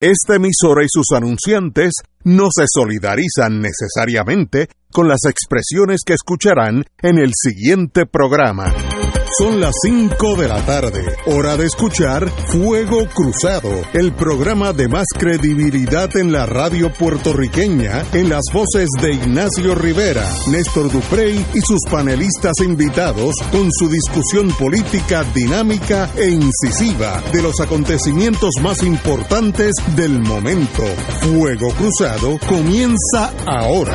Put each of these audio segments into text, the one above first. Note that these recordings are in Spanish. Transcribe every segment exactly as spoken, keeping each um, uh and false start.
Esta emisora y sus anunciantes no se solidarizan necesariamente con las expresiones que escucharán en el siguiente programa. Son las cinco de la tarde, hora de escuchar Fuego Cruzado, el programa de más credibilidad en la radio puertorriqueña, en las voces de Ignacio Rivera, Néstor Duprey y sus panelistas invitados, con su discusión política dinámica e incisiva de los acontecimientos más importantes del momento. Fuego Cruzado comienza ahora.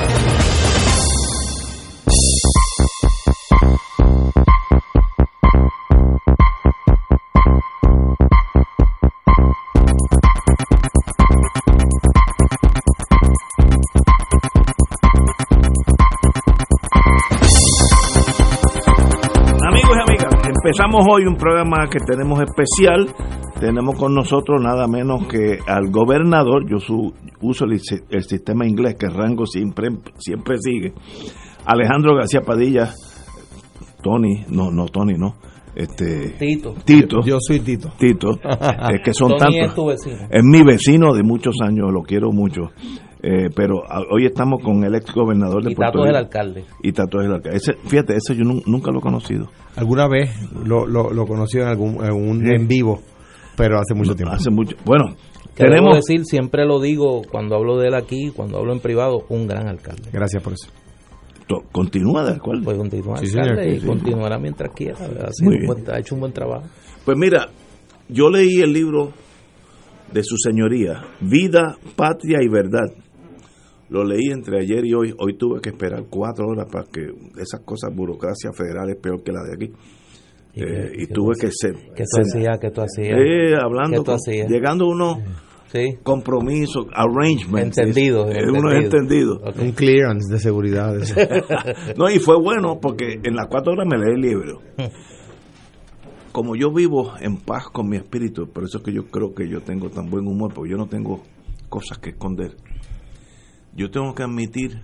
Empezamos hoy un programa que tenemos especial. Tenemos con nosotros nada menos que al gobernador. Yo su, uso el, el sistema inglés que Rango siempre, siempre sigue. Alejandro García Padilla. Tony, no, no Tony, no. Este, Tito. Tito. Yo soy Tito. Tito. Es que son Tony tantos. Es tu vecino. Es mi vecino de muchos años, lo quiero mucho. Eh, pero a, hoy estamos con el ex gobernador de y Puerto Tato Rico. es el alcalde. Y Tato es el alcalde. Ese, fíjate, ese yo nu, nunca lo he conocido. Alguna vez lo, lo, lo conocí en algún en, un, sí. en vivo, pero hace mucho tiempo. Hace mucho. Bueno, que tenemos debo decir, siempre lo digo cuando hablo de él aquí, cuando hablo en privado, un gran alcalde. Gracias por eso. Continúa de alcalde. Pues continúa sí, alcalde señor, y sí, continuará mientras quiera. Ha, sido un buen, ha hecho un buen trabajo. Pues mira, yo leí el libro de su señoría, Vida, Patria y Verdad. Lo leí entre ayer y hoy. Hoy tuve que esperar cuatro horas para que esas cosas, burocracia federal es peor que la de aquí. ¿Y, eh, qué, y tuve que ser. ¿Qué tú hacías? ¿Qué tú hacías? Eh, hablando, ¿Qué tú hacías? Llegando unos sí. compromisos, arrangements. Entendido. Es, uno es entendido. Okay. Un clearance de seguridad. No, y fue bueno porque en las cuatro horas me leí el libro. Como yo vivo en paz con mi espíritu, por eso es que yo creo que yo tengo tan buen humor, porque yo no tengo cosas que esconder. Yo tengo que admitir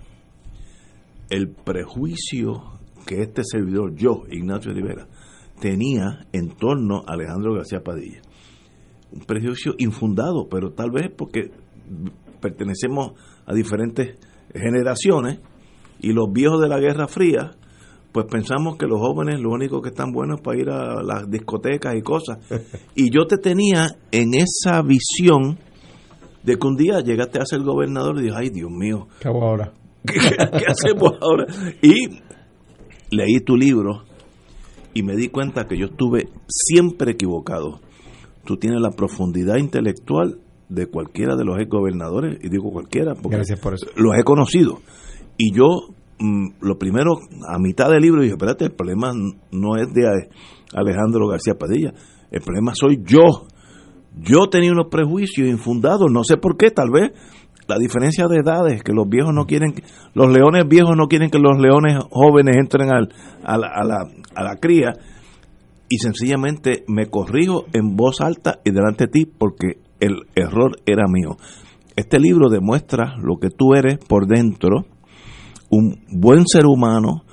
el prejuicio que este servidor, yo, Ignacio Rivera, tenía en torno a Alejandro García Padilla. Un prejuicio infundado, pero tal vez porque pertenecemos a diferentes generaciones y los viejos de la Guerra Fría, pues pensamos que los jóvenes lo único que están buenos es para ir a las discotecas y cosas. Y yo te tenía en esa visión de que un día llegaste a ser gobernador y dije, ay Dios mío, ¿qué hago ahora? ¿Qué, qué hacemos ahora? Y leí tu libro y me di cuenta que yo estuve siempre equivocado. Tú tienes la profundidad intelectual de cualquiera de los ex gobernadores, y digo cualquiera porque gracias por eso. Los he conocido. Y yo, mmm, lo primero, a mitad del libro, dije, espérate, el problema no es de Alejandro García Padilla, el problema soy yo. Yo tenía unos prejuicios infundados, no sé por qué, tal vez la diferencia de edades, que los viejos no quieren, los leones viejos no quieren que los leones jóvenes entren al, a, la, a, la, a la cría, y sencillamente me corrijo en voz alta y delante de ti porque el error era mío. Este libro demuestra lo que tú eres por dentro, un buen ser humano,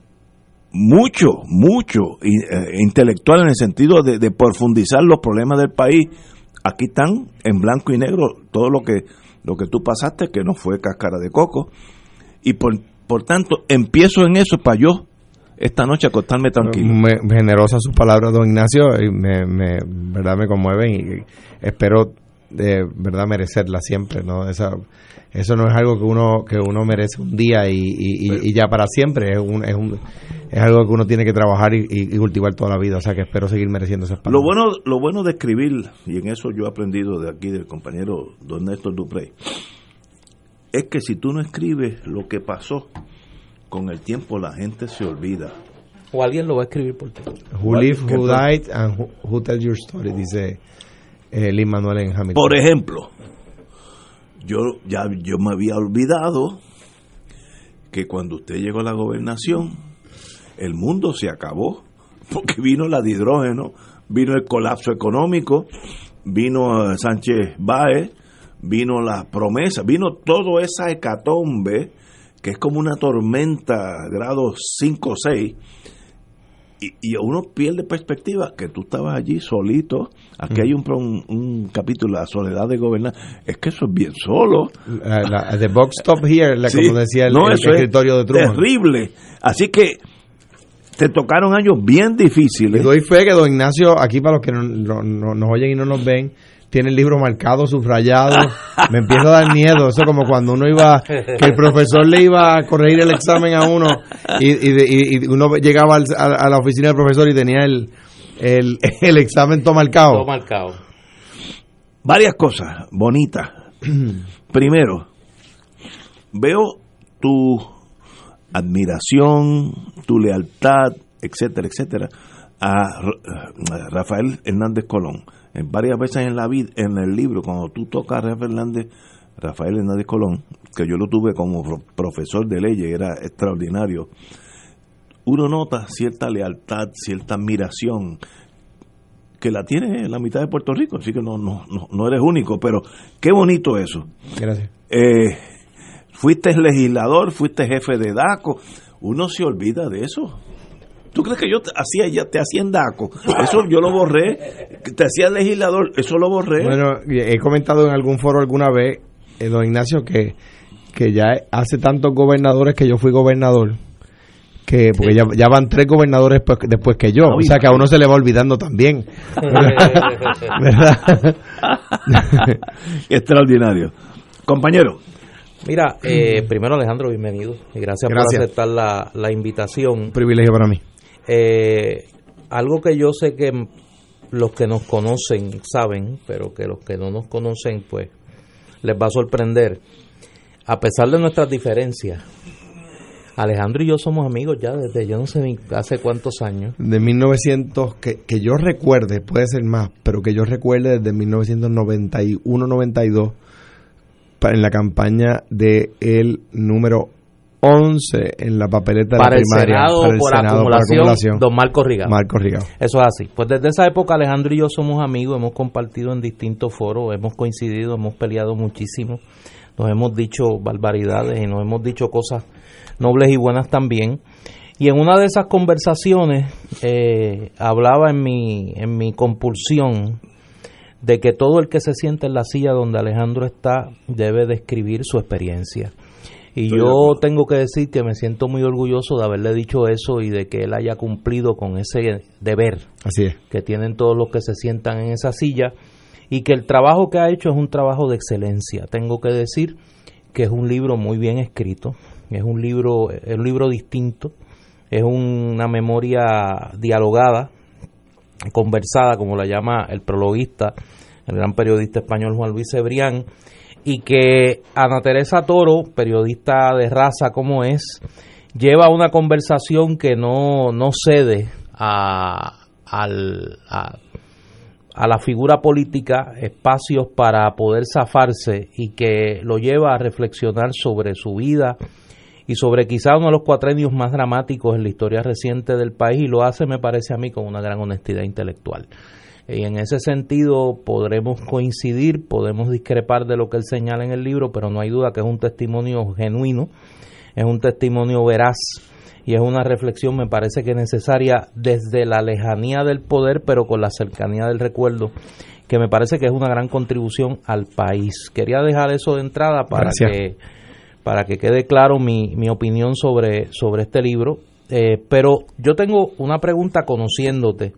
mucho, mucho eh, intelectual en el sentido de, de profundizar los problemas del país. Aquí están en blanco y negro todo lo que lo que tú pasaste, que no fue cáscara de coco, y por, por tanto empiezo en eso para yo esta noche acostarme tranquilo. Me, generosa sus palabras, don Ignacio, y me, me verdad me conmueven y espero de verdad merecerla siempre, ¿no? Esa, eso no es algo que uno que uno merece un día y, y, y, y ya para siempre, es un, es un es algo que uno tiene que trabajar y, y cultivar toda la vida, o sea que espero seguir mereciendo esas palabras. Lo bueno, lo bueno de escribir, y en eso yo he aprendido de aquí del compañero don Néstor Duprey, es que si tú no escribes lo que pasó, con el tiempo la gente se olvida. O alguien lo va a escribir por ti. Who live, who died, and who, who tell your story, dice eh, Lin-Manuel en Hamilton. Por ejemplo, yo ya yo me había olvidado que cuando usted llegó a la gobernación, el mundo se acabó, porque vino la de hidrógeno, vino el colapso económico, vino Sánchez Báez, vino la promesa, vino toda esa hecatombe, que es como una tormenta grado cinco o seis, y, y uno pierde perspectiva, que tú estabas allí solito. Aquí uh-huh. hay un, un, un capítulo, la soledad de gobernar. Es que eso es bien solo. La, la, the box stop here, la, sí, como decía el, no, el escritorio de Truman. Terrible. Así que te tocaron años bien difíciles. Y doy fe que don Ignacio, aquí para los que no, no, no, nos oyen y no nos ven, tiene el libro marcado, subrayado. Me empieza a dar miedo. Eso como cuando uno iba, que el profesor le iba a corregir el examen a uno y, y, y uno llegaba al, a, a la oficina del profesor y tenía el, el, el examen todo marcado. Todo marcado. Varias cosas bonitas. Primero, veo tu admiración, tu lealtad, etcétera, etcétera, a Rafael Hernández Colón. En varias veces en la vida, en el libro, cuando tú tocas a Rafael Hernández, Rafael Hernández Colón, que yo lo tuve como profesor de leyes, era extraordinario, uno nota cierta lealtad, cierta admiración, que la tiene la mitad de Puerto Rico, así que no, no, no, no eres único, pero qué bonito eso. Gracias. Eh, fuiste legislador, fuiste jefe de DACO, uno se olvida de eso. ¿Tú crees que yo te hacía ya te hacía en DACO? Eso yo lo borré. Te hacía legislador, eso lo borré. Bueno, he comentado en algún foro alguna vez, eh, don Ignacio, que, que ya hace tantos gobernadores que yo fui gobernador, que porque ya, ya van tres gobernadores después, después que yo, o sea que a uno se le va olvidando también. ¿Verdad? Extraordinario. Compañero. Mira, eh, primero Alejandro, bienvenido y gracias, gracias. por aceptar la, la invitación. Un privilegio para mí. Eh, algo que yo sé que los que nos conocen saben, pero que los que no nos conocen pues les va a sorprender. A pesar de nuestras diferencias, Alejandro y yo somos amigos ya desde yo no sé ni hace cuántos años. De mil novecientos, que, que yo recuerde, puede ser más, pero que yo recuerde desde mil novecientos noventa y uno noventa y dos, en la campaña de el número once en la papeleta para de la primaria. Senado, para el por Senado acumulación, por acumulación, don Marco Rigao. Marco Rigao. Eso es así. Pues desde esa época Alejandro y yo somos amigos, hemos compartido en distintos foros, hemos coincidido, hemos peleado muchísimo, nos hemos dicho barbaridades y nos hemos dicho cosas nobles y buenas también. Y en una de esas conversaciones eh, hablaba en mi, en mi compulsión de que todo el que se siente en la silla donde Alejandro está debe describir su experiencia. Y Estoy yo tengo que decir que me siento muy orgulloso de haberle dicho eso y de que él haya cumplido con ese deber. Así es. Que tienen todos los que se sientan en esa silla y que el trabajo que ha hecho es un trabajo de excelencia. Tengo que decir que es un libro muy bien escrito, es un libro, es un libro distinto, es una memoria dialogada, conversada, como la llama el prologuista, el gran periodista español Juan Luis Cebrián, y que Ana Teresa Toro, periodista de raza como es, lleva una conversación que no, no cede a, al, a, a la figura política espacios para poder zafarse y que lo lleva a reflexionar sobre su vida y sobre quizá uno de los cuatrenios más dramáticos en la historia reciente del país, y lo hace, me parece a mí, con una gran honestidad intelectual. Y en ese sentido podremos coincidir, podemos discrepar de lo que él señala en el libro, pero no hay duda que es un testimonio genuino, es un testimonio veraz y es una reflexión, me parece que necesaria desde la lejanía del poder, pero con la cercanía del recuerdo, que me parece que es una gran contribución al país. Quería dejar eso de entrada para Gracias. que para que quede claro mi, mi opinión sobre, sobre este libro. Eh, pero yo tengo una pregunta conociéndote.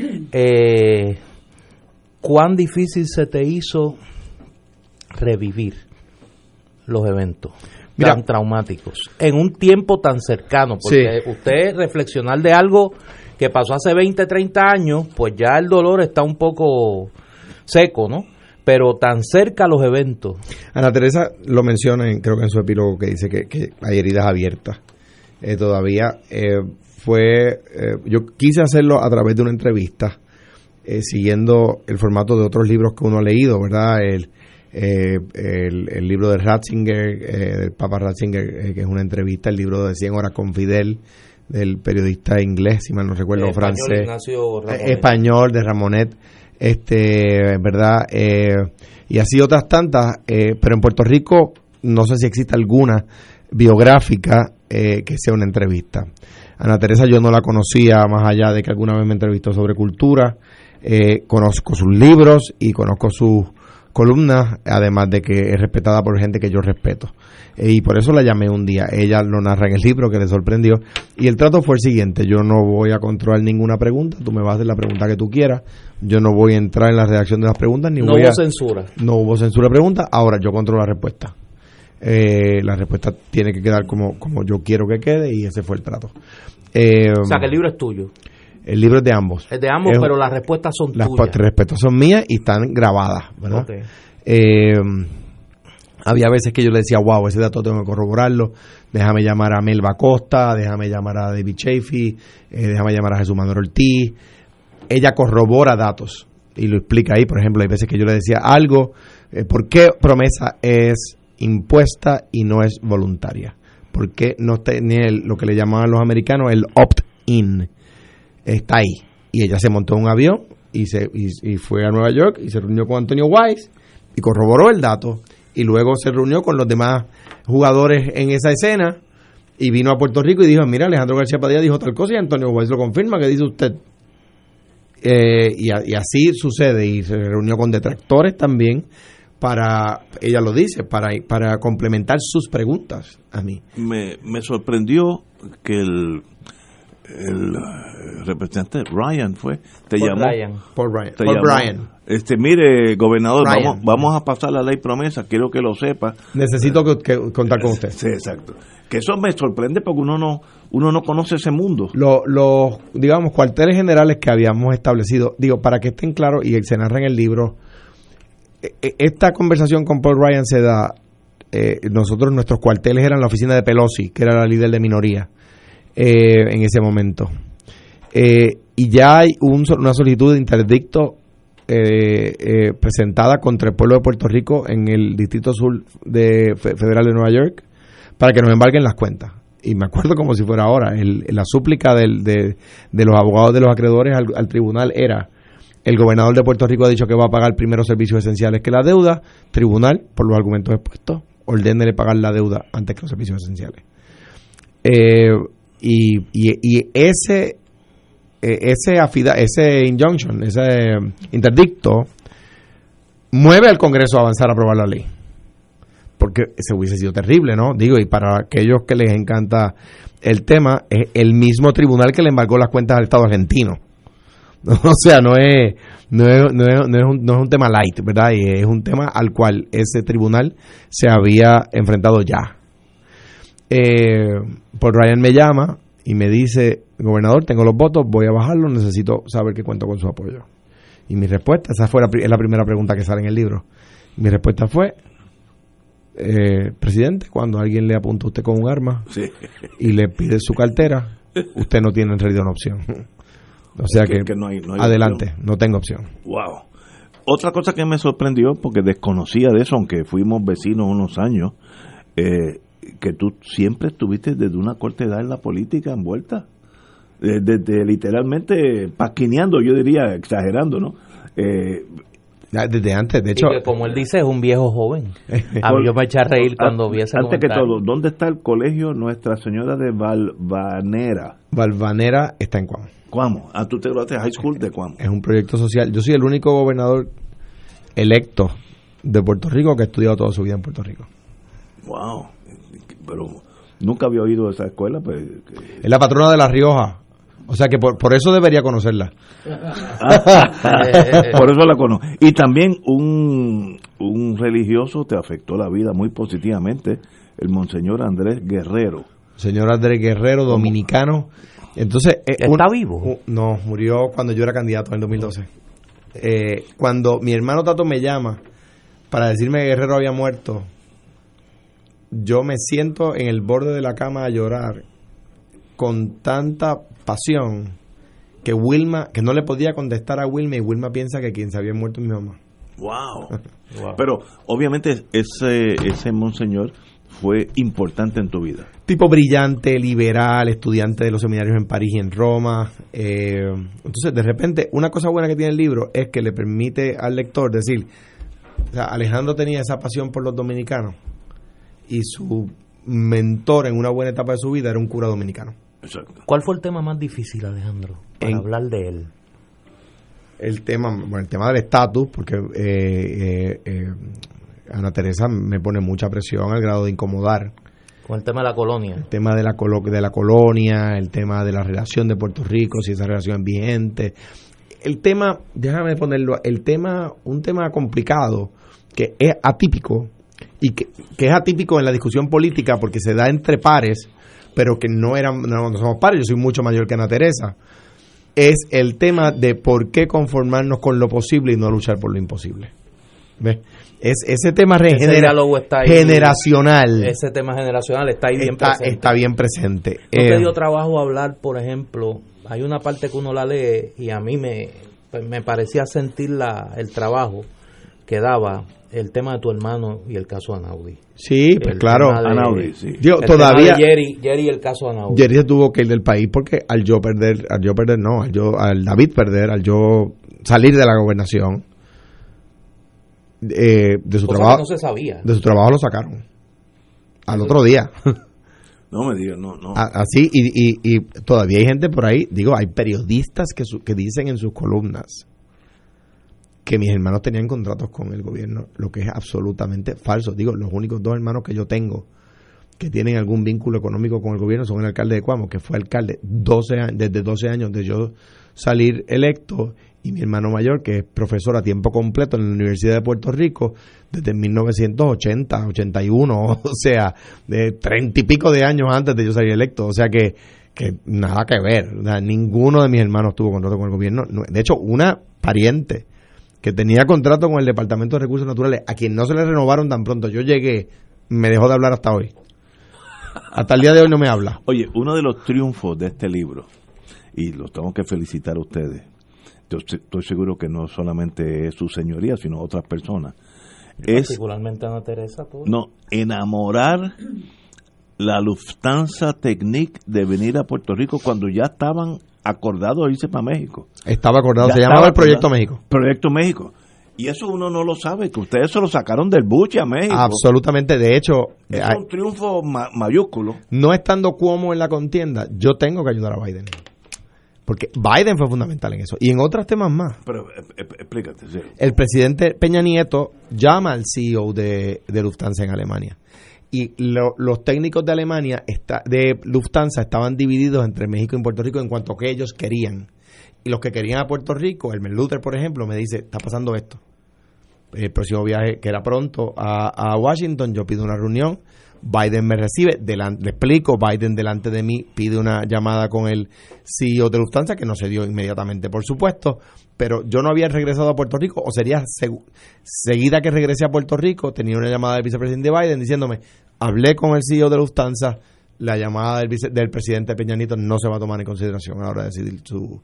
Eh, ¿Cuán difícil se te hizo revivir los eventos Mira, tan traumáticos en un tiempo tan cercano? Porque sí. Usted reflexionar de algo que pasó hace veinte, treinta años, pues ya el dolor está un poco seco, ¿no? Pero tan cerca los eventos. Ana Teresa lo menciona, en, creo que en su epílogo, que dice que, que hay heridas abiertas. Eh, todavía eh, fue, eh, yo quise hacerlo a través de una entrevista, eh, siguiendo el formato de otros libros que uno ha leído, ¿verdad? El, eh, el, el libro de Ratzinger, eh, del Papa Ratzinger, eh, que es una entrevista, el libro de cien horas con Fidel, del periodista inglés, si mal no recuerdo, eh, francés, español, eh, español de Ramonet, este, ¿verdad? Eh, y así otras tantas, eh, pero en Puerto Rico no sé si existe alguna biográfica eh, que sea una entrevista. Ana Teresa yo no la conocía más allá de que alguna vez me entrevistó sobre cultura. Eh, conozco sus libros y conozco sus columnas, además de que es respetada por gente que yo respeto. Eh, y por eso la llamé un día. Ella lo narra en el libro, que le sorprendió. Y el trato fue el siguiente: yo no voy a controlar ninguna pregunta, tú me vas a hacer la pregunta que tú quieras. Yo no voy a entrar en la redacción de las preguntas, ni no voy hubo a... censura. No hubo censura de preguntas. Ahora yo controlo la respuesta. Eh, la respuesta tiene que quedar como, como yo quiero que quede, y ese fue el trato. Eh, o sea, que el libro es tuyo. El libro es de ambos. Es de ambos, es, pero las respuestas son las tuyas. Las respuestas son mías y están grabadas, ¿verdad? Okay. Eh, había veces que yo le decía, wow, ese dato tengo que corroborarlo, déjame llamar a Melba Costa, déjame llamar a David Chafee, eh, déjame llamar a Jesús Manuel Ortiz. Ella corrobora datos y lo explica ahí. Por ejemplo, hay veces que yo le decía algo, eh, ¿por qué promesa es impuesta y no es voluntaria? ¿Por qué no tiene lo que le llamaban los americanos el opt-in? Está ahí. Y ella se montó en un avión y, se, y, y fue a Nueva York y se reunió con Antonio Weiss y corroboró el dato, y luego se reunió con los demás jugadores en esa escena y vino a Puerto Rico y dijo, mira, Alejandro García Padilla dijo tal cosa y Antonio Weiss lo confirma, que dice usted. Eh, y, a, y así sucede, y se reunió con detractores también para, ella lo dice, para, para complementar sus preguntas a mí. Me, me sorprendió que el el representante Ryan fue te Paul llamó Ryan. Paul Ryan. te Paul llamó, Ryan. Este, mire, gobernador, Ryan. vamos vamos a pasar la ley promesa, quiero que lo sepa. Necesito que, que contar con usted. Sí, exacto. Que eso me sorprende porque uno no uno no conoce ese mundo. Los, los digamos, cuarteles generales que habíamos establecido, digo, para que estén claros, y se narra en el libro, esta conversación con Paul Ryan se da, eh, nosotros, nuestros cuarteles eran la oficina de Pelosi, que era la líder de minoría eh, en ese momento. Eh, y ya hay un, una solicitud de interdicto eh, eh, presentada contra el pueblo de Puerto Rico en el Distrito Sur de Federal de Nueva York para que nos embarguen las cuentas. Y me acuerdo como si fuera ahora, el, la súplica del, de, de los abogados de los acreedores al, al tribunal era: el gobernador de Puerto Rico ha dicho que va a pagar primero servicios esenciales que la deuda, tribunal, por los argumentos expuestos, ordénele pagar la deuda antes que los servicios esenciales. Eh, y, y, y ese ese afida, ese injunction, ese interdicto mueve al Congreso a avanzar a aprobar la ley, porque se hubiese sido terrible, ¿no? Digo, y para aquellos que les encanta el tema, es el mismo tribunal que le embargó las cuentas al Estado argentino. O sea, no es no es, no es, no es, un, no es un tema light, ¿verdad? Y es un tema al cual ese tribunal se había enfrentado ya. Eh, Paul Ryan me llama y me dice: gobernador, tengo los votos, voy a bajarlos, necesito saber que cuento con su apoyo. Y mi respuesta, esa fue la, es la primera pregunta que sale en el libro. Mi respuesta fue: eh, presidente, cuando alguien le apunta a usted con un arma sí. y le pide su cartera, usted no tiene en realidad una opción. O sea que, que, que no hay, no hay adelante, opción. No tengo opción. Wow. Otra cosa que me sorprendió, porque desconocía de eso, aunque fuimos vecinos unos años, eh, que tú siempre estuviste desde una corta edad en la política envuelta, desde, desde literalmente paquineando, yo diría, exagerando, ¿no? Eh, desde antes, de hecho. Y que, como él dice, es un viejo joven. A mí yo me eché a reír cuando vi ese Antes comentario. que todo, ¿dónde está el colegio Nuestra Señora de Valvanera? Valvanera está en Cuamo. Cuamo. Ah, tú te graduaste de High School de Cuamo. Es un proyecto social. Yo soy el único gobernador electo de Puerto Rico que ha estudiado toda su vida en Puerto Rico. Wow. Pero nunca había oído de esa escuela. Pues, que... Es la patrona de La Rioja. O sea que por, por eso debería conocerla. Por eso la conozco. Y también un, un religioso te afectó la vida muy positivamente, el Monseñor Andrés Guerrero. Señor Andrés Guerrero, dominicano. Entonces, eh, ¿está un, vivo? Un, no, murió cuando yo era candidato en el dos mil doce. Eh, cuando mi hermano Tato me llama para decirme que Guerrero había muerto, yo me siento en el borde de la cama a llorar con tanta pasión que Wilma, que no le podía contestar a Wilma, y Wilma piensa que quien se había muerto es mi mamá. Wow. Wow. Pero obviamente ese ese monseñor fue importante en tu vida. Tipo brillante, liberal, estudiante de los seminarios en París y en Roma. Eh, entonces, de repente, una cosa buena que tiene el libro es que le permite al lector decir, o sea, Alejandro tenía esa pasión por los dominicanos y su mentor en una buena etapa de su vida era un cura dominicano. Exacto. ¿Cuál fue el tema más difícil, Alejandro, para En, hablar de él? El tema, bueno, el tema del estatus, porque eh, eh, eh, Ana Teresa me pone mucha presión al grado de incomodar. Con el tema de la colonia. El tema de la, colo de la colonia, el tema de la relación de Puerto Rico, si esa relación es vigente. El tema, déjame ponerlo, el tema, un tema complicado, que es atípico, y que, que es atípico en la discusión política porque se da entre pares, pero que no eran, no, no somos pares, yo soy mucho mayor que Ana Teresa, es el tema de por qué conformarnos con lo posible y no luchar por lo imposible. ¿Ves? Es, ese tema ese genera, está ahí, generacional. Ese tema generacional está ahí bien está, presente. Está bien presente. ¿No eh, te dio trabajo hablar, por ejemplo, hay una parte que uno la lee y a mí me, me parecía sentir la, el trabajo que daba el tema de tu hermano y el caso Anaudi? Sí, pues el claro. De, Anaudi, sí. Digo, el todavía. Tema de Jerry, Jerry y el caso Anaudi. Jerry se tuvo que ir del país porque al yo perder, al yo perder, no, al yo, al David perder, al yo salir de la gobernación, eh, de su Cosa trabajo, que no se sabía. de su trabajo lo sacaron al otro día. No me digas, no, no. Así, y, y, y todavía hay gente por ahí, digo, hay periodistas que, su, que dicen en sus columnas que mis hermanos tenían contratos con el gobierno, lo que es absolutamente falso. Digo, los únicos dos hermanos que yo tengo que tienen algún vínculo económico con el gobierno son el alcalde de Cuamo, que fue alcalde doce años, desde doce años de yo salir electo, y mi hermano mayor, que es profesor a tiempo completo en la Universidad de Puerto Rico desde mil novecientos ochenta, ochenta y uno, o sea, de treinta y pico de años antes de yo salir electo. O sea que, que nada que ver. O sea, ninguno de mis hermanos tuvo contrato con el gobierno. De hecho, una pariente que tenía contrato con el Departamento de Recursos Naturales, a quien no se le renovaron tan pronto yo llegué, me dejó de hablar hasta hoy. Hasta el día de hoy no me habla. Oye, uno de los triunfos de este libro, y los tengo que felicitar a ustedes, yo estoy seguro que no solamente es su señoría, sino otras personas, es particularmente Ana Teresa, ¿tú? No, enamorar la Lufthansa Technik de venir a Puerto Rico cuando ya estaban acordados a irse para México. Estaba acordado, Ya se llamaba el Proyecto acordado. México. Proyecto México. Y eso uno no lo sabe, que ustedes se lo sacaron del buche a México. Absolutamente, de hecho, Es hay, un triunfo ma- mayúsculo. no estando Cuomo en la contienda, yo tengo que ayudar a Biden. Porque Biden fue fundamental en eso. Y en otros temas más. Pero eh, eh, explícate. Sí. El presidente Peña Nieto llama al C E O de, de Lufthansa en Alemania. Y lo, los técnicos de Alemania, está, de Lufthansa, estaban divididos entre México y Puerto Rico en cuanto a que ellos querían. Y los que querían a Puerto Rico, el Luther, por ejemplo, me dice, está pasando esto. El próximo viaje, que era pronto, a, a Washington, yo pido una reunión. Biden me recibe, delante, le explico, Biden delante de mí pide una llamada con el C E O de Lufthansa, que no se dio inmediatamente, por supuesto, pero yo no había regresado a Puerto Rico, o sería seg- seguida que regresé a Puerto Rico, tenía una llamada del vicepresidente Biden diciéndome, hablé con el C E O de Lufthansa, la llamada del, vice, del presidente Peña Nieto no se va a tomar en consideración a la hora de decidir su,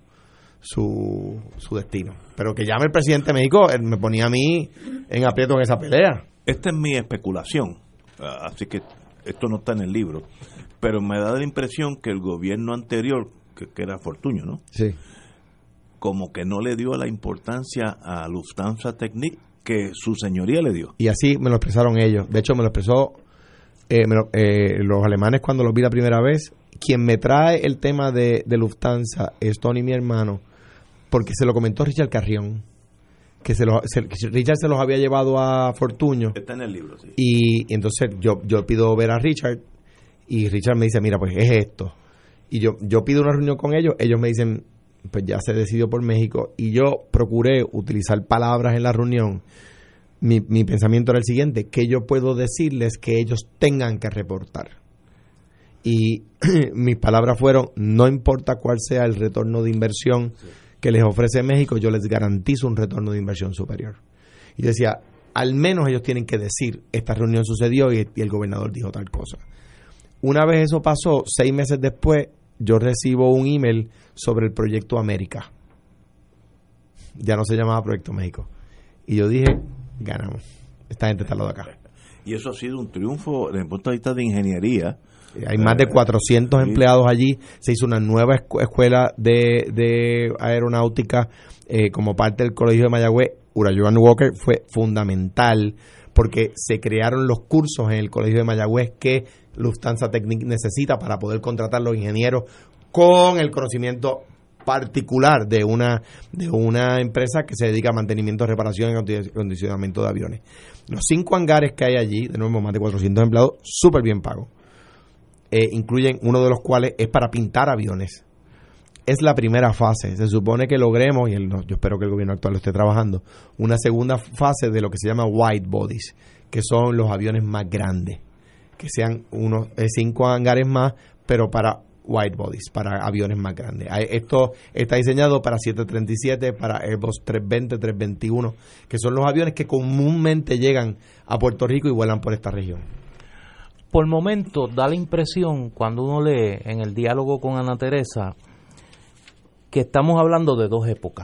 su, su destino. Pero que llame el presidente de México, él me ponía a mí en aprieto en esa pelea. Esta es mi especulación, así que esto no está en el libro, pero me da la impresión que el gobierno anterior, que, que era Fortuño, ¿no? Sí. Como que no le dio la importancia a Lufthansa Technik que su señoría le dio. Y así me lo expresaron ellos. De hecho, me lo expresó eh, me lo, eh, los alemanes cuando los vi la primera vez. Quien me trae el tema de, de Lufthansa es Tony, mi hermano, porque se lo comentó Richard Carrión, que se lo, se, Richard se los había llevado a Fortuño. Está en el libro, sí. Y, y entonces yo, yo pido ver a Richard y Richard me dice, mira, pues es esto. Y yo, yo pido una reunión con ellos, ellos me dicen, pues ya se decidió por México, y yo procuré utilizar palabras en la reunión. Mi, mi pensamiento era el siguiente, que yo puedo decirles que ellos tengan que reportar. Y mis palabras fueron, no importa cuál sea el retorno de inversión sí. que les ofrece México, yo les garantizo un retorno de inversión superior. Y yo decía, al menos ellos tienen que decir, esta reunión sucedió y, y el gobernador dijo tal cosa. Una vez eso pasó, seis meses después, yo recibo un email sobre el Proyecto América. Ya no se llamaba Proyecto México. Y yo dije, ganamos. Esta gente está al lado de acá. Y eso ha sido un triunfo desde el punto de vista de ingeniería. Hay más de cuatrocientos empleados allí. Se hizo una nueva escu- escuela de, de aeronáutica eh, como parte del Colegio de Mayagüez. Ura Joan Walker fue fundamental porque se crearon los cursos en el Colegio de Mayagüez que Lufthansa Technik necesita para poder contratar los ingenieros con el conocimiento particular de una de una empresa que se dedica a mantenimiento, reparación y acondicionamiento de aviones. Los cinco hangares que hay allí, de nuevo más de cuatrocientos empleados, súper bien pagos, eh, incluyen uno de los cuales es para pintar aviones. Es la primera fase. Se supone que logremos, y el, no, yo espero que el gobierno actual lo esté trabajando, una segunda fase de lo que se llama wide bodies, que son los aviones más grandes, que sean unos eh, cinco hangares más, pero para wide bodies, para aviones más grandes. Esto está diseñado para siete treinta y siete, para Airbus trescientos veinte, trescientos veintiuno, que son los aviones que comúnmente llegan a Puerto Rico y vuelan por esta región. Por momento da la impresión, cuando uno lee en el diálogo con Ana Teresa, que estamos hablando de dos épocas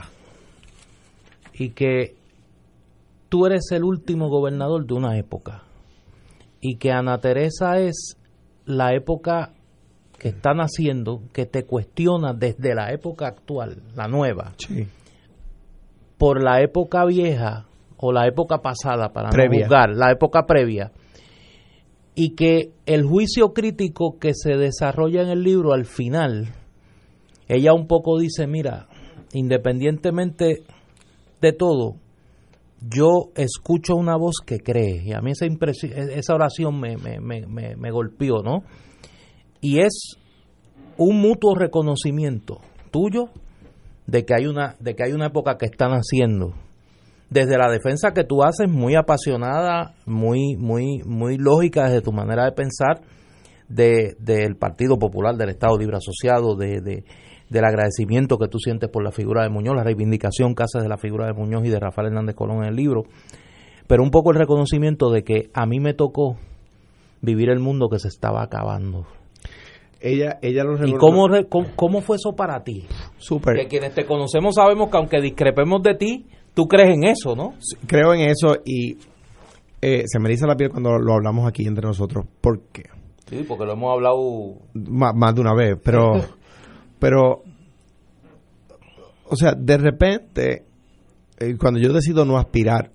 y que tú eres el último gobernador de una época y que Ana Teresa es la época que está naciendo, que te cuestiona desde la época actual, la nueva, sí, por la época vieja o la época pasada, para previa. no juzgar, la época previa, y que el juicio crítico que se desarrolla en el libro al final, ella un poco dice, mira, independientemente de todo, yo escucho una voz que cree, y a mí esa impresión, esa oración me, me, me, me, me golpeó, ¿no? Y es un mutuo reconocimiento tuyo de que hay una de que hay una época que está naciendo, desde la defensa que tú haces, muy apasionada, muy muy muy lógica desde tu manera de pensar, de del Partido Popular, del Estado Libre Asociado, de, de del agradecimiento que tú sientes por la figura de Muñoz, la reivindicación que haces de la figura de Muñoz y de Rafael Hernández Colón en el libro, pero un poco el reconocimiento de que a mí me tocó vivir el mundo que se estaba acabando. Ella, ella lo ¿Y cómo, cómo, cómo fue eso para ti? Súper. Que quienes te conocemos sabemos que aunque discrepemos de ti, tú crees en eso, ¿no? Creo en eso y eh, se me eriza la piel cuando lo hablamos aquí entre nosotros. ¿Por qué? Sí, porque lo hemos hablado más, más de una vez, pero, pero, o sea, de repente, eh, cuando yo decido no aspirar,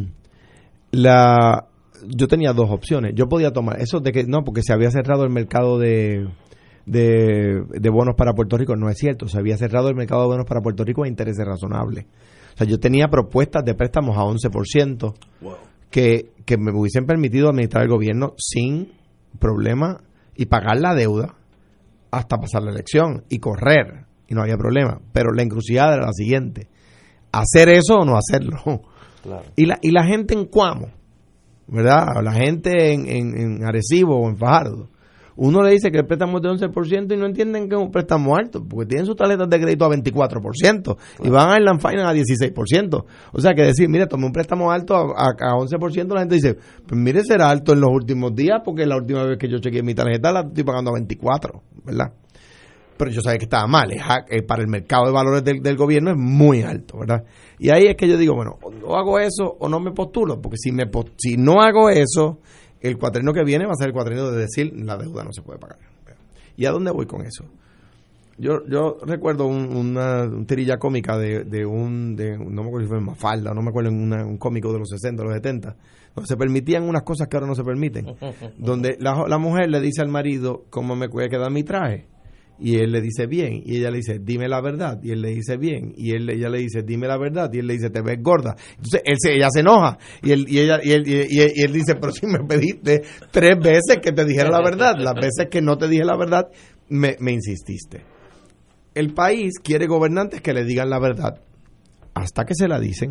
la yo tenía dos opciones. Yo podía tomar eso de que no, porque se había cerrado el mercado de De, de bonos para Puerto Rico. No es cierto, se había cerrado el mercado de bonos para Puerto Rico a intereses razonables. O sea, yo tenía propuestas de préstamos a once por ciento wow. que, que me hubiesen permitido administrar el gobierno sin problema y pagar la deuda hasta pasar la elección y correr, y no había problema. Pero la encrucijada era la siguiente: hacer eso o no hacerlo. Claro. Y la y la gente en Cuamo, ¿verdad? La gente en, en, en Arecibo o en Fajardo, uno le dice que el préstamo es de once por ciento y no entienden que es un préstamo alto, porque tienen sus tarjetas de crédito a veinticuatro por ciento claro. y van a Inland Finance a dieciséis por ciento. O sea, que decir, mire, tomé un préstamo alto a, a, a once por ciento, la gente dice, pues mire, será alto en los últimos días, porque la última vez que yo chequeé mi tarjeta la estoy pagando a veinticuatro, ¿verdad? Pero yo sabía que estaba mal, es, es, para el mercado de valores del, del gobierno es muy alto, ¿verdad? Y ahí es que yo digo, bueno, o hago eso o no me postulo, porque si, me, si no hago eso, el cuatrienio que viene va a ser el cuatrienio de decir la deuda no se puede pagar. ¿Y a dónde voy con eso? Yo yo recuerdo un, una un tirilla cómica de, de un, de, no me acuerdo si fue Mafalda, no me acuerdo, una, un cómico de los sesenta, los setenta, donde se permitían unas cosas que ahora no se permiten. Donde la, la mujer le dice al marido, ¿cómo me puede quedar mi traje? Y él le dice, bien, y ella le dice, dime la verdad, y él le dice, bien, y él ella le dice, dime la verdad, y él le dice, te ves gorda. Entonces él se, ella se enoja, y él y ella y él, y, y, y él dice, pero si me pediste tres veces que te dijera la verdad, las veces que no te dije la verdad me, me insististe. El país quiere gobernantes que le digan la verdad hasta que se la dicen.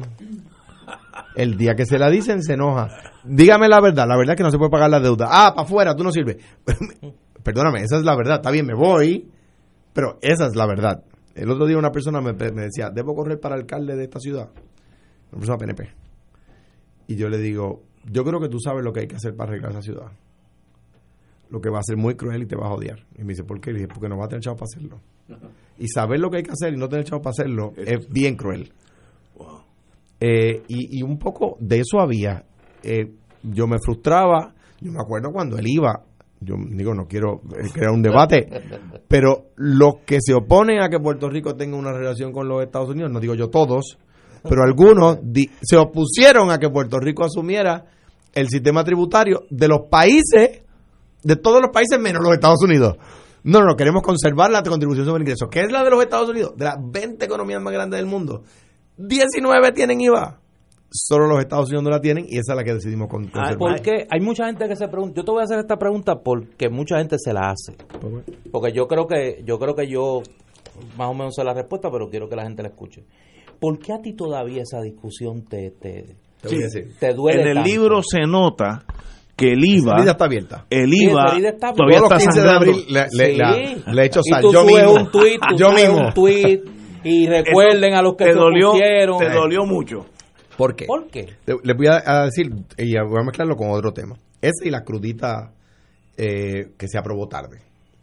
El día que se la dicen se enoja. Dígame la verdad, la verdad es que no se puede pagar la deuda. Ah, para afuera, tú no sirves. Perdóname, esa es la verdad, está bien, me voy, pero esa es la verdad. El otro día una persona me, me decía, ¿debo correr para alcalde de esta ciudad? Una persona P N P. Y yo le digo, yo creo que tú sabes lo que hay que hacer para arreglar esa ciudad. Lo que va a ser muy cruel y te vas a odiar. Y me dice, ¿por qué? Y le dije, porque no vas a tener chavo para hacerlo. Y saber lo que hay que hacer y no tener chavo para hacerlo es bien cruel. Wow. Eh, y, y un poco de eso había. Eh, yo me frustraba. Yo me acuerdo cuando él iba. Yo digo, no quiero crear un debate, pero los que se oponen a que Puerto Rico tenga una relación con los Estados Unidos, no digo yo todos, pero algunos di- se opusieron a que Puerto Rico asumiera el sistema tributario de los países, de todos los países menos los Estados Unidos. No, no, queremos conservar la contribución sobre ingresos. ¿Qué es la de los Estados Unidos? De las veinte economías más grandes del mundo, diecinueve tienen I V A. Solo los Estados Unidos no la tienen y esa es la que decidimos con, conservar. Porque hay mucha gente que se pregunta, yo te voy a hacer esta pregunta porque mucha gente se la hace. Porque yo creo que yo creo que yo más o menos sé la respuesta, pero quiero que la gente la escuche. ¿Por qué a ti todavía esa discusión te te, sí, te duele en el tanto? libro se nota que el I V A está abierta. El I V A sí, está todavía está sangrando. de abril le, le, sí. la, le he hecho sal. Y tú yo subes mismo. un tweet, tú yo subes mismo. un tweet y recuerden Eso a los que te se dolió, opusieron. te dolió mucho. ¿Por qué? ¿Por qué? Les voy a, a decir, y voy a mezclarlo con otro tema. Ese y la crudita eh, que se aprobó tarde.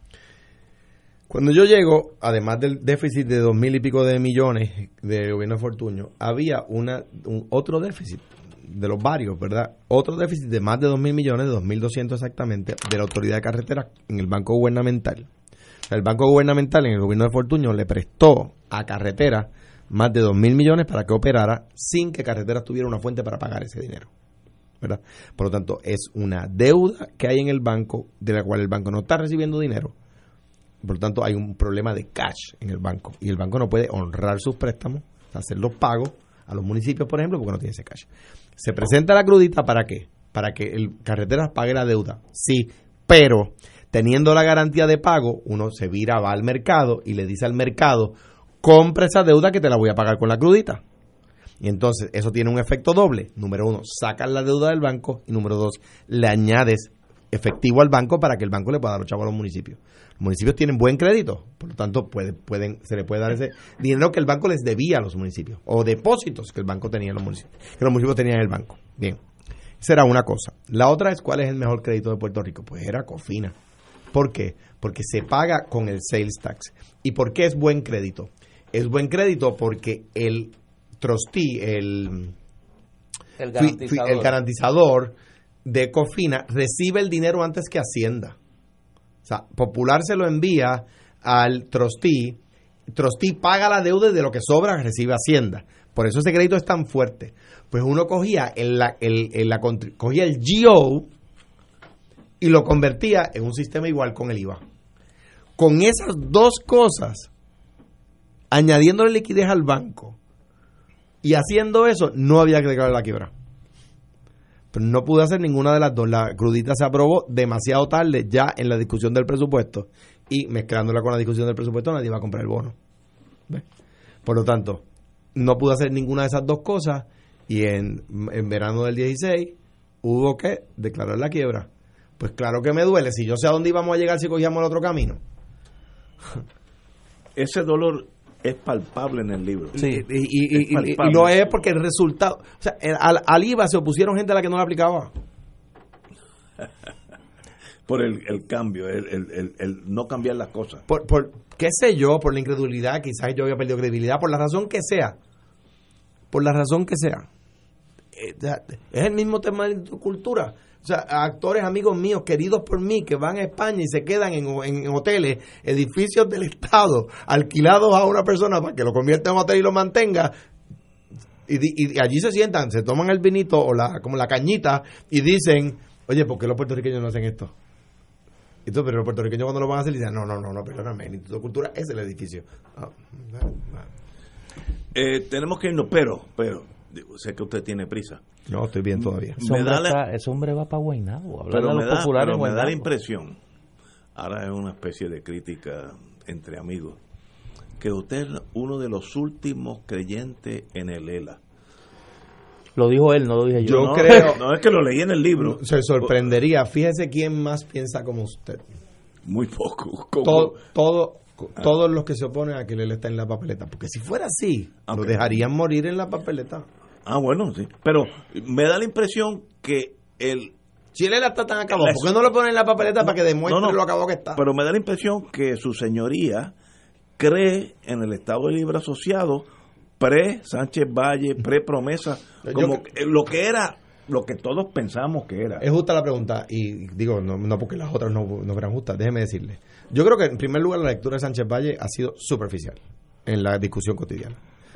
Cuando yo llego, además del déficit de dos mil y pico de millones del gobierno de Fortuño, había una un, otro déficit, de los varios, ¿verdad? Otro déficit de más de dos mil millones, de dos mil doscientos exactamente, de la autoridad de carreteras en el banco gubernamental. O sea, el banco gubernamental en el gobierno de Fortuño le prestó a carreteras más de dos mil millones para que operara sin que carreteras tuviera una fuente para pagar ese dinero, ¿verdad? Por lo tanto, es una deuda que hay en el banco de la cual el banco no está recibiendo dinero. Por lo tanto, hay un problema de cash en el banco y el banco no puede honrar sus préstamos, hacer los pagos a los municipios, por ejemplo, porque no tiene ese cash. Se presenta la crudita ¿para qué? Para que el carreteras pague la deuda, sí, pero teniendo la garantía de pago, uno se vira, va al mercado y le dice al mercado, compra esa deuda que te la voy a pagar con la crudita. Y entonces eso tiene un efecto doble. Número uno, sacas la deuda del banco y número dos, le añades efectivo al banco para que el banco le pueda dar los chavos a los municipios. Los municipios tienen buen crédito, por lo tanto puede, pueden, se le puede dar ese dinero que el banco les debía a los municipios o depósitos que el banco tenía en los municipios, que los municipios tenían en el banco. Bien, esa era una cosa. La otra es cuál es el mejor crédito de Puerto Rico. Pues era COFINA. ¿Por qué? Porque se paga con el sales tax. ¿Y por qué es buen crédito? Es buen crédito porque el trustee, el, el garantizador. el garantizador de COFINA recibe el dinero antes que Hacienda. O sea, Popular se lo envía al trustee, trustee paga la deuda y de lo que sobra recibe Hacienda. Por eso ese crédito es tan fuerte. Pues uno cogía el, el, el, la, cogía el G O y lo convertía en un sistema igual con el I V A. Con esas dos cosas, añadiéndole liquidez al banco y haciendo eso, no había que declarar la quiebra. Pero no pude hacer ninguna de las dos. La crudita se aprobó demasiado tarde ya en la discusión del presupuesto y mezclándola con la discusión del presupuesto nadie iba a comprar el bono. ¿Ves? Por lo tanto, no pude hacer ninguna de esas dos cosas y en, en verano del dieciséis hubo que declarar la quiebra. Pues claro que me duele. Si yo sé a dónde íbamos a llegar si cogíamos el otro camino. Ese dolor es palpable en el libro. Sí, y, y, y, y, y no es porque el resultado, o sea, el, al, al I V A se opusieron gente a la que no la aplicaba. Por el, el cambio, el, el, el, el no cambiar las cosas. Por, por, qué sé yo, por la incredulidad, quizás yo había perdido credibilidad, por la razón que sea. Por la razón que sea. Es el mismo tema de tu cultura. O sea, actores, amigos míos, queridos por mí, que van a España y se quedan en, en hoteles, edificios del Estado, alquilados a una persona para que lo convierta en hotel y lo mantenga. Y, y, y allí se sientan, se toman el vinito o la como la cañita y dicen, oye, ¿por qué los puertorriqueños no hacen esto? Y tú, pero los puertorriqueños cuando lo van a hacer dicen, no, no, no, no, perdóname, el Instituto de Cultura es el edificio. Oh, no, no. Eh, tenemos que irnos, pero, pero, digo, sé que usted tiene prisa. No, estoy bien todavía. Ese hombre, da la, está, ese hombre va para Guaynabo. Pero, me da, pero me da la Guaynabo. impresión, ahora es una especie de crítica entre amigos, que usted es uno de los últimos creyentes en el E L A. Lo dijo él, no lo dije yo. Yo no, creo. No es que lo leí en el libro. Se sorprendería. Fíjese quién más piensa como usted. Muy poco. Como, todo, todo ah. todos los que se oponen a que él está en la papeleta. Porque si fuera así, okay, lo dejarían morir en la papeleta. Ah, bueno, sí. Pero me da la impresión que el... Si él está tan acabado, ¿por qué no lo ponen en la papeleta no, para que demuestre no, no, lo acabado que está? Pero me da la impresión que su señoría cree en el Estado Libre Asociado pre-Sánchez Valle, pre-promesa, como Yo, lo que era, lo que todos pensamos que era. Es justa la pregunta, y digo, no, no porque las otras no, no fueran justas, déjeme decirle. Yo creo que en primer lugar la lectura de Sánchez Valle ha sido superficial en la discusión cotidiana.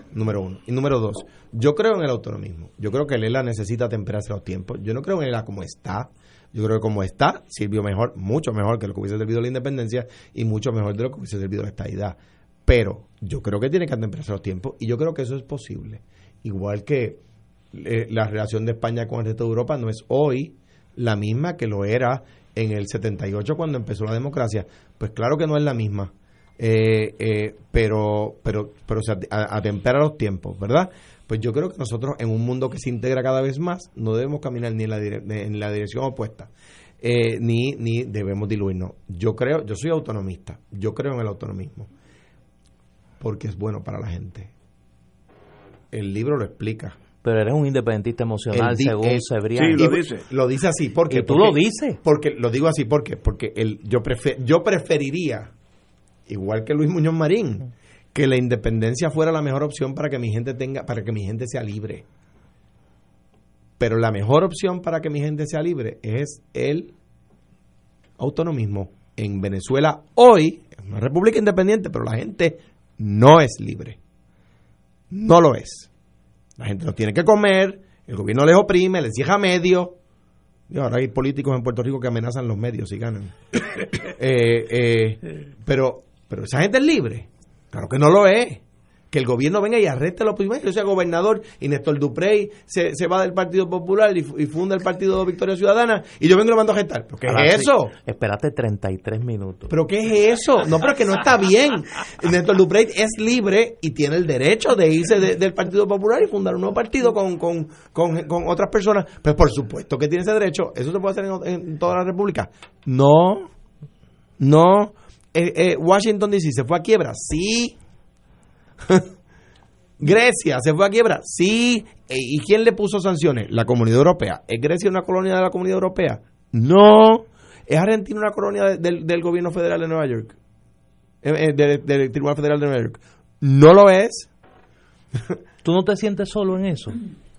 número uno. Y número dos, yo creo en el autonomismo. Yo creo que el E L A necesita temperarse los tiempos. Yo no creo en el E L A como está. Yo creo que como está, sirvió mejor, mucho mejor que lo que hubiese servido la independencia y mucho mejor de lo que hubiese servido la estadidad. Pero yo creo que tiene que temperarse los tiempos y yo creo que eso es posible. Igual que eh, la relación de España con el resto de Europa no es hoy la misma que lo era en el setenta y ocho cuando empezó la democracia. Pues claro que no es la misma. Eh, eh, pero pero pero se atempera los tiempos, ¿verdad? Pues yo creo que nosotros en un mundo que se integra cada vez más no debemos caminar ni en la, dire- en la dirección opuesta, eh, ni ni debemos diluirnos. Yo creo, yo soy autonomista, yo creo en el autonomismo porque es bueno para la gente. El libro lo explica. Pero eres un independentista emocional, di- según el- Cebrián. Sí, lo Y- dice. Lo dice así porque Y tú porque- lo dices. Porque lo digo así porque porque el yo prefer, yo preferiría, igual que Luis Muñoz Marín, que la independencia fuera la mejor opción para que mi gente tenga, para que mi gente sea libre. Pero la mejor opción para que mi gente sea libre es el autonomismo. En Venezuela hoy es una república independiente, pero la gente no es libre. No lo es. La gente no tiene que comer, el gobierno les oprime, les cierra medios. Y ahora hay políticos en Puerto Rico que amenazan los medios si ganan. eh, eh, pero, pero esa gente es libre. Claro que no lo es. Que el gobierno venga y arreste a los primeros. Yo sea gobernador y Néstor Duprey se, se va del Partido Popular y, y funda el Partido Victoria Ciudadana y yo vengo y lo mando a gestar. ¿Pero qué Ahora es sí, eso? Espérate treinta y tres minutos. ¿Pero qué es eso? No, pero es que no está bien. Néstor Duprey es libre y tiene el derecho de irse de, del Partido Popular y fundar un nuevo partido con, con, con, con otras personas. Pues por supuesto que tiene ese derecho. ¿Eso se puede hacer en, en toda la República? No. No. Eh, eh, Washington D C se fue a quiebra. Sí. Grecia se fue a quiebra. Sí. Eh, ¿Y quién le puso sanciones? La Comunidad Europea. ¿Es Grecia una colonia de la Comunidad Europea? No. ¿Es Argentina una colonia de, del, del gobierno federal de Nueva York? Eh, eh, del, del Tribunal Federal de Nueva York. No lo es. ¿Tú no te sientes solo en eso?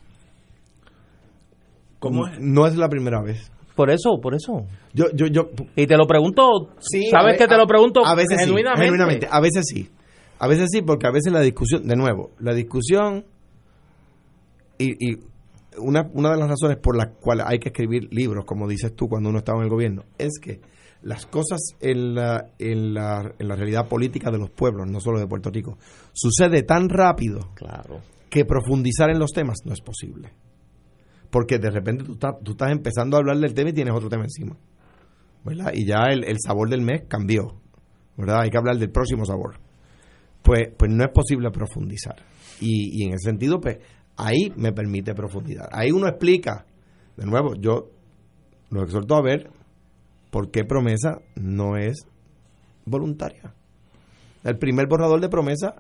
¿Cómo es? No es la primera vez. Por eso, por eso. Yo, yo, yo. Y te lo pregunto, Sí, ¿sabes a que ve- te lo pregunto a veces sí, genuinamente? genuinamente? A veces sí. A veces sí, porque a veces la discusión, de nuevo, la discusión y, y una, una de las razones por las cuales hay que escribir libros, como dices tú cuando uno estaba en el gobierno, es que las cosas en la, en la, en la realidad política de los pueblos, no solo de Puerto Rico, sucede tan rápido Claro. que profundizar en los temas no es posible. Porque de repente tú estás, tú estás empezando a hablar del tema y tienes otro tema encima, ¿verdad? Y ya el, el sabor del mes cambió, ¿verdad? Hay que hablar del próximo sabor. Pues, pues no es posible profundizar. Y, y en ese sentido, pues ahí me permite profundizar. Ahí uno explica, de nuevo, yo lo exhorto a ver por qué promesa no es voluntaria. El primer borrador de promesa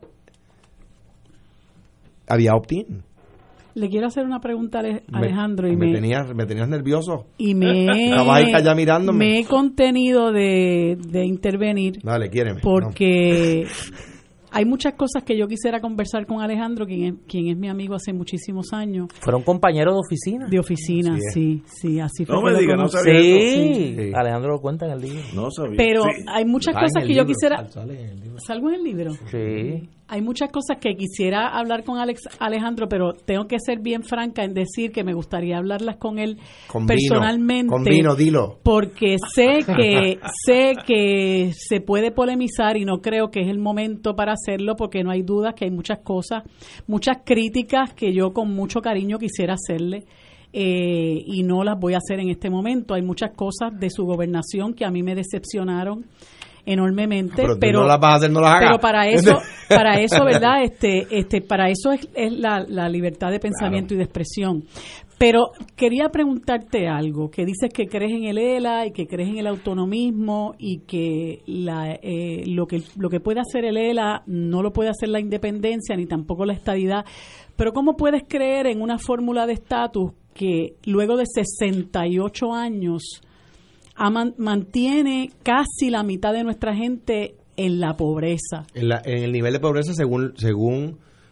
había opt-in. Le quiero hacer una pregunta a Ale- Me- Alejandro y me, me, tenías, me tenías nervioso. y me, Estabas ahí callada mirándome. me he contenido de, de intervenir Dale, quiéreme. porque hay muchas cosas que yo quisiera conversar con Alejandro, quien es, quien es mi amigo hace muchísimos años, Fueron compañeros de oficina. de oficina, Sí, sí, sí, así fue No que me lo diga, no conocí. sabía Sí. Sí. Alejandro lo cuenta en el libro. No sabía. Pero Sí. hay muchas Ah, en cosas el que yo libro. quisiera... Sale en el libro. ¿Salgo en el libro? Sí. Hay muchas cosas que quisiera hablar con Alex, Alejandro, pero tengo que ser bien franca en decir que me gustaría hablarlas con él Con personalmente. Vino, con vino, dilo. Porque sé que sé que se puede polemizar y no creo que es el momento para hacerlo, porque no hay dudas que hay muchas cosas, muchas críticas que yo con mucho cariño quisiera hacerle. Eh, y no las voy a hacer en este momento. Hay muchas cosas de su gobernación que a mí me decepcionaron enormemente, Pero, tú pero no las vas a hacer, no las hagas. pero para eso, para eso, ¿verdad? Este, este, para eso es, es la, la libertad de pensamiento Claro. y de expresión. Pero quería preguntarte algo, que dices que crees en el E L A y que crees en el autonomismo y que la, eh, lo que lo que puede hacer el E L A no lo puede hacer la independencia ni tampoco la estadidad. Pero ¿cómo puedes creer en una fórmula de estatus que luego de sesenta y ocho años a man- mantiene casi la mitad de nuestra gente en la pobreza? En, la- en el nivel de pobreza según según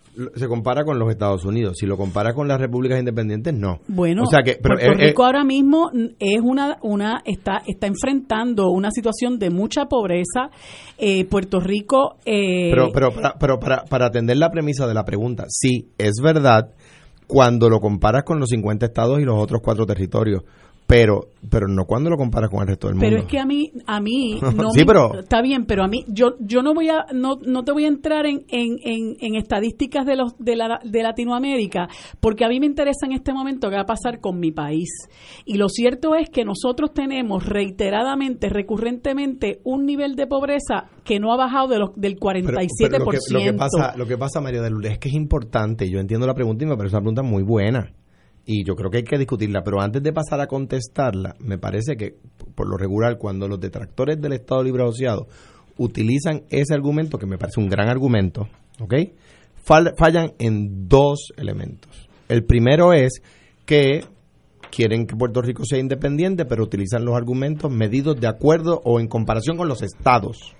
se compara con los Estados Unidos. Si lo compara con las repúblicas independientes, no. Bueno, o sea que, pero, Puerto eh, Rico eh, ahora mismo es una una está está enfrentando una situación de mucha pobreza. Eh, Puerto Rico. Eh, pero pero, para, pero para, para atender la premisa de la pregunta, sí, es verdad cuando lo comparas con los cincuenta estados y los otros cuatro territorios. Pero pero no cuando lo comparas con el resto del mundo. Pero es que a mí a mí no sí, me, pero, está bien, pero a mí yo yo no voy a no no te voy a entrar en en, en, en estadísticas de los de la de Latinoamérica, porque a mí me interesa en este momento qué va a pasar con mi país. Y lo cierto es que nosotros tenemos reiteradamente, recurrentemente un nivel de pobreza que no ha bajado de los del cuarenta y siete por ciento. Pero, pero lo, que, lo que pasa, lo que pasa, María de Lourdes, es que es importante. Yo entiendo la pregunta y me parece una pregunta muy buena. Y yo creo que hay que discutirla, pero antes de pasar a contestarla, me parece que, por lo regular, cuando los detractores del Estado Libre Asociado utilizan ese argumento, que me parece un gran argumento, ¿ok?, Fall, fallan en dos elementos. El primero es que quieren que Puerto Rico sea independiente, pero utilizan los argumentos medidos de acuerdo o en comparación con los estados,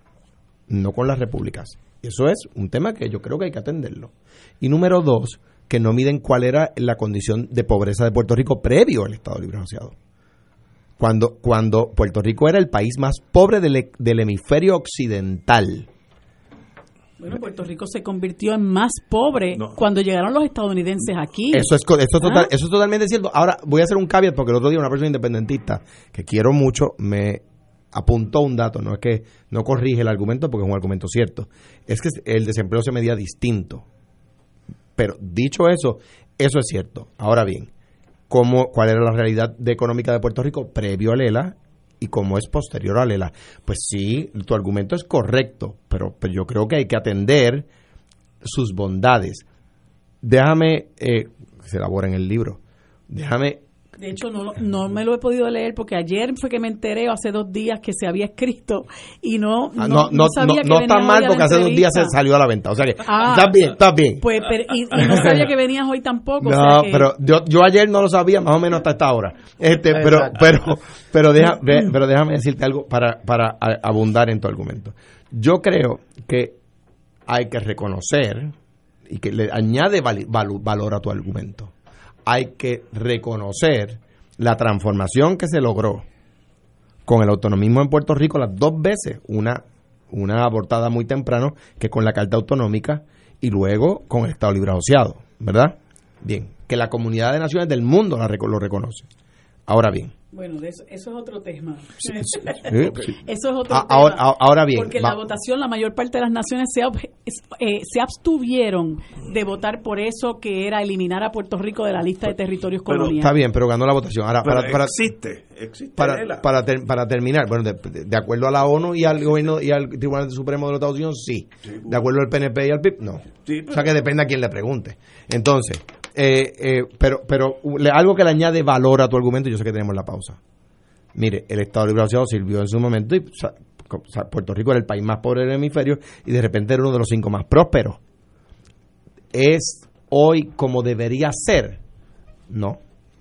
no con las repúblicas. Eso es un tema que yo creo que hay que atenderlo. Y número dos, que no miden cuál era la condición de pobreza de Puerto Rico previo al Estado Libre Asociado. Cuando, cuando Puerto Rico era el país más pobre del, del hemisferio occidental. Bueno, Puerto Rico se convirtió en más pobre no. cuando llegaron los estadounidenses aquí. Eso es, eso, es total, ¿Ah? eso es totalmente cierto. Ahora, voy a hacer un caveat porque el otro día una persona independentista que quiero mucho me apuntó un dato, no es que no corrige el argumento porque es un argumento cierto. Es que el desempleo se medía distinto. Pero dicho eso, eso es cierto. Ahora bien, ¿cómo, ¿cuál era la realidad de económica de Puerto Rico previo al E L A y cómo es posterior al E L A? Pues sí, tu argumento es correcto, pero, pero yo creo que hay que atender sus bondades. Déjame, eh, se elabora en el libro, déjame... De hecho, no, no me lo he podido leer porque ayer fue que me enteré, hace dos días, que se había escrito y no, no, ah, no, no, no sabía no, que no venía está mal porque hace dos días se salió a la venta. O sea que, ah, estás bien, estás bien. Pues, pero, y, y no sabía que venías hoy tampoco. No, o sea que... pero yo, yo ayer no lo sabía, más o menos hasta esta hora. Este, pero, pero, pero, deja, pero déjame decirte algo para, para abundar en tu argumento. Yo creo que hay que reconocer y que le añade val, val, valor a tu argumento. Hay que reconocer la transformación que se logró con el autonomismo en Puerto Rico las dos veces, una una abortada muy temprano que con la Carta Autonómica y luego con el Estado Libre Asociado, ¿verdad? Bien, que la comunidad de naciones del mundo la, lo reconoce. Ahora bien, bueno, eso, eso es otro tema. Sí, sí, sí. Eso es otro a, tema. Ahora, ahora bien. Porque en va. la votación la mayor parte de las naciones se, eh, se abstuvieron de votar por eso, que era eliminar a Puerto Rico de la lista de territorios pero, coloniales. Está bien, pero ganó la votación. Ahora, para, para, existe, existe. Para, para, ter, para terminar, bueno, de, de acuerdo a la ONU y al gobierno y al Tribunal Supremo de los Estados Unidos, sí. sí de acuerdo al P N P y al P I B, no. Sí, pero... O sea que depende a quién le pregunte. Entonces, eh, eh, pero, pero algo que le añade valor a tu argumento, yo sé que tenemos la pausa. Mire, el Estado Libre Asociado sirvió en su momento y o sea, o sea, Puerto Rico era el país más pobre del hemisferio y de repente era uno de los cinco más prósperos. ¿Es hoy como debería ser? No.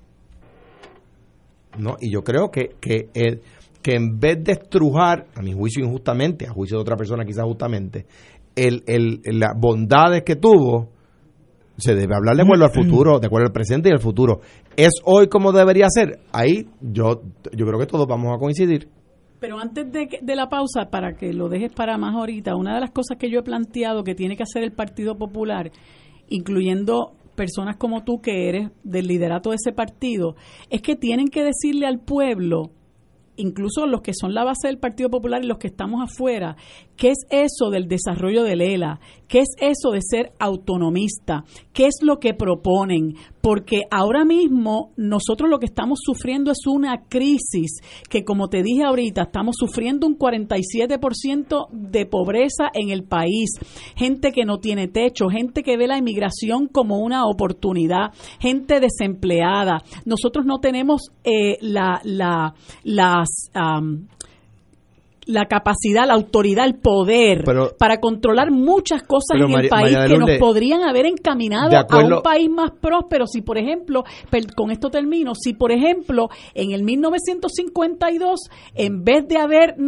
No, y yo creo que, que, el, que en vez de estrujar, a mi juicio injustamente, a juicio de otra persona quizás justamente, el, el, las bondades que tuvo, se debe hablar de acuerdo al futuro, de acuerdo al presente y al futuro. ¿Es hoy como debería ser? Ahí yo yo creo que todos vamos a coincidir. Pero antes de, de la pausa, para que lo dejes para más ahorita, una de las cosas que yo he planteado que tiene que hacer el Partido Popular, incluyendo personas como tú que eres del liderato de ese partido, es que tienen que decirle al pueblo, incluso los que son la base del Partido Popular y los que estamos afuera, ¿qué es eso del desarrollo del E L A? ¿Qué es eso de ser autonomista? ¿Qué es lo que proponen? Porque ahora mismo nosotros lo que estamos sufriendo es una crisis que, como te dije ahorita, estamos sufriendo un cuarenta y siete por ciento de pobreza en el país. Gente que no tiene techo, gente que ve la inmigración como una oportunidad, gente desempleada. Nosotros no tenemos eh, la... la, la Um, la capacidad, la autoridad, el poder pero, para controlar muchas cosas en el María, país María que Lourdes, nos podrían haber encaminado acuerdo, a un país más próspero. Si por ejemplo, con esto termino, si por ejemplo en el mil novecientos cincuenta y dos, en vez de habernos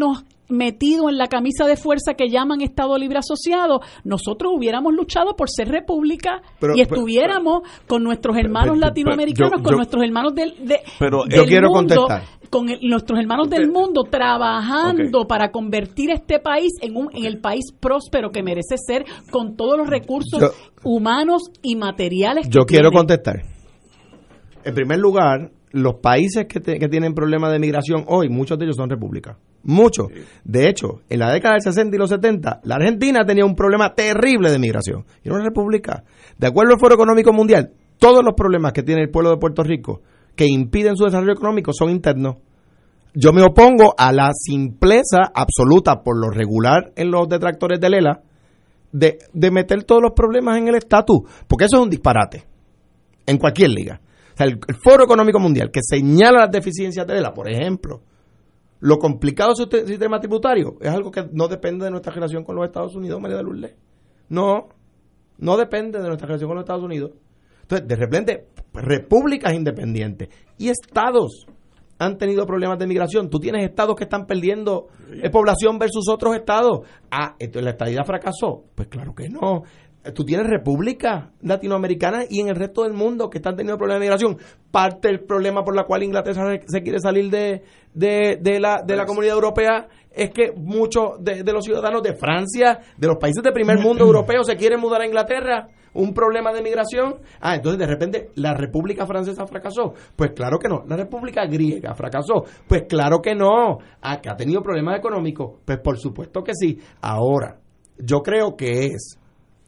metido en la camisa de fuerza que llaman Estado Libre Asociado, nosotros hubiéramos luchado por ser república pero, y estuviéramos pero, con nuestros hermanos pero, latinoamericanos, pero, yo, con yo, nuestros hermanos del, de, pero, del yo quiero mundo, contestar. con el, nuestros hermanos del mundo trabajando okay. para convertir este país en un en el país próspero que merece ser, con todos los recursos yo, humanos y materiales que Yo quiero tiene. contestar. En primer lugar, los países que, te, que tienen problemas de migración hoy, muchos de ellos son repúblicas. Muchos. De hecho, en la década del sesenta y los setenta, la Argentina tenía un problema terrible de migración. Y era una república. De acuerdo al Foro Económico Mundial, todos los problemas que tiene el pueblo de Puerto Rico que impiden su desarrollo económico son internos. Yo me opongo a la simpleza absoluta, por lo regular en los detractores del E L A, de, de meter todos los problemas en el estatus, porque eso es un disparate en cualquier liga. O sea, el, el Foro Económico Mundial, que señala las deficiencias del E L A, por ejemplo, lo complicado de su te- sistema tributario es algo que no depende de nuestra relación con los Estados Unidos, María de Lourdes. No, no depende de nuestra relación con los Estados Unidos. Entonces, de repente, repúblicas independientes y estados han tenido problemas de migración. Tú tienes estados que están perdiendo eh, población versus otros estados. Ah, entonces la estadidad fracasó. Pues claro que no. Tú tienes repúblicas latinoamericanas y en el resto del mundo que están teniendo problemas de migración. Parte del problema por la cual Inglaterra se quiere salir de, de, de, la, de la Comunidad Europea es que muchos de, de los ciudadanos de Francia, de los países de primer mundo europeos, se quieren mudar a Inglaterra. Un problema de migración. Ah, entonces de repente la República Francesa fracasó. Pues claro que no. La República Griega fracasó. Pues claro que no. Ah, que ha tenido problemas económicos. Pues por supuesto que sí. Ahora, yo creo que es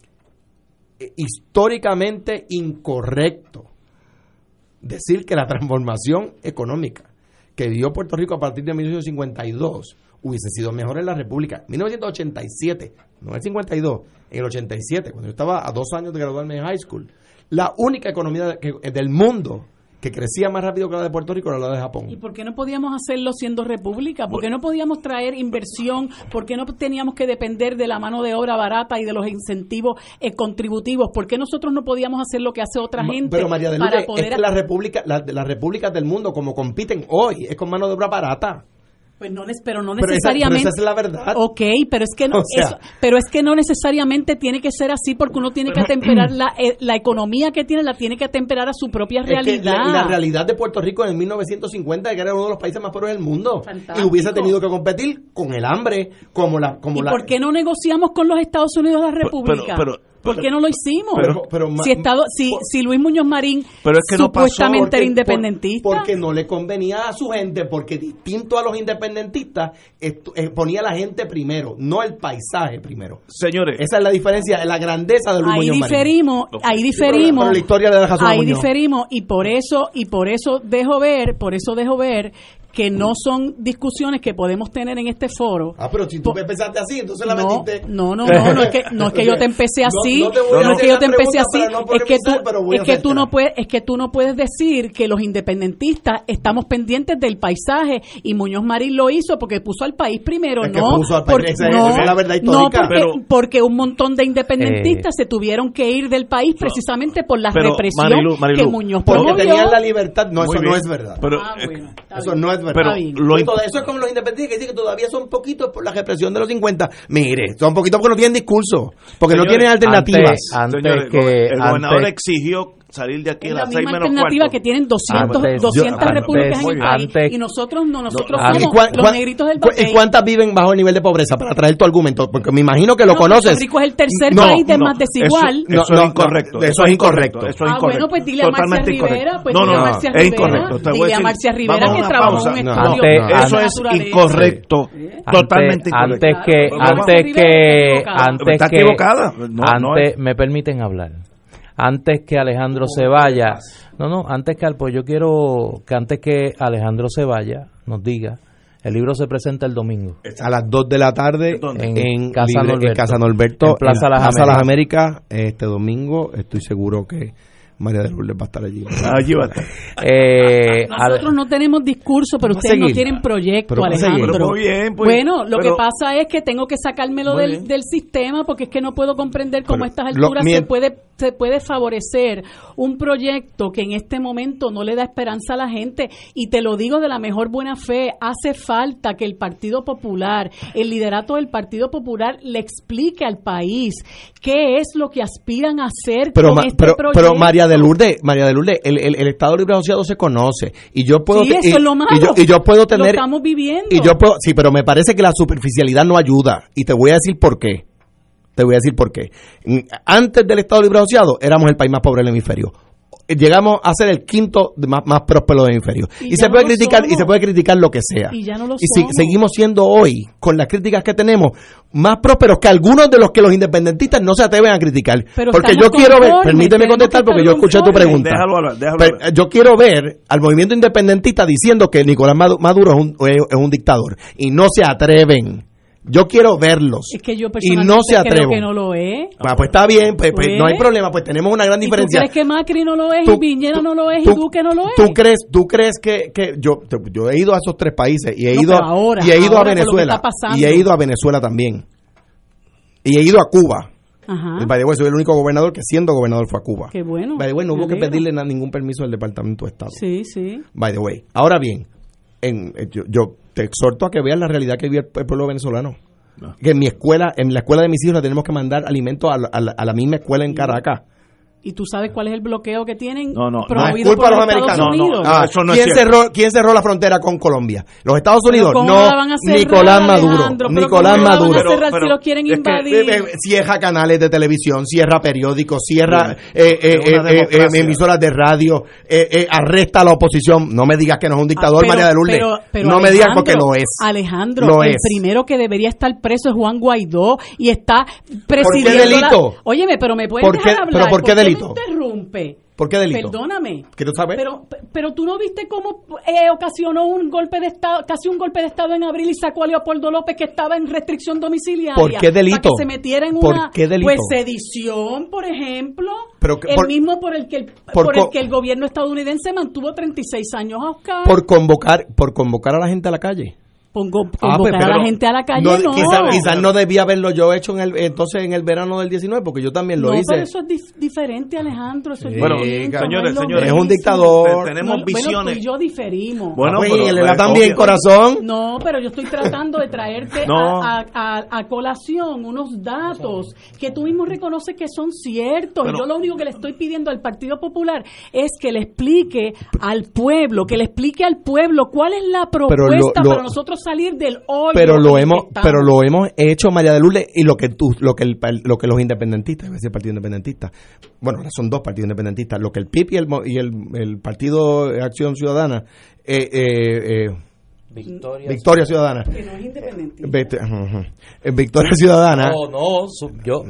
históricamente incorrecto decir que la transformación económica que dio Puerto Rico a partir de mil novecientos cincuenta y dos hubiese sido mejor en la República. mil novecientos ochenta y siete, no en el cincuenta y dos, en el ochenta y siete, cuando yo estaba a dos años de graduarme en high school, la única economía que, del mundo que crecía más rápido que la de Puerto Rico era la de Japón. ¿Y por qué no podíamos hacerlo siendo república? ¿Por qué no podíamos traer inversión? ¿Por qué no teníamos que depender de la mano de obra barata y de los incentivos eh, contributivos? ¿Por qué nosotros no podíamos hacer lo que hace otra gente? Pero María de Lourdes, es que la república, la, las repúblicas del mundo, como compiten hoy, es con mano de obra barata. Pues no, pero no pero necesariamente. Esa, pero esa es la verdad. Ok, pero es que no, o sea, eso, pero es que no necesariamente tiene que ser así, porque uno tiene que atemperar la, eh, la economía que tiene, la tiene que atemperar a su propia realidad. Es que la, la realidad de Puerto Rico en mil novecientos cincuenta, que era uno de los países más pobres del mundo, fantástico, y hubiese tenido que competir con el hambre, como la, como ¿Y la. por qué no negociamos con los Estados Unidos la República? Pero, pero, ¿Por qué no lo hicimos? Pero, pero, si, estado, si, por, si Luis Muñoz Marín pero es que supuestamente no porque, era independentista. Por, porque no le convenía a su gente, porque distinto a los independentistas, esto, eh, ponía a la gente primero, no el paisaje primero. Señores, esa es la diferencia, la grandeza de Luis ahí Muñoz diferimos, Marín. Ahí diferimos, pero la historia de la ahí Muñoz. diferimos y por eso y por eso dejo ver, por eso dejo ver que no son discusiones que podemos tener en este foro. Ah, pero si tú me empezaste así, entonces la no, metiste. No, no, no, no es que no es que yo te empecé así, no, no, no es que yo te empecé así, no es que tú es que tú no puedes es que tú no puedes decir que los independentistas estamos pendientes del paisaje y Muñoz Marín lo hizo porque puso al país primero, es no, que puso al país, porque, esa, no, esa es la verdad histórica. no porque, pero, porque un montón de independentistas eh, se tuvieron que ir del país precisamente por la pero, represión Marilu, Marilu, que Muñoz porque promovió. tenían la libertad, no, eso bien, no es verdad. Pero, ah, bueno, eso bien, no es verdad. Pero lo todo eso es como los independentistas que dicen que todavía son poquitos por la represión de los cincuenta. Mire, son poquitos porque no tienen discurso, porque señores, no tienen alternativas. Antes, señores, antes que, el gobernador antes, exigió salir de aquí es a la las seis misma menos alternativa cuarto. que tienen doscientos, Antes, doscientas yo, repúblicas antes, en el país antes, y nosotros no, nosotros no, somos cuán, los cuán, negritos del cu- papel. ¿Y cuántas viven bajo el nivel de pobreza? Para traer tu argumento, porque me imagino que lo no, conoces. Puerto Rico es el tercer no, país de no, más desigual. Eso, eso no, es incorrecto. No, eso es incorrecto. Eso es ah, incorrecto. bueno, pues dile a Marcia Rivera, pues no, dile no, a Marcia es Rivera, incorrecto. Te voy dile a decir, Marcia Rivera vamos a que una trabajó pausa. en un No, estudio antes, de eso es naturaleza. incorrecto. Sí. Totalmente antes, incorrecto. antes que Vamos, antes Rivera que está antes está que equivocada. No, antes no es. me permiten hablar. Antes que Alejandro se vaya, no, no, antes que pues yo quiero que antes que Alejandro se vaya, nos diga, el libro se presenta el domingo. A las dos de la tarde en, en, Casa, libre, Norberto, en Casa Norberto, en Plaza en Las Plaza Américas. Las Américas, este domingo. Estoy seguro que María de Lourdes va a estar allí. Allí va a estar. Eh, Nosotros no tenemos discurso, pero Vamos a ustedes no seguir. tienen proyecto, Pero vamos a seguir. Alejandro. Pero muy bien, pues, bueno, lo pero- que pasa es que tengo que sacármelo Muy del, bien. del sistema porque es que no puedo comprender cómo Pero a estas lo- alturas mi- se puede se puede favorecer un proyecto que en este momento no le da esperanza a la gente. Y te lo digo de la mejor buena fe, hace falta que el Partido Popular, el liderato del Partido Popular, le explique al país qué es lo que aspiran a hacer Pero, con ma- este pero, proyecto. pero María de Lourdes, María de Lourdes, el, el, el Estado Libre Asociado se conoce y yo puedo Sí, te- eso y, es lo malo. y yo, y yo puedo Lo tener estamos viviendo. y yo puedo sí, pero me parece que la superficialidad no ayuda y te voy a decir por qué. Te voy a decir por qué. Mm, Antes del Estado Libre Asociado éramos el país más pobre del hemisferio. Llegamos a ser el quinto de más, más próspero del hemisferio. Y Y, ya se no puede lo criticar y somos. se puede criticar lo que sea. Y ya no lo Y si- somos. seguimos siendo hoy con las críticas que tenemos más prósperos que algunos de los que los independentistas no se atreven a criticar. Pero porque estamos yo quiero ver, conformes, permíteme tenemos contestar que porque estar yo escuché tu conformes. pregunta. Déjalo hablar, déjalo Pero, hablar. yo quiero ver al movimiento independentista diciendo que Nicolás Madu- Maduro es un, es un dictador y no se atreven. Yo quiero verlos. Es que yo y personalmente no se creo atreven. que no lo es. Ah, pues está bien, pues, pues Pues. no hay problema, pues tenemos una gran ¿Y tú diferencia. crees que Macri no lo es, Tú- y Piñera tú- no lo es, tú- y Duque no lo es? ¿Tú crees, tú crees que, que yo, yo he ido a esos tres países y he No, ido, pero ahora, y he ido ahora a con lo que Venezuela está pasando. y he ido a Venezuela también y he ido a Cuba. Ajá. By the way, soy el único gobernador que siendo gobernador fue a Cuba. Qué bueno. By the way, no Me hubo que alegro. pedirle na- ningún permiso al Departamento de Estado. Sí, sí. By the way. Ahora bien, en, eh, yo, yo te exhorto a que veas la realidad que vive el, el pueblo venezolano. No. Que en mi escuela, en la escuela de mis hijos, le tenemos que mandar alimentos a la, a la- a la misma escuela en Caracas. ¿Y tú sabes cuál es el bloqueo que tienen No, no, no promovido es culpa por de los Estados americanos. No, no, Unidos? Ah, eso no es ¿quién, cierto. cerró, ¿Quién cerró la frontera con Colombia? ¿Los Estados Unidos? ¿Cómo No, la van a cerrar, Nicolás Maduro. Alejandro? ¿Pero Nicolás cómo la van a Maduro. cerrar Pero- si lo quieren es que- invadir? Eh, eh, Cierra canales de televisión, cierra periódicos, cierra Sí, eh, eh, es una eh, eh, democracia. emisoras de radio, eh, eh, arresta a la oposición. No me digas que no es un dictador, Ah, pero- María de Lourdes. pero- pero no me digas Alejandro, porque lo es. Alejandro, Lo el es. primero que debería estar preso es Juan Guaidó y está presidiendo ¿Por qué delito? la- Óyeme, pero me puedes ¿Por qué- dejar hablar. pero por qué delito? me interrumpe? ¿Por qué delito? Perdóname. ¿Quiero saber? Pero, pero tú no viste cómo eh, ocasionó un golpe de estado, casi un golpe de estado en abril y sacó a Leopoldo López que estaba en restricción domiciliaria. ¿Por qué delito? Para que se metiera en ¿Por una qué delito? pues sedición, por ejemplo, Pero que- el por- mismo por el que el, por por co- el que el gobierno estadounidense mantuvo treinta y seis años a Oscar. Por convocar, por convocar a la gente a la calle. Pongo, Ah, pues, convocar a pero la gente a la calle, no, no. Quizás quizás no debía haberlo yo hecho en el, entonces en el verano del diecinueve, porque yo también lo No, hice. pero eso es dif- diferente, Alejandro. Eso es Bueno, distinto, señores, no es lo señores, es un mismo. dictador. Te- tenemos No, visiones. Bueno, tú y yo diferimos. Bueno, Ah, pues, pero- y él pero- era también, obvio. corazón. No, pero yo estoy tratando de traerte No. a, a- a- a colación unos datos que tú mismo reconoces que son ciertos. Pero- yo lo único que le estoy pidiendo al Partido Popular es que le explique al pueblo, que le explique al pueblo cuál es la Pero propuesta lo- lo- para nosotros salir del hoyo. pero lo en el hemos que estamos. pero lo hemos hecho, María de Lourdes, y lo que tú lo que el, lo que los independentistas, iba a decir el Partido Independentista, bueno, ahora son dos partidos independentistas, lo que el P I B y el mo- y el, el Partido de Acción Ciudadana eh, eh, eh, Victoria. Victoria Ciudadana Que no es independiente. Vete- ajá, ajá. Eh, Victoria Ciudadana. No, no, su- yo,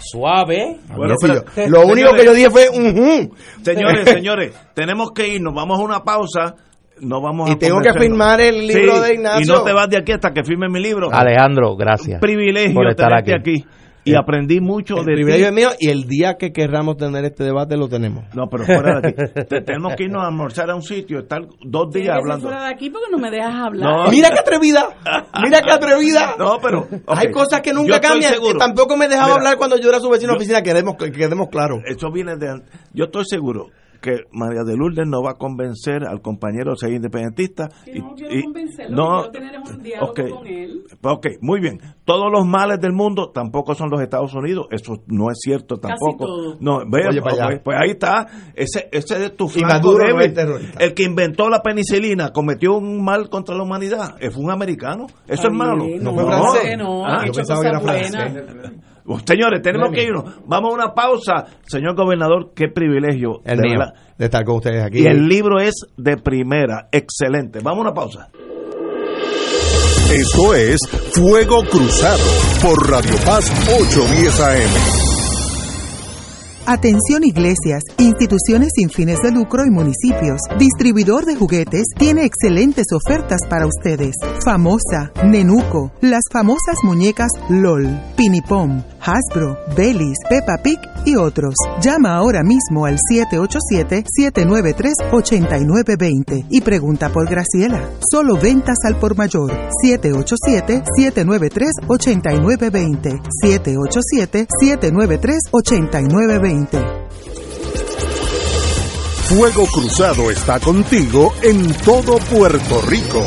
suave. Bueno, Sí, pero- yo- lo único señores- que yo dije fue ujú. Señores, señores, tenemos que irnos, vamos a una pausa. No vamos Y a tengo que convencernos. firmar el libro Sí, de Ignacio. Y no te vas de aquí hasta que firme mi libro. Alejandro, gracias. Un privilegio por estar tenerte aquí. aquí. Y El- aprendí mucho El de privilegio ti. es mío y el día que querramos tener este debate lo tenemos. No, pero fuera de aquí. Te- tenemos que irnos a almorzar a un sitio, estar dos Tienes días que ser hablando. fuera de aquí porque no me dejas hablar. No. Mira qué atrevida, mira qué atrevida. No, pero ok. Hay cosas que Yo nunca estoy cambian. seguro. Tampoco me dejaba Mira, hablar cuando yo era su vecino de yo- oficina, quedemos, que quedemos claros. Eso viene de... Yo estoy seguro que María de Lourdes no va a convencer al compañero ser independentista. Que no y- quiero y- convencerlo, no, quiero tener un diálogo ok. con él. Ok, muy bien. Todos los males del mundo tampoco son los Estados Unidos. Eso no es cierto tampoco. todo. No, ve, Oye, para allá. pues, pues ahí está. Ese, ese es tu Y flanco Maduro no débil. es terrorista. El que inventó la penicilina cometió un mal contra la humanidad. Eh, Fue un americano. Eso Está es malo. bien, No no, fue no, francés. no, Ah, ha yo hecho pensaba que cosas era buenas. francés. Oh, señores, tenemos Bueno. que irnos. Vamos a una pausa. Señor gobernador, qué privilegio. El de mío, verdad. de estar con ustedes aquí. Y el libro es de primera. Excelente. Vamos a una pausa. Esto es Fuego Cruzado por Radio Paz ochocientos diez A M. Atención iglesias, instituciones sin fines de lucro y municipios. Distribuidor de juguetes tiene excelentes ofertas para ustedes. Famosa, Nenuco, las famosas muñecas LOL, Pinipom, Hasbro, Bellis, Peppa Pig y otros. Llama ahora mismo al siete ocho siete, siete nueve tres, ocho nueve dos cero y pregunta por Graciela. Solo ventas al por mayor. siete ocho siete, siete nueve tres, ocho nueve dos cero. siete ocho siete, siete nueve tres, ocho nueve dos cero. Fuego Cruzado está contigo en todo Puerto Rico.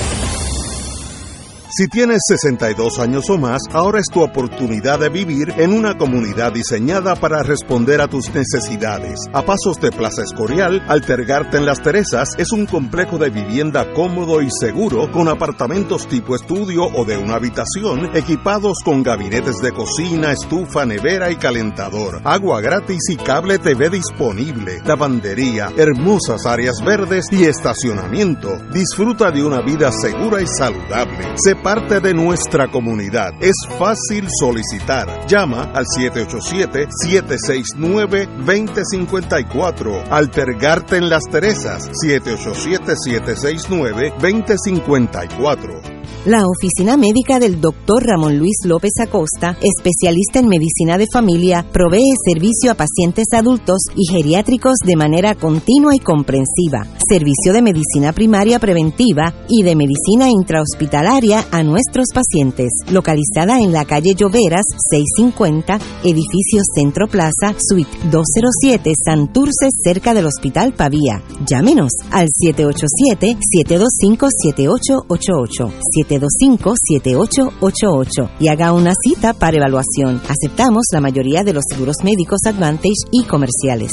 Si tienes sesenta y dos años o más, ahora es tu oportunidad de vivir en una comunidad diseñada para responder a tus necesidades. A pasos de Plaza Escorial, Altergarte en Las Teresas es un complejo de vivienda cómodo y seguro con apartamentos tipo estudio o de una habitación equipados con gabinetes de cocina, estufa, nevera y calentador, agua gratis y cable T V disponible, lavandería, hermosas áreas verdes y estacionamiento. Disfruta de una vida segura y saludable. Se parte de nuestra comunidad. Es fácil solicitar. Llama al siete ocho siete, siete seis nueve, dos cero cinco cuatro. Altergarte en Las Teresas, siete ocho siete, siete seis nueve, dos cero cinco cuatro. La oficina médica del doctor Ramón Luis López Acosta, especialista en medicina de familia, provee servicio a pacientes adultos y geriátricos de manera continua y comprensiva, servicio de medicina primaria preventiva y de medicina intrahospitalaria a nuestros pacientes. Localizada en la calle Lloveras, seiscientos cincuenta, edificio Centro Plaza, suite doscientos siete, Santurce, cerca del Hospital Pavía. Llámenos al siete ocho siete, siete dos cinco, siete ocho ocho ocho, siete dos cinco, siete ocho ocho ocho y haga una cita para evaluación. Aceptamos la mayoría de los seguros médicos Advantage y comerciales.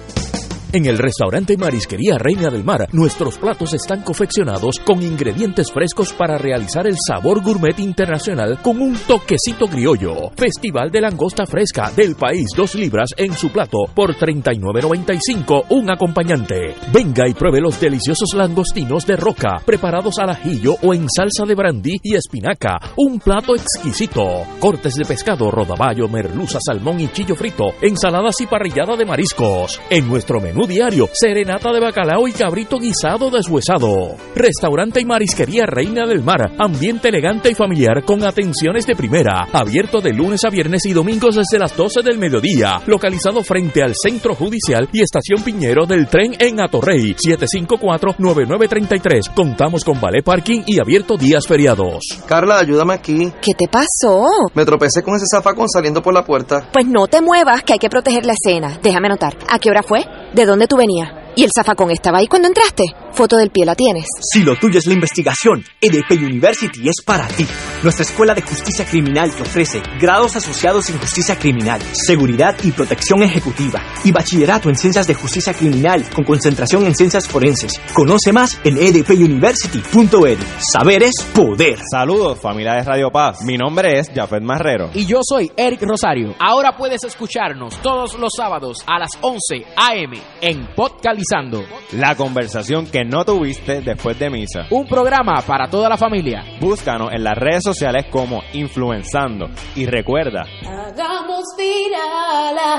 En el restaurante Marisquería Reina del Mar, nuestros platos están confeccionados con ingredientes frescos para realizar el sabor gourmet internacional con un toquecito criollo. Festival de langosta fresca del país, dos libras en su plato por treinta y nueve noventa y cinco, un acompañante. Venga y pruebe los deliciosos langostinos de roca, preparados al ajillo o en salsa de brandy y espinaca, un plato exquisito. Cortes de pescado, rodaballo, merluza, salmón y chillo frito, ensaladas y parrillada de mariscos. En nuestro menú diario, serenata de bacalao y cabrito guisado deshuesado. Restaurante y Marisquería Reina del Mar, ambiente elegante y familiar con atenciones de primera, abierto de lunes a viernes y domingos desde las doce del mediodía, localizado frente al Centro Judicial y Estación Piñero del Tren en Atorrey, siete cinco cuatro, nueve nueve tres tres. Contamos con valet parking y abierto días feriados. Carla, ayúdame aquí. ¿Qué te pasó? Me tropecé con ese zafacón saliendo por la puerta. Pues no te muevas, que hay que proteger la escena. Déjame anotar. ¿A qué hora fue? ¿De dónde tú venías? ¿Y el zafacón estaba ahí cuando entraste? Foto del pie la tienes. Si lo tuyo es la investigación, E D P University es para ti. Nuestra escuela de justicia criminal te ofrece grados asociados en justicia criminal, seguridad y protección ejecutiva y bachillerato en ciencias de justicia criminal con concentración en ciencias forenses. Conoce más en e d p university punto e d u. Saber es poder. Saludos, familia de Radio Paz. Mi nombre es Jafet Marrero. Y yo soy Eric Rosario. Ahora puedes escucharnos todos los sábados a las once a eme en Podcalizando. La conversación que no tuviste después de misa. Un programa para toda la familia. Búscanos en las redes sociales como Influenzando. Y recuerda, hagamos viral a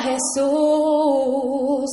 Jesús.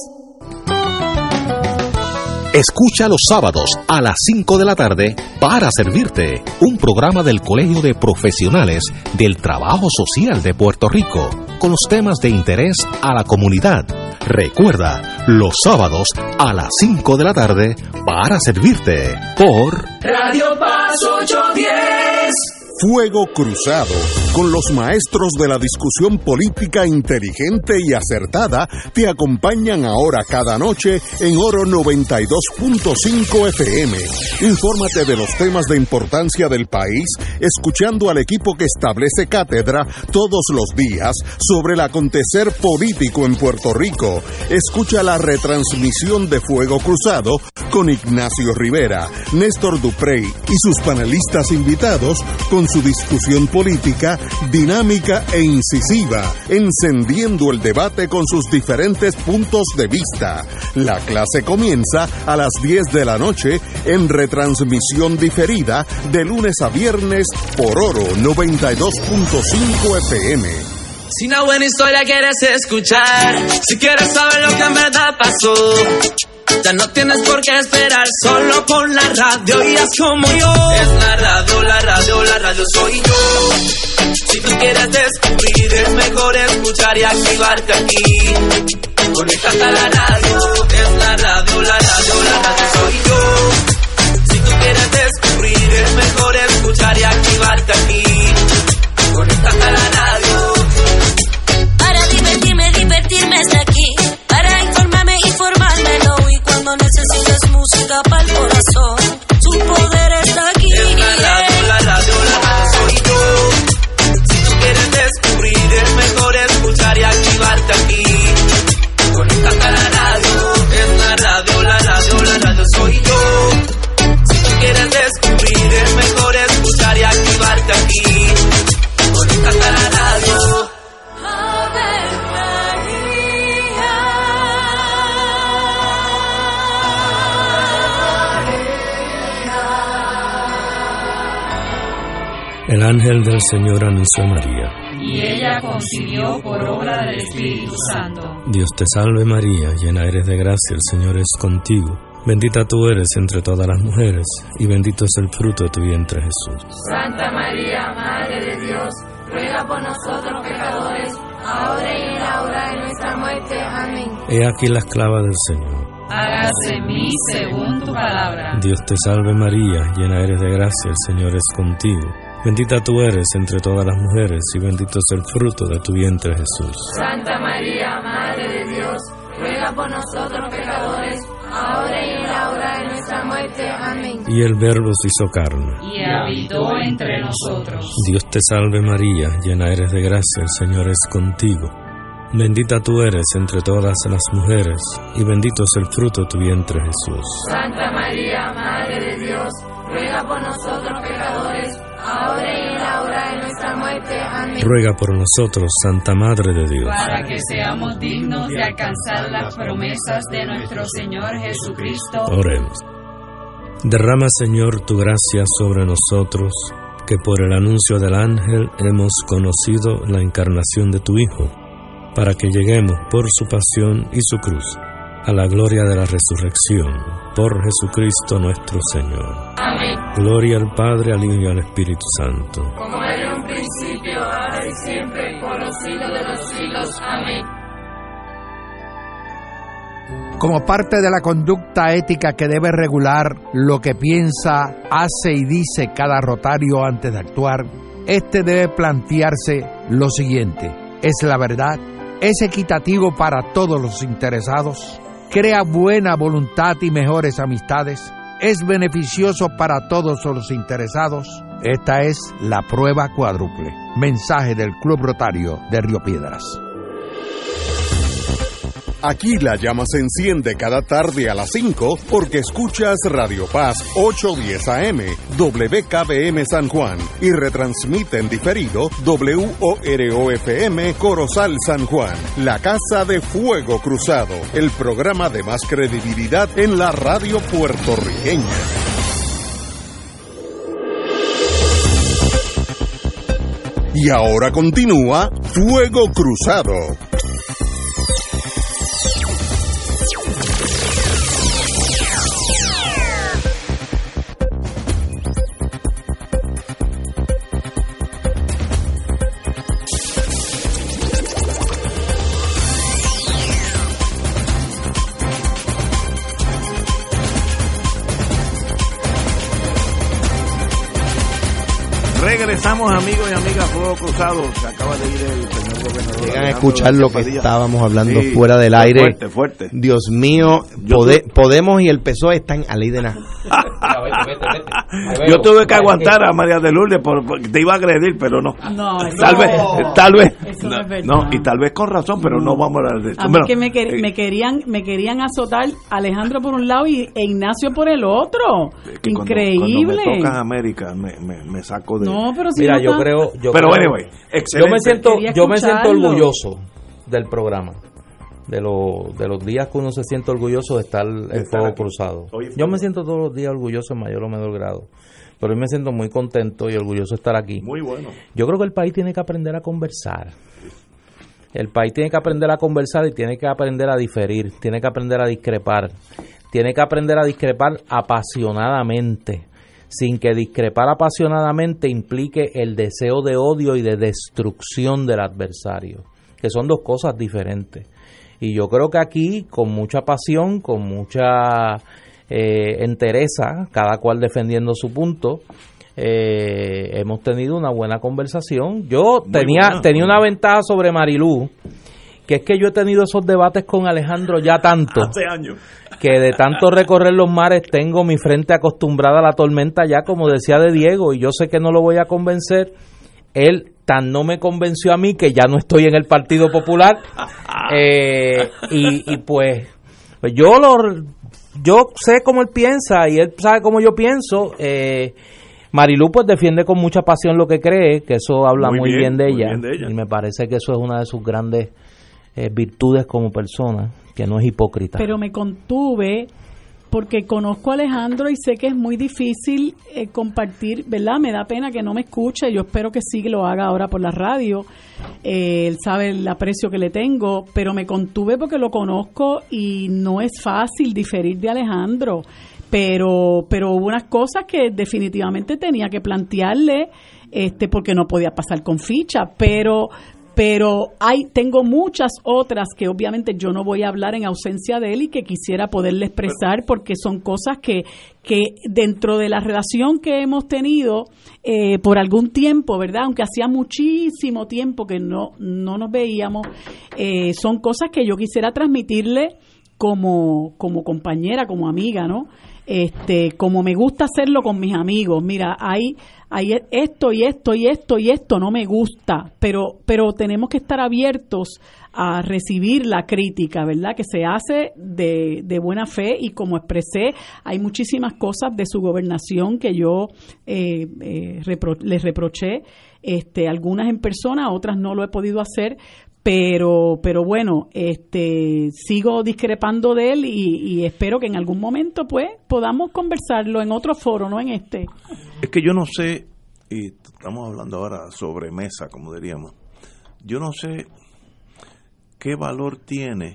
Escucha los sábados a las cinco de la tarde Para Servirte, un programa del Colegio de Profesionales del Trabajo Social de Puerto Rico, con los temas de interés a la comunidad. Recuerda, los sábados a las cinco de la tarde Para Servirte, por Radio Paz ochocientos diez. Fuego Cruzado, con los maestros de la discusión política inteligente y acertada, te acompañan ahora cada noche en Oro noventa y dos punto cinco F M. Infórmate de los temas de importancia del país, escuchando al equipo que establece cátedra todos los días sobre el acontecer político en Puerto Rico. Escucha la retransmisión de Fuego Cruzado con Ignacio Rivera, Néstor Duprey y sus panelistas invitados con su discusión política dinámica e incisiva, encendiendo el debate con sus diferentes puntos de vista. La clase comienza a las diez de la noche en retransmisión diferida de lunes a viernes por Oro noventa y dos punto cinco F M. Si una buena historia quieres escuchar, si quieres saber lo que en verdad pasó, ya no tienes por qué esperar, solo pon la radio y haz como yo. Es la radio, la radio, la radio soy yo. Si tú quieres descubrir, es mejor escuchar escuchar y activarte aquí. Conéctate a la radio, es la radio, la radio, la radio soy yo. Si tú quieres descubrir, es mejor escuchar y activarte aquí. Conéctate a la radio. Para divertirme, divertirme está aquí. Para informarme, informármelo. Y cuando necesites música para el corazón, su poder está aquí. Es la radio, la radio, la radio soy yo. Si tú quieres descubrir, es mejor escuchar y activarte aquí. Conéctate a la radio, es la radio, la radio, la radio soy yo. Si tú quieres descubrir, es mejor escuchar y activarte aquí. Conéctate a la radio. El ángel del Señor anunció a María. Y ella concibió por obra del Espíritu Santo. Dios te salve María, llena eres de gracia, el Señor es contigo. Bendita tú eres entre todas las mujeres, y bendito es el fruto de tu vientre Jesús. Santa María, Madre de Dios, ruega por nosotros pecadores, ahora y en la hora de nuestra muerte. Amén. He aquí la esclava del Señor. Hágase en mí según tu palabra. Dios te salve María, llena eres de gracia, el Señor es contigo. Bendita tú eres entre todas las mujeres, y bendito es el fruto de tu vientre Jesús. Santa María, Madre de Dios, ruega por nosotros pecadores, ahora y en la hora de nuestra muerte. Amén. Y el Verbo se hizo carne, y habitó entre nosotros. Dios te salve María, llena eres de gracia, el Señor es contigo. Bendita tú eres entre todas las mujeres, y bendito es el fruto de tu vientre Jesús. Santa María, Madre de Dios, ruega por nosotros pecadores, ahora y en la hora de nuestra muerte. Amén. Ruega por nosotros, Santa Madre de Dios, para que seamos dignos de alcanzar las promesas de nuestro Señor Jesucristo. Oremos. Derrama, Señor, tu gracia sobre nosotros, que por el anuncio del ángel hemos conocido la encarnación de tu Hijo, para que lleguemos por su pasión y su cruz a la gloria de la resurrección, por Jesucristo nuestro Señor. Amén. Gloria al Padre, al Hijo y al Espíritu Santo. Como era en un principio, ahora y siempre, por los siglos de los siglos. Amén. Como parte de la conducta ética que debe regular lo que piensa, hace y dice cada rotario antes de actuar, este debe plantearse lo siguiente: ¿es la verdad? ¿Es equitativo para todos los interesados? ¿Crea buena voluntad y mejores amistades? ¿Es beneficioso para todos los interesados? Esta es la prueba cuádruple. Mensaje del Club Rotario de Río Piedras. Aquí la llama se enciende cada tarde a las cinco porque escuchas Radio Paz ochocientos diez A M, W K B M San Juan y retransmite en diferido W O R O F M Corozal San Juan, la Casa de Fuego Cruzado, el programa de más credibilidad en la radio puertorriqueña. Y ahora continúa Fuego Cruzado. Regresamos, amigos y amigas, Fuego Cruzado. Se acaba de ir el señor gobernador. Llegan a escuchar lo que estábamos hablando sí, fuera del aire. Fuerte, fuerte. Dios mío, pode, Podemos y el P S O E están a ley de nada. Yo tuve que aguantar a María de Lourdes por, porque te iba a agredir, pero no. No, tal no, vez, tal vez. Eso no, es verdad. No, y tal vez con razón, pero no, no vamos a hablar de esto. A mí bueno, que me, quer, me querían me querían azotar Alejandro por un lado y e Ignacio por el otro. Increíble. Cuando, cuando me tocan América me, me, me saco de. No, pero si Mira, no yo está... creo, yo pero creo, anyway, excelente. Yo me siento, Quería yo me siento escucharlo. orgulloso del programa. De, lo, de los días que uno se siente orgulloso de estar en Fuego Cruzado. Yo me siento todos los días orgulloso en mayor o menor grado, pero hoy me siento muy contento y orgulloso de estar aquí. Muy bueno. Yo creo que el país tiene que aprender a conversar. El país tiene que aprender a conversar y tiene que aprender a diferir, tiene que aprender a discrepar, tiene que aprender a discrepar apasionadamente, sin que discrepar apasionadamente implique el deseo de odio y de destrucción del adversario. que son dos cosas diferentes. Y yo creo que aquí, con mucha pasión, con mucha eh, entereza, cada cual defendiendo su punto, eh, hemos tenido una buena conversación. Yo Muy tenía buena. tenía una ventaja sobre Marilú, que es que yo he tenido esos debates con Alejandro ya tanto, hace años, que de tanto recorrer los mares tengo mi frente acostumbrada a la tormenta ya, como decía de Diego, y yo sé que no lo voy a convencer. Él tan no me convenció a mí que ya no estoy en el Partido Popular, eh, y, y pues, pues yo lo yo sé cómo él piensa y él sabe cómo yo pienso. eh, Marilú pues defiende con mucha pasión lo que cree, que eso habla muy, muy, bien, bien, de muy bien de ella, y me parece que eso es una de sus grandes eh, virtudes como persona, que no es hipócrita. Pero me contuve porque conozco a Alejandro y sé que es muy difícil eh, compartir, ¿verdad? Me da pena que no me escuche, yo espero que sí lo haga ahora por la radio, eh, él sabe el aprecio que le tengo, pero me contuve porque lo conozco y no es fácil diferir de Alejandro, pero pero hubo unas cosas que definitivamente tenía que plantearle, este porque no podía pasar con ficha, pero... pero hay tengo muchas otras que obviamente yo no voy a hablar en ausencia de él y que quisiera poderle expresar porque son cosas que, que dentro de la relación que hemos tenido eh, por algún tiempo, ¿verdad? Aunque hacía muchísimo tiempo que no, no nos veíamos, eh, son cosas que yo quisiera transmitirle como, como compañera, como amiga, ¿no? Este, como me gusta hacerlo con mis amigos. Mira, hay, hay esto y esto y esto y esto no me gusta, pero, pero tenemos que estar abiertos a recibir la crítica, ¿verdad? Que se hace de, de buena fe, y como expresé, hay muchísimas cosas de su gobernación que yo eh, eh, repro, les reproché, este, algunas en persona, otras no lo he podido hacer. Pero, pero bueno, este, sigo discrepando de él y, y espero que en algún momento, pues, podamos conversarlo en otro foro, no en este. Es que yo no sé, y estamos hablando ahora sobre mesa, como diríamos, yo no sé qué valor tiene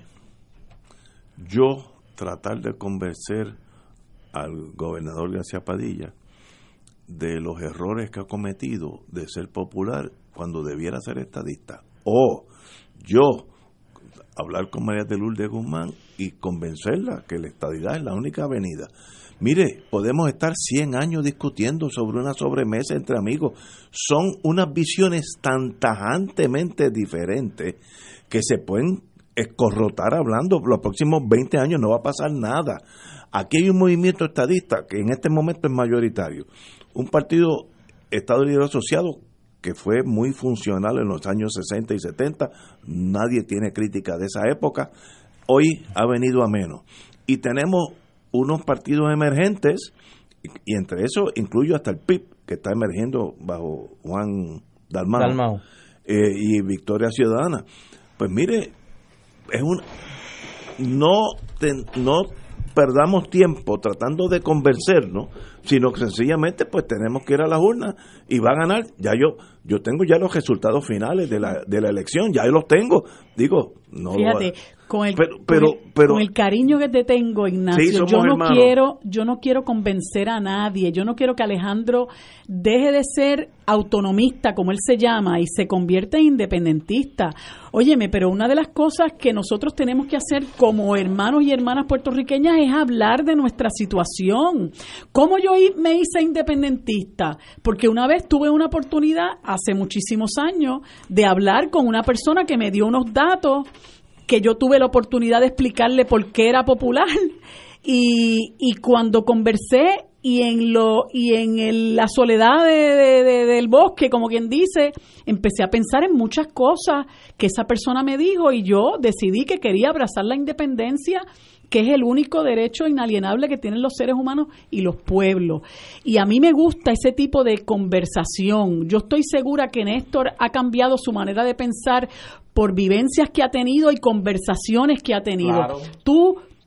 yo tratar de convencer al gobernador García Padilla de los errores que ha cometido de ser popular cuando debiera ser estadista. O yo hablar con María de Lourdes Guzmán y convencerla que la estadidad es la única avenida. Mire, podemos estar cien años discutiendo sobre una sobremesa entre amigos. Son unas visiones tan tajantemente diferentes que se pueden escorrotar hablando. Los próximos veinte años no va a pasar nada. Aquí hay un movimiento estadista que en este momento es mayoritario. Un partido Estado Libre Asociado que fue muy funcional en los años sesenta y setenta, nadie tiene crítica de esa época, hoy ha venido a menos. Y tenemos unos partidos emergentes, y entre eso incluyo hasta el P I B, que está emergiendo bajo Juan Dalmau, Dalmau. Eh, y Victoria Ciudadana. Pues mire, es un no, te, no perdamos tiempo tratando de convencernos, sino que sencillamente pues tenemos que ir a las urnas y va a ganar. Ya yo yo tengo ya los resultados finales de la de la elección, ya los tengo. Digo, no Fíjate, con el, pero, pero, con, el, pero, con el cariño que te tengo, Ignacio, sí, yo no hermanos. quiero yo no quiero convencer a nadie. Yo no quiero que Alejandro deje de ser autonomista, como él se llama, y se convierta en independentista. Óyeme, pero una de las cosas que nosotros tenemos que hacer como hermanos y hermanas puertorriqueñas es hablar de nuestra situación. ¿Cómo yo me hice independentista? Porque una vez tuve una oportunidad, hace muchísimos años, de hablar con una persona que me dio unos datos que yo tuve la oportunidad de explicarle por qué era popular, y, y cuando conversé y en lo y en el, la soledad de, de, de, del bosque, como quien dice, empecé a pensar en muchas cosas que esa persona me dijo, y yo decidí que quería abrazar la independencia, que es el único derecho inalienable que tienen los seres humanos y los pueblos. Y a mí me gusta ese tipo de conversación. Yo estoy segura que Néstor ha cambiado su manera de pensar por vivencias que ha tenido y conversaciones que ha tenido. Claro. Tú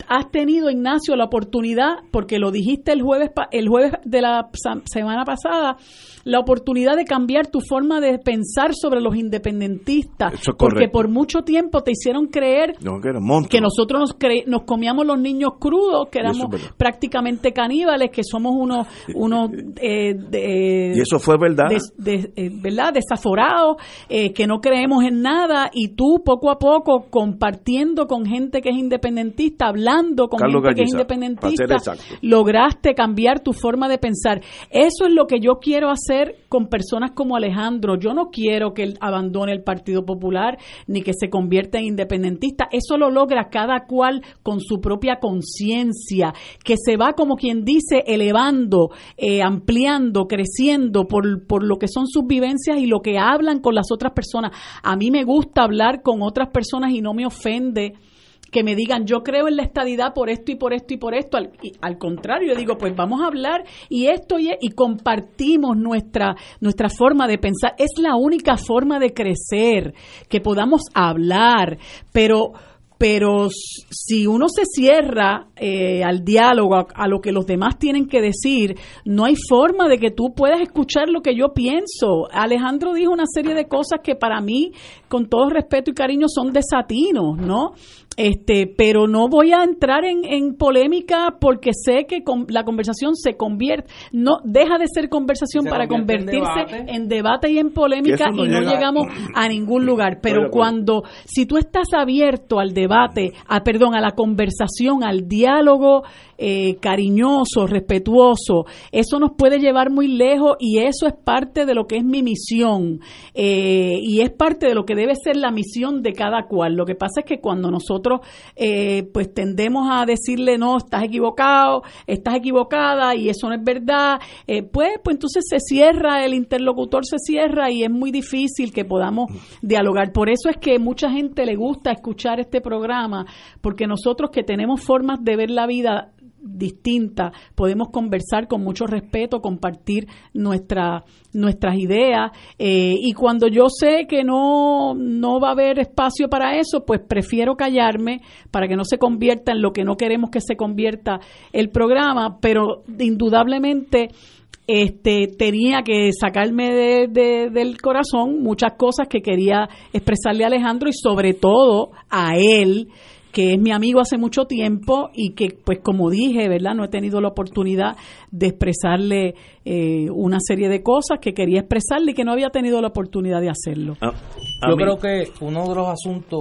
has tenido, Ignacio, la oportunidad, porque lo dijiste el jueves, el jueves de la semana pasada, la oportunidad de cambiar tu forma de pensar sobre los independentistas, porque por mucho tiempo te hicieron creer no, que, que nosotros nos, cre nos comíamos los niños crudos, que éramos prácticamente caníbales, que somos unos, unos eh, de, y eso fue verdad, de, de, eh, ¿verdad? desaforados, eh, que no creemos en nada, y tú poco a poco compartiendo con gente que es independentista, hablando con Carlos gente Galliza, que es independentista, lograste cambiar tu forma de pensar. Eso es lo que yo quiero hacer con personas como Alejandro. Yo no quiero que él abandone el Partido Popular ni que se convierta en independentista. Eso lo logra cada cual con su propia conciencia, que se va, como quien dice, elevando, eh, ampliando, creciendo por, por lo que son sus vivencias y lo que hablan con las otras personas. A mí me gusta hablar con otras personas y no me ofende que me digan, yo creo en la estadidad por esto y por esto y por esto. Al, y, al contrario, yo digo, pues vamos a hablar y esto y, y compartimos nuestra, nuestra forma de pensar. Es la única forma de crecer, que podamos hablar, pero... Pero si uno se cierra eh, al diálogo, a, a lo que los demás tienen que decir, no hay forma de que tú puedas escuchar lo que yo pienso. Alejandro dijo una serie de cosas que para mí, con todo respeto y cariño, son desatinos, ¿no? Este, pero no voy a entrar en, en polémica porque sé que con, la conversación se convierte, no deja de ser conversación para convertirse en debate. en debate y en polémica no y no llega. llegamos a ningún lugar. Pero cuando, si tú estás abierto al debate, a, perdón, a la conversación, al diálogo eh, cariñoso, respetuoso, eso nos puede llevar muy lejos y eso es parte de lo que es mi misión eh, y es parte de lo que debe ser la misión de cada cual. Lo que pasa es que cuando nosotros Eh, pues tendemos a decirle, no, estás equivocado, estás equivocada y eso no es verdad, eh, pues, pues entonces se cierra, el interlocutor se cierra y es muy difícil que podamos dialogar. Por eso es que mucha gente le gusta escuchar este programa, porque nosotros que tenemos formas de ver la vida distinta, podemos conversar con mucho respeto, compartir nuestra, nuestras ideas eh, y cuando yo sé que no, no va a haber espacio para eso, pues prefiero callarme para que no se convierta en lo que no queremos que se convierta el programa, pero indudablemente este tenía que sacarme de, de, del corazón muchas cosas que quería expresarle a Alejandro y sobre todo a él, que es mi amigo hace mucho tiempo y que, pues como dije, ¿verdad? No he tenido la oportunidad de expresarle eh, una serie de cosas que quería expresarle y que no había tenido la oportunidad de hacerlo. Ah, Yo mí. creo que uno de los asuntos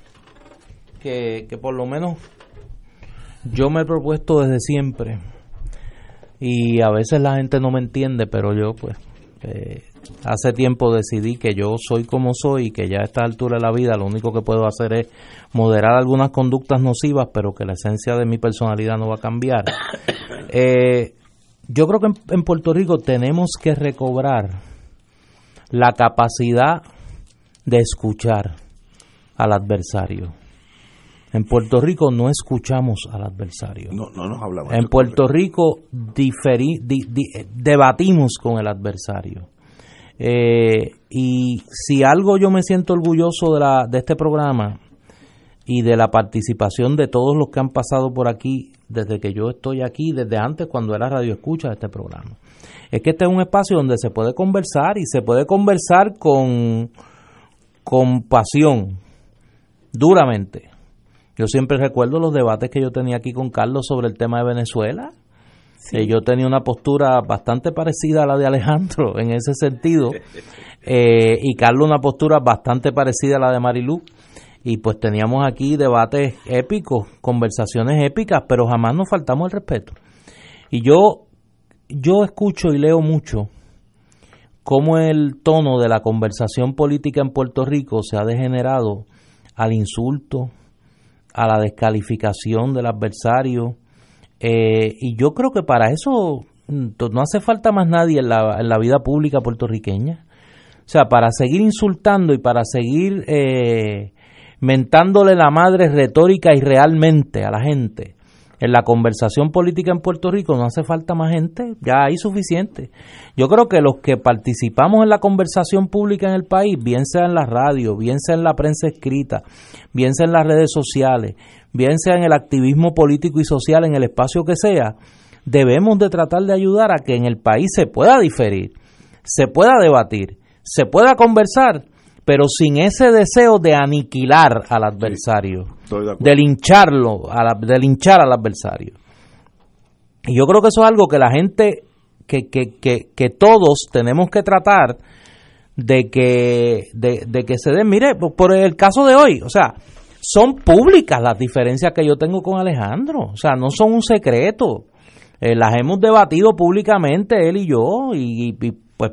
que, que por lo menos yo me he propuesto desde siempre, y a veces la gente no me entiende, pero yo pues eh, hace tiempo decidí que yo soy como soy y que ya a esta altura de la vida lo único que puedo hacer es moderar algunas conductas nocivas, pero que la esencia de mi personalidad no va a cambiar. Eh, yo creo que en, en Puerto Rico tenemos que recobrar la capacidad de escuchar al adversario. En Puerto Rico no escuchamos al adversario. No, no nos hablamos. En Puerto Rico diferi, di, di, debatimos con el adversario. Eh, y si algo yo me siento orgulloso de, la, de este programa y de la participación de todos los que han pasado por aquí desde que yo estoy aquí, desde antes cuando era radio escucha de este programa, es que este es un espacio donde se puede conversar y se puede conversar con, con pasión, duramente. Yo siempre recuerdo los debates que yo tenía aquí con Carlos sobre el tema de Venezuela. Sí. Eh, yo tenía una postura bastante parecida a la de Alejandro en ese sentido, eh, y Carlos una postura bastante parecida a la de Marilú, y pues teníamos aquí debates épicos, conversaciones épicas, pero jamás nos faltamos el respeto. Y yo, yo escucho y leo mucho cómo el tono de la conversación política en Puerto Rico se ha degenerado al insulto, a la descalificación del adversario, eh, y yo creo que para eso no hace falta más nadie en la, en la vida pública puertorriqueña. O sea, para seguir insultando y para seguir eh, mentándole la madre retórica y realmente a la gente, en la conversación política en Puerto Rico no hace falta más gente, ya hay suficiente. Yo creo que los que participamos en la conversación pública en el país, bien sea en la radio, bien sea en la prensa escrita, bien sea en las redes sociales, bien sea en el activismo político y social, en el espacio que sea, debemos de tratar de ayudar a que en el país se pueda diferir, se pueda debatir, se pueda conversar, pero sin ese deseo de aniquilar al adversario, sí, de, de lincharlo, a la, de linchar al adversario. Y yo creo que eso es algo que la gente, que, que, que, que todos tenemos que tratar de que, de, de que se den. Mire, por el caso de hoy, o sea, son públicas las diferencias que yo tengo con Alejandro, o sea, no son un secreto, eh, las hemos debatido públicamente él y yo, y, y pues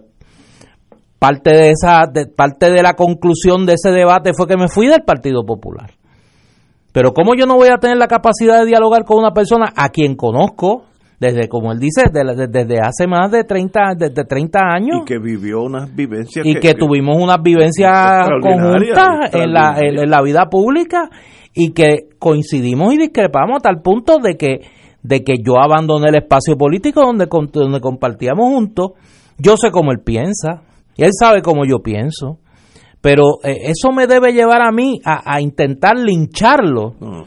parte de esa, de, parte de la conclusión de ese debate fue que me fui del Partido Popular. Pero ¿cómo yo no voy a tener la capacidad de dialogar con una persona a quien conozco desde, como él dice, desde, desde hace más de treinta, desde treinta años? Y que vivió unas vivencias. Y que, que tuvimos unas vivencias conjuntas en la, en, en la vida pública, y que coincidimos y discrepamos a tal punto de que, de que yo abandoné el espacio político donde, donde compartíamos juntos. Yo sé cómo él piensa, y él sabe cómo yo pienso, pero eh, eso me debe llevar a mí a, a intentar lincharlo, no.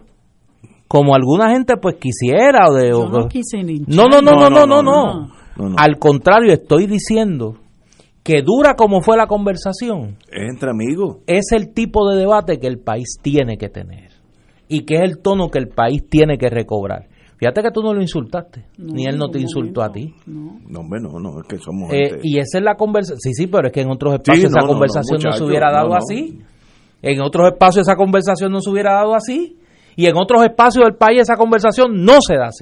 como alguna gente pues quisiera. O de, yo o, no quise linchar. No, no, no, no, no, no, no, no. no, no. Al contrario, estoy diciendo que dura como fue la conversación. Es entre amigos. Es el tipo de debate que el país tiene que tener, y que es el tono que el país tiene que recobrar. Fíjate que tú no lo insultaste, no, ni él no te insultó momento, a ti. No, no, bueno, no, es que somos eh, gente. Y esa es la conversación. Sí, sí, pero es que en otros espacios sí, no, esa conversación no, no, no se hubiera dado no, no. así. En otros espacios esa conversación no se hubiera dado así. Y en otros espacios del país esa conversación no se da así.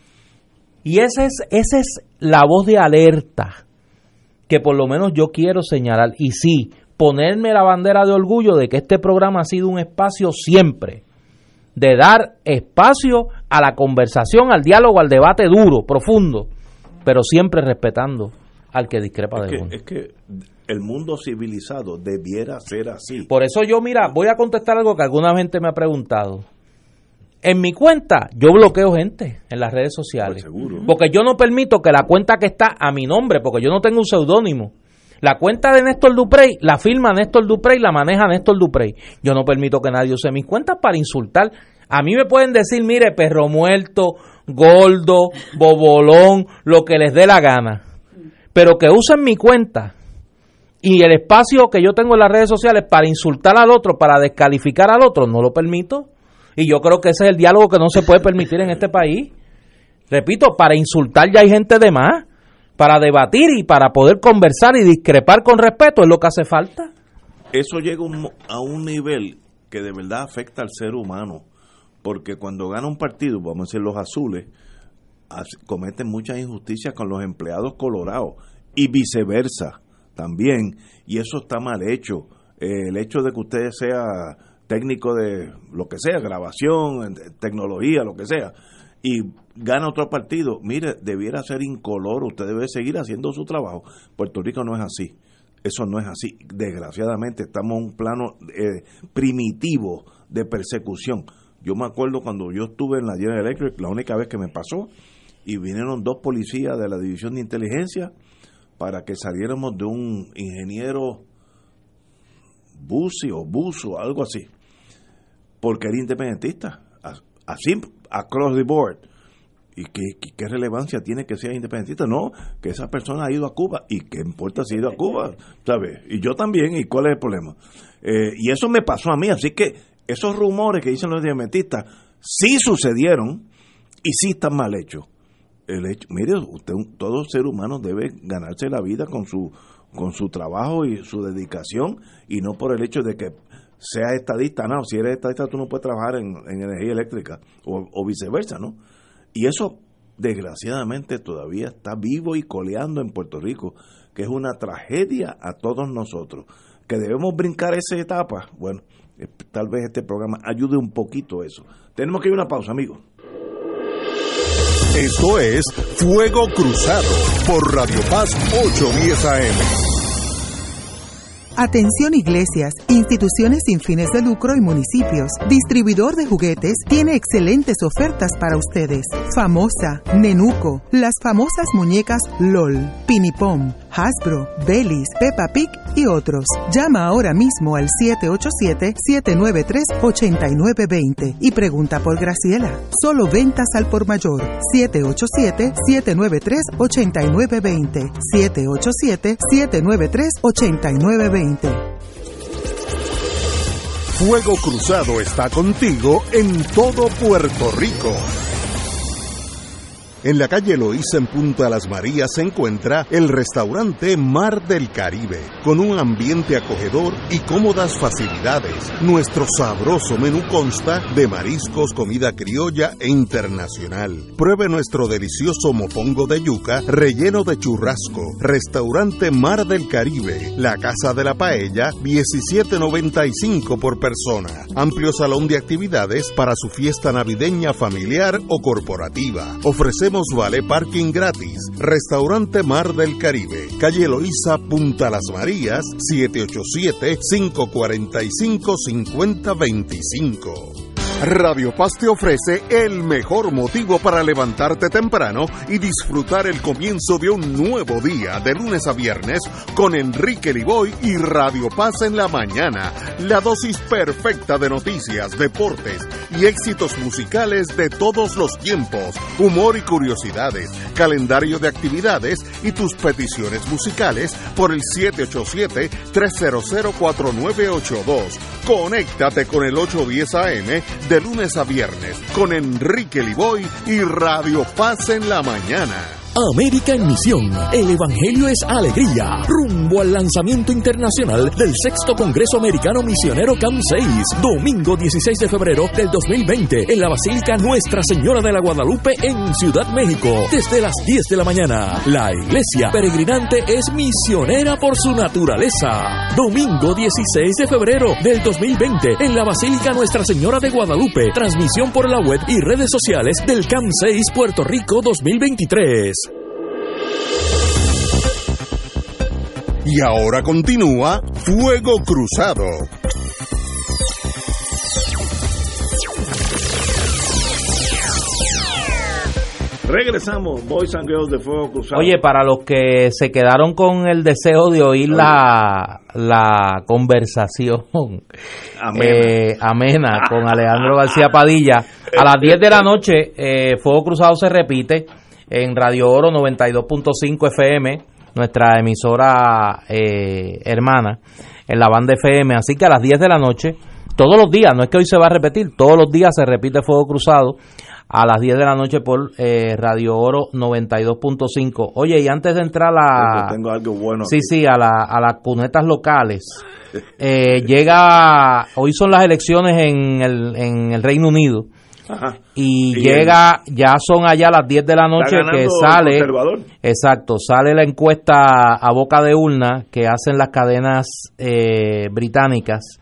Y esa es, esa es la voz de alerta que por lo menos yo quiero señalar. Y sí, ponerme la bandera de orgullo de que este programa ha sido un espacio siempre de dar espacio a la conversación, al diálogo, al debate duro, profundo, pero siempre respetando al que discrepa es de que, uno. Es que el mundo civilizado debiera ser así. Por eso yo, mira, voy a contestar algo que alguna gente me ha preguntado. En mi cuenta, yo bloqueo gente en las redes sociales. Pues seguro. Porque yo no permito que la cuenta que está a mi nombre, porque yo no tengo un seudónimo. La cuenta de Néstor Duprey la firma Néstor Duprey, la maneja Néstor Duprey. Yo no permito que nadie use mis cuentas para insultar. A mí me pueden decir, mire, perro muerto, gordo, bobolón, lo que les dé la gana. Pero que usen mi cuenta y el espacio que yo tengo en las redes sociales para insultar al otro, para descalificar al otro, no lo permito. Y yo creo que ese es el diálogo que no se puede permitir en este país. Repito, para insultar ya hay gente de más. Para debatir y para poder conversar y discrepar con respeto es lo que hace falta. Eso llega un, a un nivel que de verdad afecta al ser humano, porque cuando gana un partido, vamos a decir los azules, cometen muchas injusticias con los empleados colorados y viceversa también, y eso está mal hecho. Eh, el hecho de que usted sea técnico de lo que sea, grabación, tecnología, lo que sea, y gana otro partido, mire, debiera ser incoloro, usted debe seguir haciendo su trabajo. Puerto Rico no es así, eso no es así. Desgraciadamente estamos en un plano eh, primitivo de persecución. Yo me acuerdo cuando yo estuve en la General Electric, la única vez que me pasó, y vinieron dos policías de la División de Inteligencia para que saliéramos de un ingeniero bucio, buzo, algo así, porque era independentista, así, across the board. ¿Y qué, qué, qué relevancia tiene que sea independentista? No, que esa persona ha ido a Cuba. ¿Y qué importa si ha ido a Cuba? ¿Sabes? Y yo también, ¿y cuál es el problema? Eh, y eso me pasó a mí, así que esos rumores que dicen los independentistas sí sucedieron y sí están mal hechos. El hecho, mire, usted, todo ser humano debe ganarse la vida con su con su trabajo y su dedicación, y no por el hecho de que sea estadista. No, si eres estadista tú no puedes trabajar en, en energía eléctrica o, o viceversa, ¿no? Y eso, desgraciadamente, todavía está vivo y coleando en Puerto Rico, que es una tragedia a todos nosotros. Que debemos brincar esa etapa. Bueno, eh, tal vez este programa ayude un poquito a eso. Tenemos que ir a una pausa, amigos. Esto es Fuego Cruzado por Radio Paz ochocientos diez A M. Atención iglesias, instituciones sin fines de lucro y municipios. Distribuidor de juguetes tiene excelentes ofertas para ustedes. Famosa, Nenuco, las famosas muñecas LOL, Pinipom, Hasbro, Bellis, Peppa Pig y otros. Llama ahora mismo al siete ocho siete, siete nueve tres, ocho nueve dos cero y pregunta por Graciela. Solo ventas al por mayor. siete ocho siete, siete nueve tres, ocho nueve dos cero. siete ocho siete, siete nueve tres, ocho nueve dos cero. Fuego Cruzado está contigo en todo Puerto Rico. En la calle Eloísa en Punta Las Marías se encuentra el restaurante Mar del Caribe, con un ambiente acogedor y cómodas facilidades. Nuestro sabroso menú consta de mariscos, comida criolla e internacional. Pruebe nuestro delicioso mofongo de yuca relleno de churrasco. Restaurante Mar del Caribe, la Casa de la Paella, diecisiete noventa y cinco por persona. Amplio salón de actividades para su fiesta navideña familiar o corporativa. Ofrecemos vale parking gratis. Restaurante Mar del Caribe, calle Eloísa, Punta Las Marías, siete ocho siete, cinco cuatro cinco, cinco cero dos cinco. Radio Paz te ofrece el mejor motivo para levantarte temprano y disfrutar el comienzo de un nuevo día de lunes a viernes con Enrique Liboy y Radio Paz en la mañana. La dosis perfecta de noticias, deportes y éxitos musicales de todos los tiempos, humor y curiosidades, calendario de actividades y tus peticiones musicales por el siete ocho siete, tres cero cero, cuatro nueve ocho dos. Conéctate con el ocho diez A M de lunes a viernes con Enrique Liboy y Radio Paz en la mañana. América en Misión, el Evangelio es alegría, rumbo al lanzamiento internacional del sexto Congreso Americano Misionero C A M seis, domingo dieciséis de febrero del dos mil veinte, en la Basílica Nuestra Señora de la Guadalupe en Ciudad México, desde las diez de la mañana. La iglesia peregrinante es misionera por su naturaleza. Domingo dieciséis de febrero del dos mil veinte, en la Basílica Nuestra Señora de Guadalupe, transmisión por la web y redes sociales del C A M seis Puerto Rico dos mil veintitrés. Y ahora continúa Fuego Cruzado. Regresamos, Boys and Girls de Fuego Cruzado. Oye, para los que se quedaron con el deseo de oír la, la conversación amena, eh, amena con Alejandro García Padilla, a las diez de la noche, eh, Fuego Cruzado se repite en Radio Oro noventa y dos punto cinco F M, nuestra emisora eh, hermana, en la banda F M. Así que a las diez de la noche, todos los días, no es que hoy se va a repetir, todos los días se repite Fuego Cruzado a las diez de la noche por eh, Radio Oro noventa y dos punto cinco. Oye, y antes de entrar a la... Tengo algo bueno sí, aquí. sí, a, la, a las cunetas locales, eh, llega... Hoy son las elecciones en el, en el Reino Unido. Ajá. Y, y llega, el, ya son allá las diez de la noche que sale, exacto, sale la encuesta a boca de urna que hacen las cadenas eh, británicas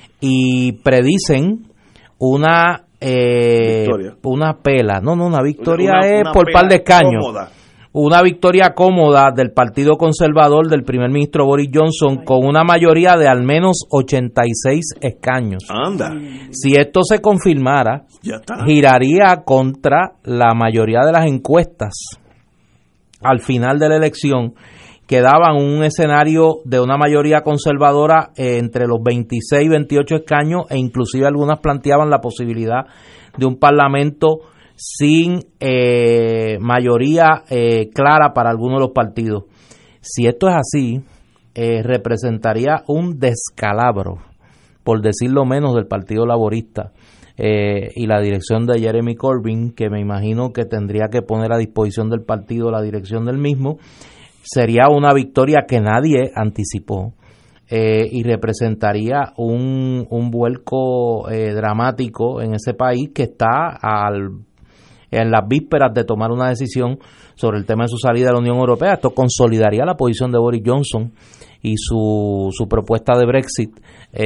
y predicen una eh, una pela, no, no, una victoria una, una, es una por par de escaños. Cómoda. Una victoria cómoda del Partido Conservador del primer ministro Boris Johnson con una mayoría de al menos ochenta y seis escaños. Anda. Si esto se confirmara, ya está. Giraría contra la mayoría de las encuestas al final de la elección, que daban un escenario de una mayoría conservadora eh, entre los veintiséis y veintiocho escaños, e inclusive algunas planteaban la posibilidad de un parlamento sin eh, mayoría eh, clara para alguno de los partidos. Si esto es así, eh, representaría un descalabro, por decirlo menos, del Partido Laborista eh, y la dirección de Jeremy Corbyn, que me imagino que tendría que poner a disposición del partido la dirección del mismo. Sería una victoria que nadie anticipó eh, y representaría un, un vuelco eh, dramático en ese país que está al en las vísperas de tomar una decisión sobre el tema de su salida de la Unión Europea. Esto consolidaría la posición de Boris Johnson y su, su propuesta de Brexit.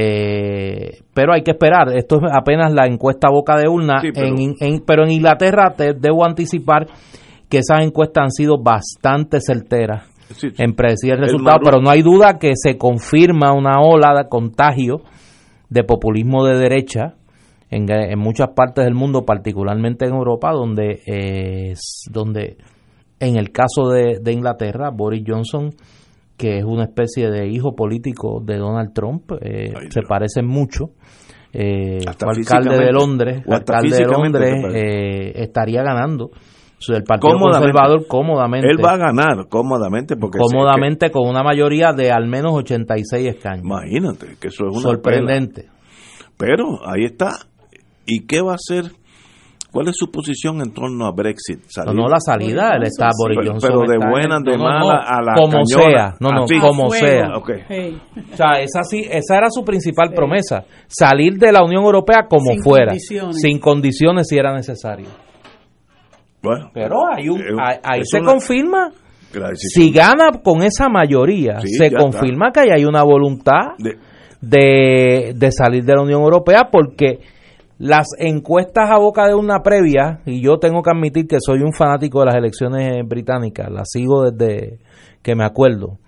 Eh, pero hay que esperar. Esto es apenas la encuesta a boca de urna. Sí, pero... En, en, pero en Inglaterra te debo anticipar que esas encuestas han sido bastante certeras sí, sí. en predecir el El resultado, Maru- pero no hay duda que se confirma una ola de contagio de populismo de derecha en, en muchas partes del mundo, particularmente en Europa, donde, eh, donde en el caso de, de Inglaterra, Boris Johnson, que es una especie de hijo político de Donald Trump, eh, Ay, se Dios. parecen mucho. Eh, Hasta fue alcalde de físicamente, Londres, o hasta alcalde de físicamente Londres, se parece. eh, estaría ganando. O sea, el Partido Cómodamente. Conservador cómodamente. Él va a ganar cómodamente porque cómodamente con una mayoría de al menos ochenta y seis escaños. Imagínate que eso es una sorprendente. pela. Pero ahí está. ¿Y qué va a hacer? ¿Cuál es su posición en torno a Brexit? No, no, la salida, él está Boris Pero, Johnson. pero de está buena, en- de no, no, mala, no, a la como cañona. sea, no, no, Así. como sea. Okay. Hey. O sea, esa sí, esa era su principal promesa, salir de la Unión Europea como Sin fuera, condiciones. sin condiciones si era necesario. Bueno, Pero hay un, es- ahí, ahí es se una- confirma, la decisión. si gana con esa mayoría, Sí, se ya confirma que ahí hay una voluntad De- de, de salir de la Unión Europea, porque las encuestas a boca de una previa, y yo tengo que admitir que soy un fanático de las elecciones británicas, las sigo desde que me acuerdo,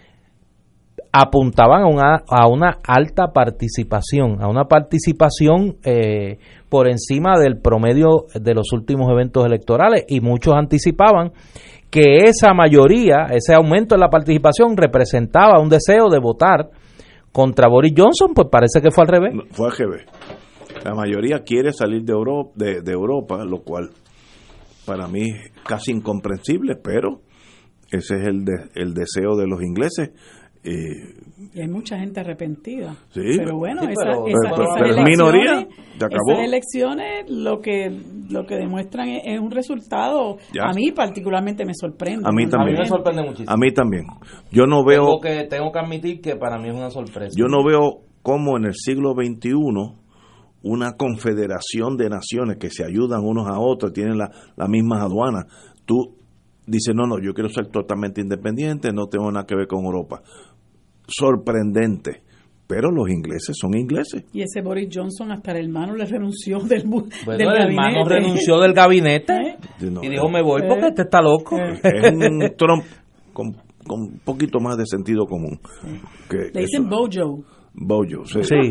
apuntaban a una, a una alta participación, a una participación eh, por encima del promedio de los últimos eventos electorales, y muchos anticipaban que esa mayoría, ese aumento en la participación representaba un deseo de votar contra Boris Johnson. Pues parece que fue al revés. No, fue al revés. La mayoría quiere salir de Europa, de, de Europa, lo cual para mí es casi incomprensible, pero ese es el, de, el deseo de los ingleses. Eh, Y hay mucha gente arrepentida. Sí, pero bueno, sí, esa, pero- esa- pero- esas pero es elecciones, minoría, se acabó. esas elecciones lo que lo que demuestran es, es un resultado, Ya. a mí particularmente me sorprende. a mí también. A mí me sorprende muchísimo. A mí también. Yo no veo, Tengo que, tengo que admitir que para mí es una sorpresa. yo no veo cómo en el siglo veintiuno una confederación de naciones que se ayudan unos a otros, tienen la, las mismas aduanas. Tú dices, no, no, yo quiero ser totalmente independiente, no tengo nada que ver con Europa. Sorprendente. Pero los ingleses son ingleses. Y ese Boris Johnson hasta el hermano le renunció del, bu- Bueno, del el gabinete. hermano renunció del gabinete ¿Eh? No, y dijo, me voy Eh. porque este está loco. Es un Trump con, con un poquito más de sentido común. Que Le dicen eso. Bojo. Bojo, sí. Sí.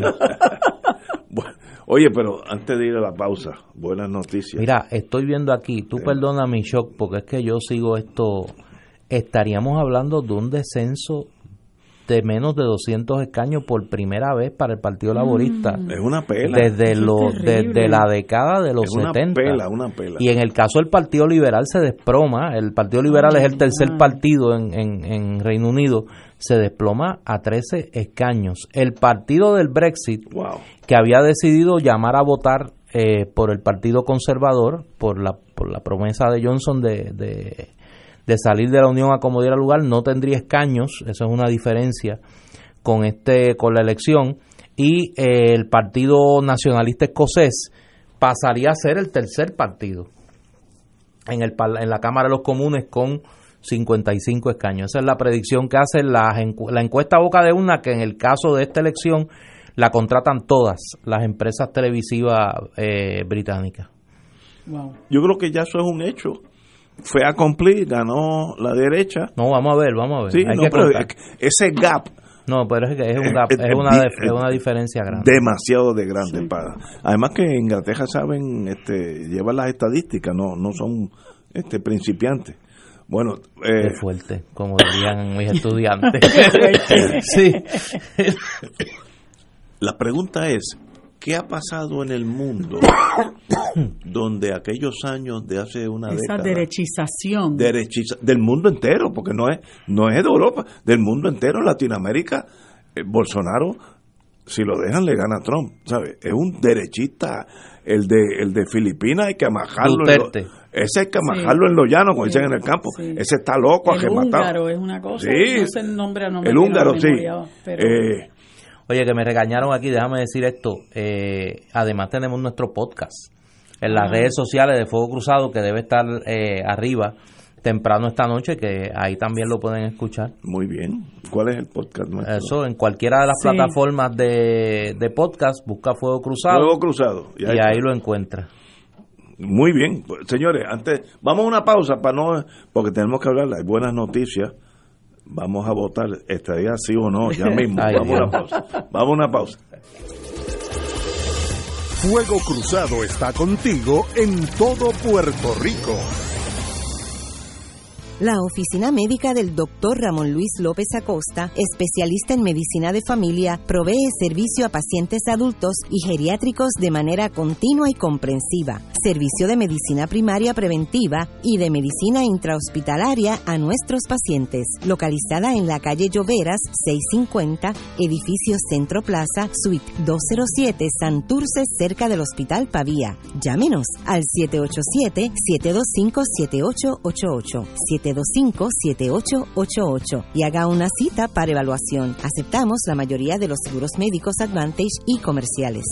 Bueno, oye, pero antes de ir a la pausa, buenas noticias. Mira, estoy viendo aquí, tú perdona mi shock, porque es que yo sigo esto, estaríamos hablando de un descenso de menos de doscientos escaños por primera vez para el Partido Laborista. Es una pela. Desde, Eso lo, es terrible. desde la década de los Es una setenta. pela, una pela. Y en el caso del Partido Liberal se desploma, el Partido Liberal es el tercer partido en, en, en Reino Unido, se desploma a trece escaños. El partido del Brexit, Wow. que había decidido llamar a votar eh, por el Partido Conservador, por la, por la promesa de Johnson de, de, de salir de la Unión a como diera lugar, no tendría escaños, eso es una diferencia con este con la elección, y eh, el Partido Nacionalista Escocés pasaría a ser el tercer partido en, el, parla- en la Cámara de los Comunes con cincuenta y cinco escaños. Esa es la predicción que hace la, encu- la encuesta boca de urna, que en el caso de esta elección la contratan todas las empresas televisivas eh, británicas. Wow. Yo creo que ya eso es un hecho. Fue a cumplir, ganó la derecha. No, vamos a ver, vamos a ver. Sí, Hay no, que pero contar. ese gap No, pero es que es, un es- gap, es- es, una, es- dif- es una diferencia grande. demasiado de grande para. Además que en Inglaterra saben, este, llevan las estadísticas, no, no son este principiantes. Bueno, eh, Qué fuerte, como dirían mis estudiantes. Sí. la pregunta es, ¿qué ha pasado en el mundo donde aquellos años de hace una Esa década derechización. derechiza- del mundo entero, porque no es no es de Europa, del mundo entero, Latinoamérica, eh, Bolsonaro, si lo dejan le gana a Trump, ¿sabes? Es un derechista, el de el de Filipinas hay que amajarlo, en lo- Duterte. ese hay que Sí. amajarlo en lo llano, como Sí, dicen en el campo, sí. ese está loco, El arrebatado. húngaro es una cosa, Sí. no sé el nombre, no me El viene a la húngaro, sí. memoria, pero- Eh, Oye, que me regañaron aquí, déjame decir esto. Eh, además tenemos nuestro podcast en las Ah. redes sociales de Fuego Cruzado, que debe estar eh, arriba temprano esta noche, que ahí también lo pueden escuchar. Muy bien. ¿Cuál es el podcast nuestro? Eso, en cualquiera de las Sí. plataformas de, de podcast, busca Fuego Cruzado Fuego Cruzado. y ahí ahí, está. lo encuentra. Muy bien, pues, señores, antes vamos a una pausa para no, porque tenemos que hablar, hay buenas noticias vamos a votar estadía sí o no, ya mismo. Ay, vamos a una pausa. Vamos a una pausa. Fuego Cruzado está contigo en todo Puerto Rico. La oficina médica del doctor Ramón Luis López Acosta, especialista en medicina de familia, provee servicio a pacientes adultos y geriátricos de manera continua y comprensiva, servicio de medicina primaria preventiva y de medicina intrahospitalaria a nuestros pacientes. Localizada en la calle Lloveras, seiscientos cincuenta, edificio Centro Plaza, suite doscientos siete, Santurce, cerca del Hospital Pavía. Llámenos al siete ocho siete, siete dos cinco, siete ocho ocho ocho, siete dos cinco, siete ocho ocho ocho y haga una cita para evaluación. Aceptamos la mayoría de los seguros médicos Advantage y comerciales.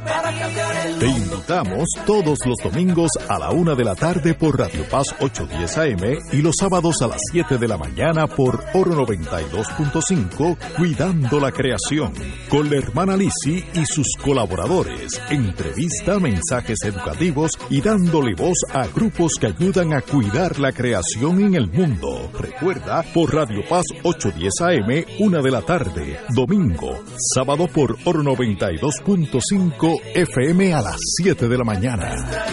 Te invitamos todos los domingos a la una de la tarde por Radio Paz ochocientos diez A M y los sábados a las siete de la mañana por Oro noventa y dos punto cinco, Cuidando la Creación, con la hermana Lizzy y sus colaboradores. Entrevista, mensajes educativos y dándole voz a grupos que ayudan a cuidar la creación en el mundo. Recuerda, por Radio Paz ochocientos diez A M, una de la tarde, domingo, sábado por Oro noventa y dos punto cinco F M a las siete de la mañana.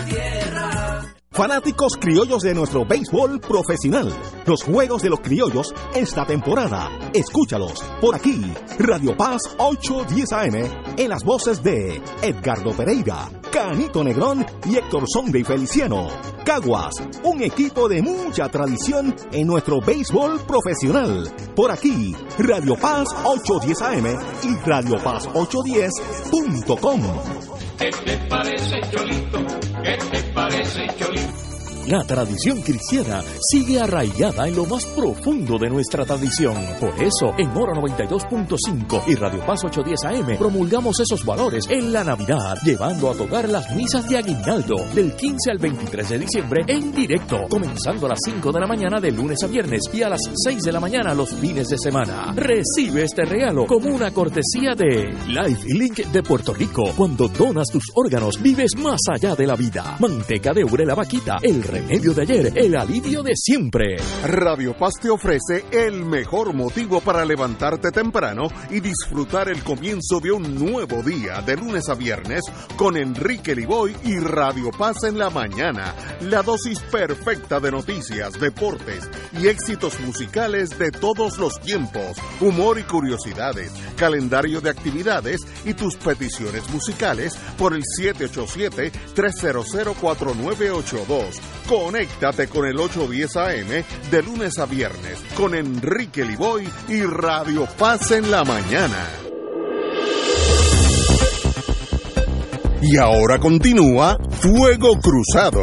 Fanáticos criollos de nuestro béisbol profesional, los juegos de los criollos esta temporada. Escúchalos por aquí, Radio Paz ochocientos diez A M, en las voces de Edgardo Pereira, Canito Negrón y Héctor Sonde y Feliciano. Caguas, un equipo de mucha tradición en nuestro béisbol profesional. Por aquí, Radio Paz ochocientos diez A M y Radio Paz ochocientos diez punto com. ¿Qué te parece, Cholito? ¿Qué te parece, Cholito? La tradición cristiana sigue arraigada en lo más profundo de nuestra tradición. Por eso, en Oro noventa y dos punto cinco y Radio Paz ochocientos diez A M promulgamos esos valores en la Navidad, llevando a tocar las misas de aguinaldo del quince al veintitrés de diciembre en directo, comenzando a las cinco de la mañana de lunes a viernes y a las seis de la mañana los fines de semana. Recibe este regalo como una cortesía de Life Link de Puerto Rico. Cuando donas tus órganos, vives más allá de la vida. Manteca de Urela Vaquita, el remedio de ayer, el alivio de siempre. Radio Paz te ofrece el mejor motivo para levantarte temprano y disfrutar el comienzo de un nuevo día de lunes a viernes con Enrique Liboy y Radio Paz en la mañana. La dosis perfecta de noticias, deportes y éxitos musicales de todos los tiempos, humor y curiosidades, calendario de actividades y tus peticiones musicales por el siete ocho siete, tres cero cero, cuatro nueve ocho dos. Conéctate con el ochocientos diez A M de lunes a viernes con Enrique Liboy y Radio Paz en la mañana. Y ahora continúa Fuego Cruzado.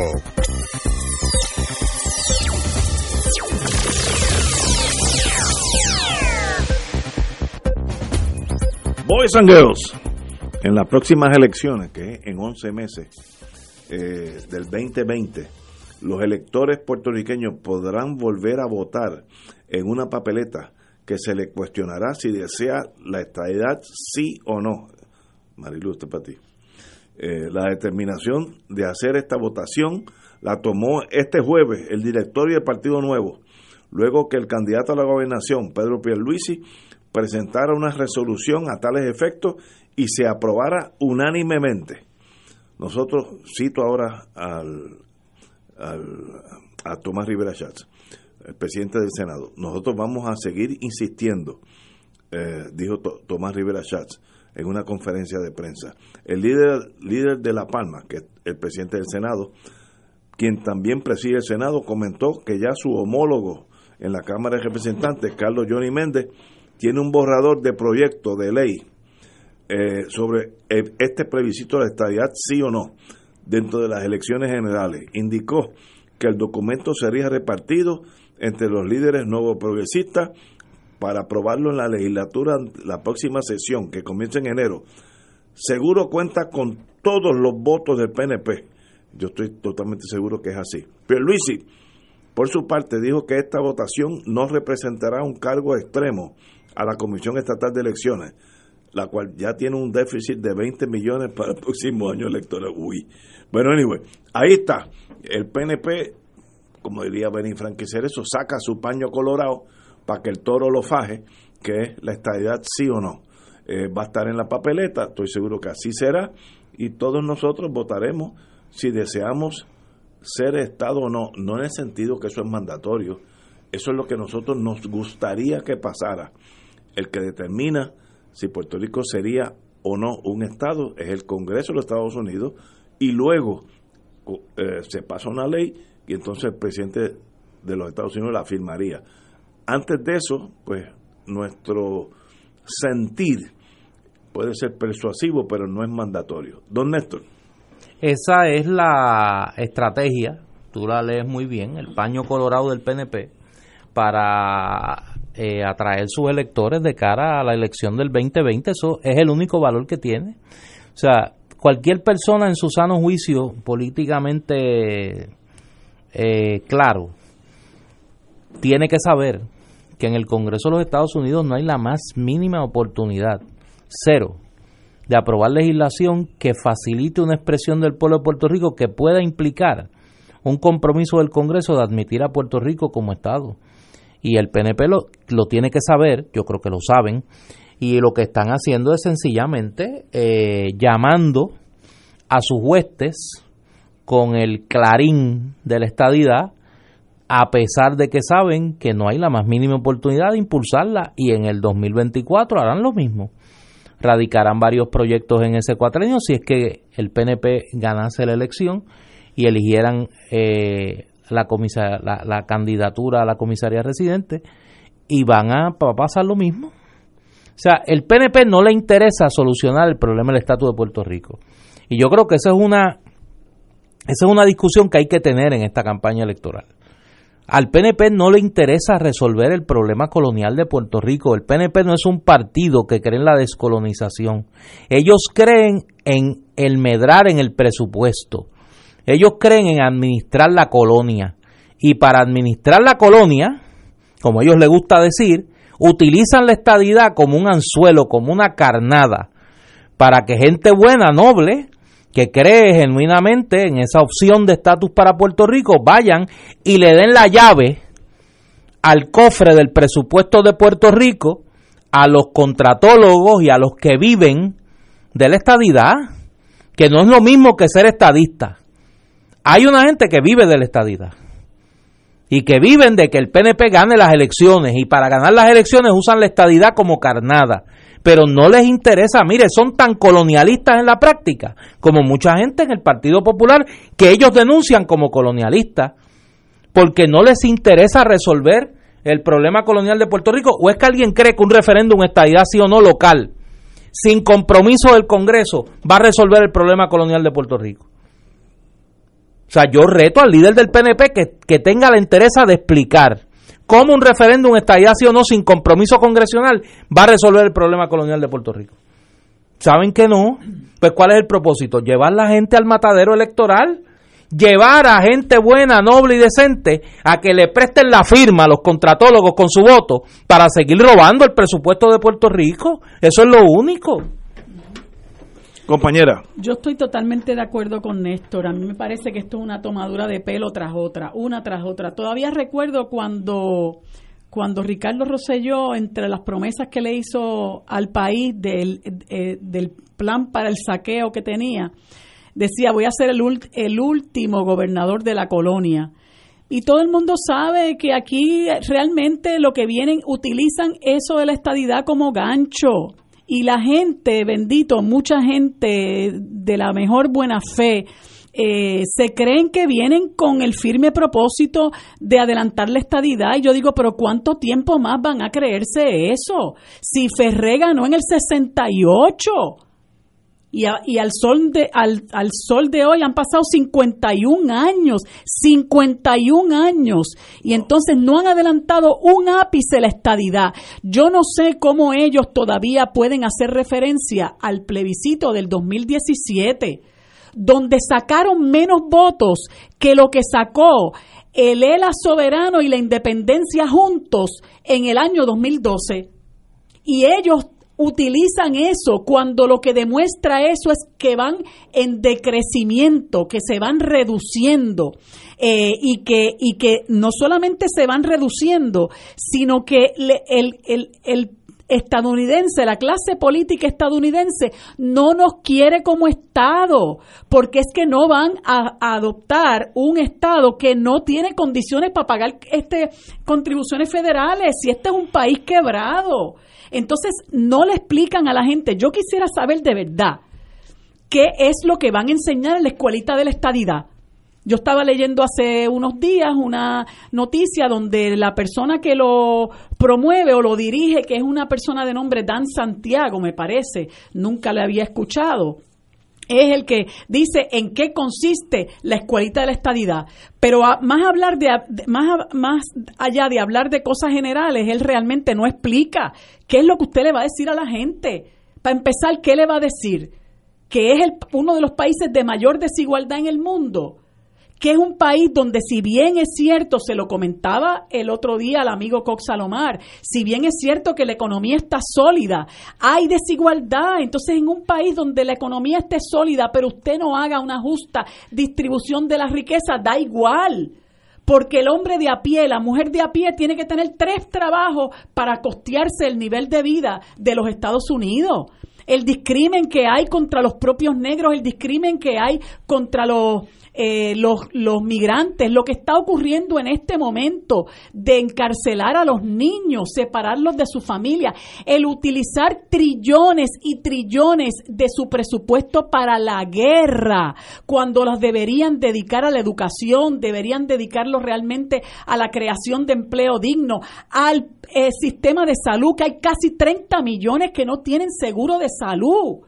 Boys and Girls, en las próximas elecciones, que es en once meses eh, del veinte veinte, los electores puertorriqueños podrán volver a votar en una papeleta que se le cuestionará si desea la estadidad sí o no. Marilu, esto es para ti. Eh, la determinación de hacer esta votación la tomó este jueves el directorio del Partido Nuevo, luego que el candidato a la gobernación, Pedro Pierluisi, presentara una resolución a tales efectos y se aprobara unánimemente. Nosotros, cito ahora al, al a Tomás Rivera Schatz, el presidente del Senado, nosotros vamos a seguir insistiendo, eh, dijo to, Tomás Rivera Schatz en una conferencia de prensa. El líder, líder de La Palma, que es el presidente del Senado, quien también preside el Senado, comentó que ya su homólogo en la Cámara de Representantes, Carlos Johnny Méndez, tiene un borrador de proyecto de ley eh, sobre este plebiscito de estadidad sí o no dentro de las elecciones generales. Indicó que el documento sería repartido entre los líderes nuevos progresistas para aprobarlo en la legislatura la próxima sesión, que comienza en enero. Seguro cuenta con todos los votos del P N P. Yo estoy totalmente seguro que es así. Pierluisi, por su parte, dijo que esta votación no representará un cargo extremo a la Comisión Estatal de Elecciones, la cual ya tiene un déficit de veinte millones para el próximo año electoral. Uy. Bueno, anyway, ahí está. El P N P, como diría Benny Franquicer, eso saca su paño colorado, para que el toro lo faje, que es la estadidad sí o no. Eh, va a estar en la papeleta, estoy seguro que así será, y todos nosotros votaremos si deseamos ser Estado o no, no en el sentido que eso es mandatorio, eso es lo que nosotros nos gustaría que pasara. El que determina si Puerto Rico sería o no un Estado es el Congreso de los Estados Unidos, y luego eh, se pasa una ley y entonces el presidente de los Estados Unidos la firmaría. Antes de eso, pues nuestro sentir puede ser persuasivo, pero no es mandatorio. Don Néstor. Esa es la estrategia, tú la lees muy bien, el paño colorado del P N P para eh, atraer sus electores de cara a la elección del veinte veinte. Eso es el único valor que tiene. O sea, cualquier persona en su sano juicio políticamente eh, claro tiene que saber que en el Congreso de los Estados Unidos no hay la más mínima oportunidad, cero, de aprobar legislación que facilite una expresión del pueblo de Puerto Rico que pueda implicar un compromiso del Congreso de admitir a Puerto Rico como Estado. Y el P N P lo, lo tiene que saber, yo creo que lo saben, y lo que están haciendo es sencillamente eh, llamando a sus huestes con el clarín de la estadidad, a pesar de que saben que no hay la más mínima oportunidad de impulsarla, y en el dos mil veinticuatro harán lo mismo. Radicarán varios proyectos en ese cuatrenio si es que el P N P ganase la elección y eligieran eh, la, comisa, la, la candidatura a la comisaría residente, y van a, a pasar lo mismo. O sea, el P N P no le interesa solucionar el problema del estatus de Puerto Rico. Y yo creo que esa es una esa es una discusión que hay que tener en esta campaña electoral. Al P N P no le interesa resolver el problema colonial de Puerto Rico. El P N P no es un partido que cree en la descolonización. Ellos creen en el medrar en el presupuesto. Ellos creen en administrar la colonia. Y para administrar la colonia, como a ellos les gusta decir, utilizan la estadidad como un anzuelo, como una carnada, para que gente buena, noble, que cree genuinamente en esa opción de estatus para Puerto Rico, vayan y le den la llave al cofre del presupuesto de Puerto Rico a los contratólogos y a los que viven de la estadidad, que no es lo mismo que ser estadista. Hay una gente que vive de la estadidad y que viven de que el P N P gane las elecciones, y para ganar las elecciones usan la estadidad como carnada, pero no les interesa. Mire, son tan colonialistas en la práctica como mucha gente en el Partido Popular, que ellos denuncian como colonialistas, porque no les interesa resolver el problema colonial de Puerto Rico. ¿O es que alguien cree que un referéndum, estadidad sí o no local, sin compromiso del Congreso, va a resolver el problema colonial de Puerto Rico? O sea, yo reto al líder del P N P que, que tenga la entereza de explicar cómo un referéndum, estadidad sí o no, sin compromiso congresional, va a resolver el problema colonial de Puerto Rico. ¿Saben que no? Pues ¿cuál es el propósito? Llevar la gente al matadero electoral, llevar a gente buena, noble y decente a que le presten la firma a los contratólogos con su voto para seguir robando el presupuesto de Puerto Rico. Eso es lo único. Compañera. Yo estoy totalmente de acuerdo con Néstor. A mí me parece que esto es una tomadura de pelo tras otra, una tras otra. Todavía recuerdo cuando, cuando Ricardo Rosselló, entre las promesas que le hizo al país del, eh, del plan para el saqueo que tenía, decía: voy a ser el, el último gobernador de la colonia. Y todo el mundo sabe que aquí realmente lo que vienen, utilizan eso de la estadidad como gancho. Y la gente, bendito, mucha gente de la mejor buena fe, eh, se creen que vienen con el firme propósito de adelantar la estadidad. Y yo digo, pero ¿cuánto tiempo más van a creerse eso? Si Ferré ganó en el sesenta y ocho y, a, y al, sol de, al, al sol de hoy han pasado cincuenta y un años, cincuenta y un años, y entonces no han adelantado un ápice la estadidad. Yo no sé cómo ellos todavía pueden hacer referencia al plebiscito del dos mil diecisiete, donde sacaron menos votos que lo que sacó el E L A soberano y la independencia juntos en el año dos mil doce. Y ellos utilizan eso cuando lo que demuestra eso es que van en decrecimiento, que se van reduciendo eh, y que y que no solamente se van reduciendo, sino que le, el, el, el estadounidense, la clase política estadounidense no nos quiere como Estado, porque es que no van a, a adoptar un Estado que no tiene condiciones para pagar este contribuciones federales, si este es un país quebrado. Entonces no le explican a la gente. Yo quisiera saber de verdad qué es lo que van a enseñar en la escuelita de la estadidad. Yo estaba leyendo hace unos días una noticia donde la persona que lo promueve o lo dirige, que es una persona de nombre Dan Santiago, me parece, nunca le había escuchado, es el que dice en qué consiste la escuelita de la estadidad. Pero a, más hablar de más más allá de hablar de cosas generales, él realmente no explica qué es lo que usted le va a decir a la gente. Para empezar, ¿qué le va a decir? Que es el, uno de los países de mayor desigualdad en el mundo. Que es un país donde, si bien es cierto, se lo comentaba el otro día al amigo Cox Salomar, si bien es cierto que la economía está sólida, hay desigualdad. Entonces, en un país donde la economía esté sólida, pero usted no haga una justa distribución de la riqueza, da igual. Porque el hombre de a pie, la mujer de a pie, tiene que tener tres trabajos para costearse el nivel de vida de los Estados Unidos. El discrimen que hay contra los propios negros, el discrimen que hay contra los Eh, los, los migrantes, lo que está ocurriendo en este momento de encarcelar a los niños, separarlos de su familia, el utilizar trillones y trillones de su presupuesto para la guerra, cuando los deberían dedicar a la educación, deberían dedicarlos realmente a la creación de empleo digno, al eh, sistema de salud, que hay casi treinta millones que no tienen seguro de salud.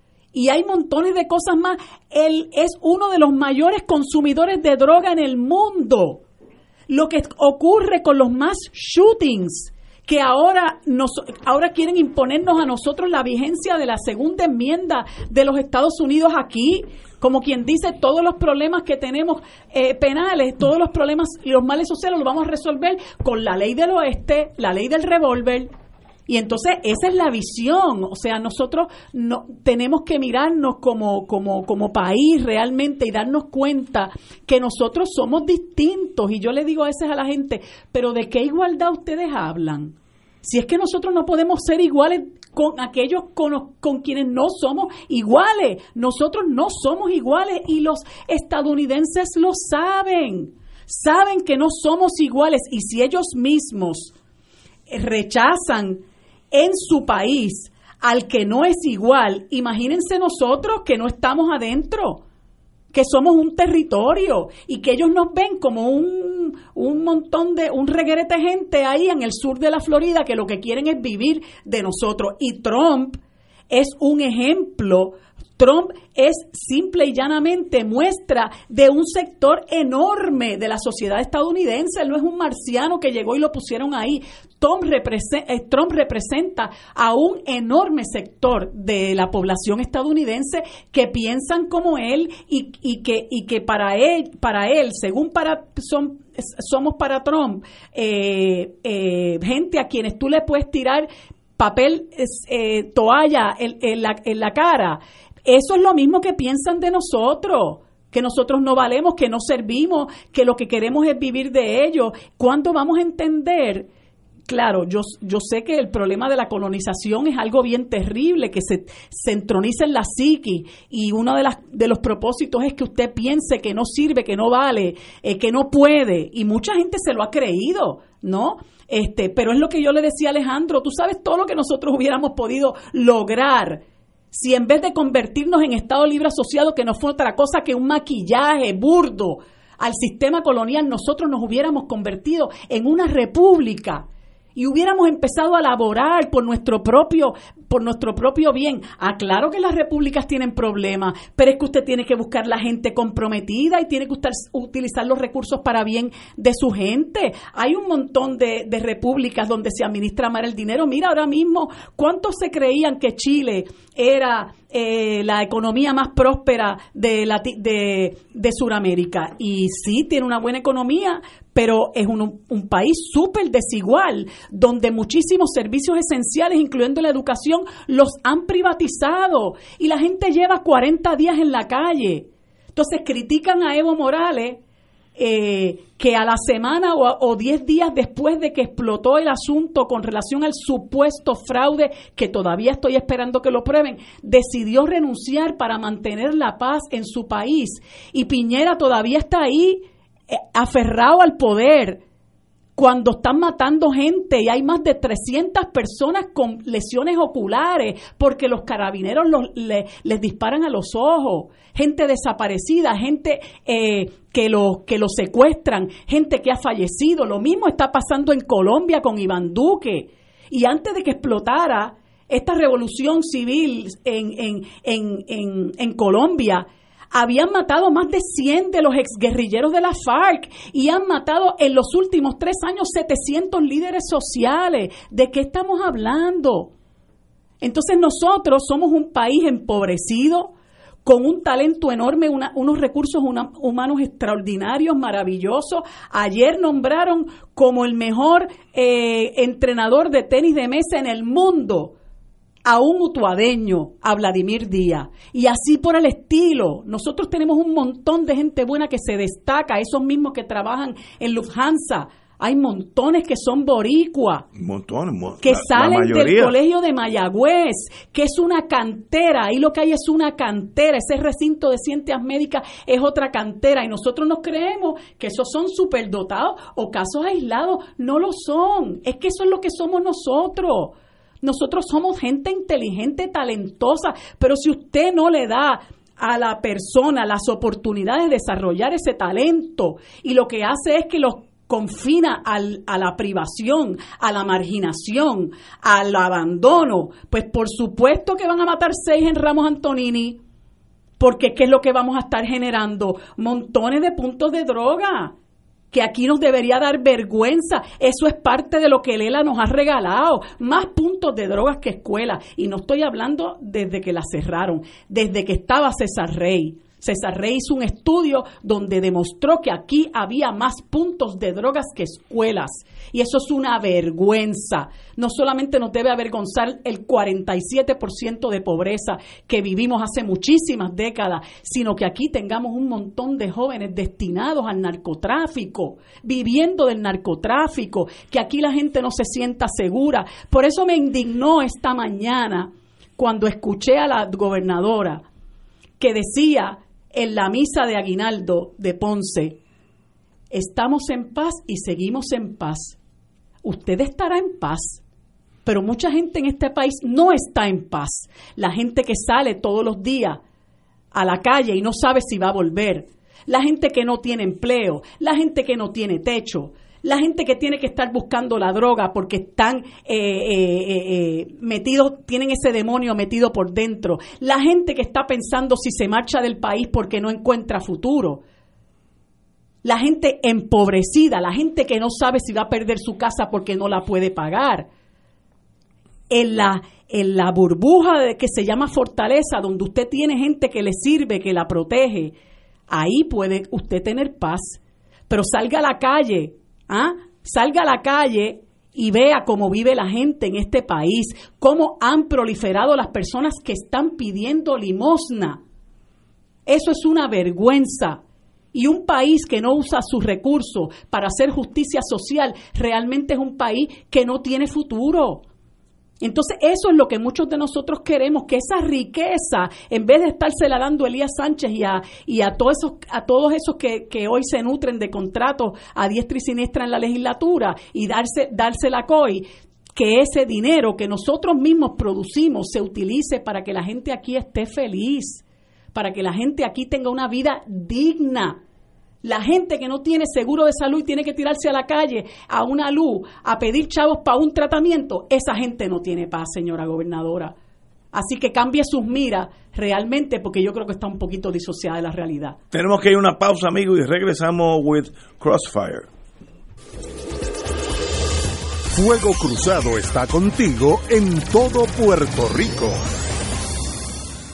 Y hay montones de cosas más. Él es uno de los mayores consumidores de droga en el mundo. Lo que ocurre con los mass shootings, que ahora nos, ahora quieren imponernos a nosotros la vigencia de la segunda enmienda de los Estados Unidos aquí, como quien dice, todos los problemas que tenemos eh, penales, todos los problemas y los males sociales los vamos a resolver con la ley del oeste, la ley del revólver. Y entonces esa es la visión, o sea, nosotros no tenemos que mirarnos como, como, como país realmente y darnos cuenta que nosotros somos distintos. Y yo le digo a veces a la gente, pero ¿de qué igualdad ustedes hablan? Si es que nosotros no podemos ser iguales con aquellos con, con quienes no somos iguales. Nosotros no somos iguales y los estadounidenses lo saben. Saben que no somos iguales y si ellos mismos rechazan en su país al que no es igual, imagínense nosotros que no estamos adentro, que somos un territorio y que ellos nos ven como un, un montón de, un reguerete de gente ahí en el sur de la Florida que lo que quieren es vivir de nosotros. Y Trump es un ejemplo. Trump es simple y llanamente muestra de un sector enorme de la sociedad estadounidense. Él no es un marciano que llegó y lo pusieron ahí. Trump representa, Trump representa a un enorme sector de la población estadounidense que piensan como él y, y que y que para él, para él, según para son, somos para Trump, eh, eh, gente a quienes tú le puedes tirar papel, eh, toalla en, en, la, en la cara. Eso es lo mismo que piensan de nosotros, que nosotros no valemos, que no servimos, que lo que queremos es vivir de ellos. ¿Cuándo vamos a entender? Claro, yo, yo sé que el problema de la colonización es algo bien terrible, que se, se entroniza en la psiqui y uno de, las, de los propósitos es que usted piense que no sirve, que no vale, eh, que no puede, y mucha gente se lo ha creído, ¿no? Este, pero es lo que yo le decía a Alejandro, tú sabes todo lo que nosotros hubiéramos podido lograr si en vez de convertirnos en Estado Libre Asociado, que no fue otra cosa que un maquillaje burdo al sistema colonial, nosotros nos hubiéramos convertido en una república y hubiéramos empezado a laborar por nuestro propio por nuestro propio bien. Ah, claro que las repúblicas tienen problemas, pero es que usted tiene que buscar la gente comprometida y tiene que usar, utilizar los recursos para bien de su gente. Hay un montón de, de repúblicas donde se administra mal el dinero. Mira, ahora mismo, ¿cuántos se creían que Chile era eh, la economía más próspera de, la, de, de Sudamérica? Y sí, tiene una buena economía, pero es un, un país súper desigual, donde muchísimos servicios esenciales, incluyendo la educación, los han privatizado y la gente lleva cuarenta días en la calle. Entonces critican a Evo Morales, eh, que a la semana o, o diez días después de que explotó el asunto con relación al supuesto fraude, que todavía estoy esperando que lo prueben, decidió renunciar para mantener la paz en su país. Y Piñera todavía está ahí, eh, aferrado al poder, cuando están matando gente y hay más de trescientas personas con lesiones oculares porque los carabineros los, le, les disparan a los ojos, gente desaparecida, gente eh, que lo que los secuestran, gente que ha fallecido. Lo mismo está pasando en Colombia con Iván Duque. Y antes de que explotara esta revolución civil en, en, en, en, en Colombia, habían matado más de cien de los exguerrilleros de la FARC y han matado en los últimos tres años setecientos líderes sociales. ¿De qué estamos hablando? Entonces nosotros somos un país empobrecido, con un talento enorme, una, unos recursos una, humanos extraordinarios, maravillosos. Ayer nombraron como el mejor eh, entrenador de tenis de mesa en el mundo a un utuadeño, a Vladimir Díaz, y así por el estilo. Nosotros tenemos un montón de gente buena que se destaca, esos mismos que trabajan en Lufthansa. Hay montones que son boricua, montones, mo- que la, salen la del colegio de Mayagüez, que es una cantera. Ahí lo que hay es una cantera. Ese recinto de ciencias médicas es otra cantera, y nosotros nos creemos que esos son superdotados o casos aislados. No lo son. Es que eso es lo que somos nosotros. Nosotros somos gente inteligente, talentosa, pero si usted no le da a la persona las oportunidades de desarrollar ese talento, y lo que hace es que los confina al, a la privación, a la marginación, al abandono, pues por supuesto que van a matar seis en Ramos Antonini, porque ¿qué es lo que vamos a estar generando? Montones de puntos de droga, que aquí nos debería dar vergüenza. Eso es parte de lo que Lela nos ha regalado, más puntos de drogas que escuelas. Y no estoy hablando desde que la cerraron, desde que estaba César Rey. César Rey hizo un estudio donde demostró que aquí había más puntos de drogas que escuelas. Y eso es una vergüenza. No solamente nos debe avergonzar el cuarenta y siete por ciento de pobreza que vivimos hace muchísimas décadas, sino que aquí tengamos un montón de jóvenes destinados al narcotráfico, viviendo del narcotráfico, que aquí la gente no se sienta segura. Por eso me indignó esta mañana cuando escuché a la gobernadora que decía en la misa de Aguinaldo de Ponce: estamos en paz y seguimos en paz. Usted estará en paz, pero mucha gente en este país no está en paz. La gente que sale todos los días a la calle y no sabe si va a volver, la gente que no tiene empleo, la gente que no tiene techo, la gente que tiene que estar buscando la droga porque están eh, eh, eh, metidos, tienen ese demonio metido por dentro, la gente que está pensando si se marcha del país porque no encuentra futuro, la gente empobrecida, la gente que no sabe si va a perder su casa porque no la puede pagar. En la, en la burbuja de, que se llama Fortaleza, donde usted tiene gente que le sirve, que la protege, ahí puede usted tener paz. Pero salga a la calle, ¿ah? Salga a la calle y vea cómo vive la gente en este país, cómo han proliferado las personas que están pidiendo limosna. Eso es una vergüenza. Y un país que no usa sus recursos para hacer justicia social realmente es un país que no tiene futuro. Entonces eso es lo que muchos de nosotros queremos, que esa riqueza, en vez de estársela dando a Elías Sánchez y a, y a todos esos, a todos esos que, que hoy se nutren de contratos a diestra y siniestra en la legislatura y darse, dársela a C O I, que ese dinero que nosotros mismos producimos se utilice para que la gente aquí esté feliz, para que la gente aquí tenga una vida digna. La gente que no tiene seguro de salud y tiene que tirarse a la calle, a una luz, a pedir chavos para un tratamiento, esa gente no tiene paz, señora gobernadora. Así que cambie sus miras realmente, porque yo creo que está un poquito disociada de la realidad. Tenemos que ir a una pausa, amigos, y regresamos with Crossfire. Fuego Cruzado está contigo en todo Puerto Rico.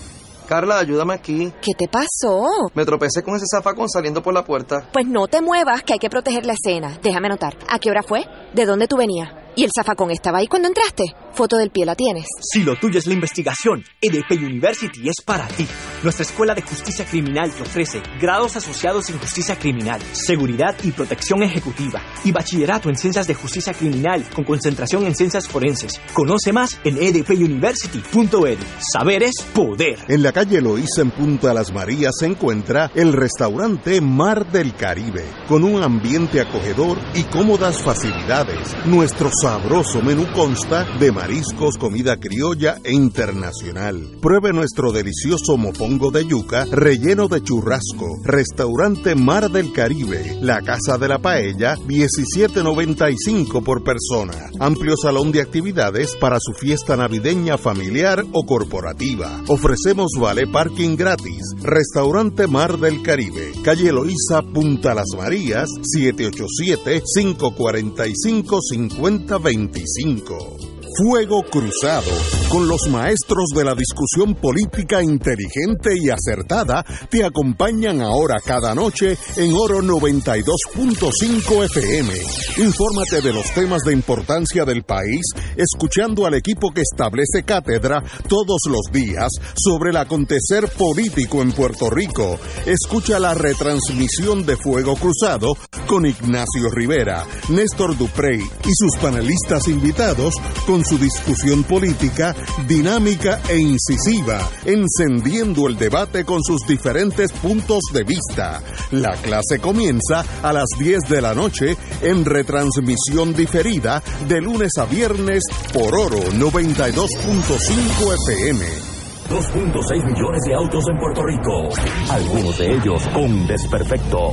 Carla, ayúdame aquí. ¿Qué te pasó? Me tropecé con ese zafacón saliendo por la puerta. Pues no te muevas, que hay que proteger la escena. Déjame anotar. ¿A qué hora fue? ¿De dónde tú venías? ¿Y el zafacón estaba ahí cuando entraste? Foto del pie la tienes. Si lo tuyo es la investigación, E D P University es para ti. Nuestra Escuela de Justicia Criminal te ofrece grados asociados en Justicia Criminal, Seguridad y Protección Ejecutiva y Bachillerato en Ciencias de Justicia Criminal con concentración en Ciencias Forenses. Conoce más en e d p university punto e d u. Saber es poder. En la calle Loíza en Punta Las Marías se encuentra el restaurante Mar del Caribe, con un ambiente acogedor y cómodas facilidades. Nuestro sabroso menú consta de mariscos, comida criolla e internacional. Pruebe nuestro delicioso mofongo de yuca relleno de churrasco. Restaurante Mar del Caribe, la Casa de la Paella, diecisiete noventa y cinco por persona. Amplio salón de actividades para su fiesta navideña familiar o corporativa. Ofrecemos vale parking gratis. Restaurante Mar del Caribe, calle Loíza, Punta Las Marías, siete ocho siete, cinco cuatro cinco, cinco cero dos cinco. Fuego Cruzado, con los maestros de la discusión política inteligente y acertada, te acompañan ahora cada noche en Oro noventa y dos punto cinco F M. Infórmate de los temas de importancia del país, escuchando al equipo que establece cátedra todos los días sobre el acontecer político en Puerto Rico. Escucha la retransmisión de Fuego Cruzado con Ignacio Rivera, Néstor Duprey y sus panelistas invitados con su discusión política dinámica e incisiva, encendiendo el debate con sus diferentes puntos de vista. La clase comienza a las diez de la noche en retransmisión diferida de lunes a viernes por Oro noventa y dos punto cinco F M. dos punto seis millones de autos en Puerto Rico, algunos de ellos con desperfectos.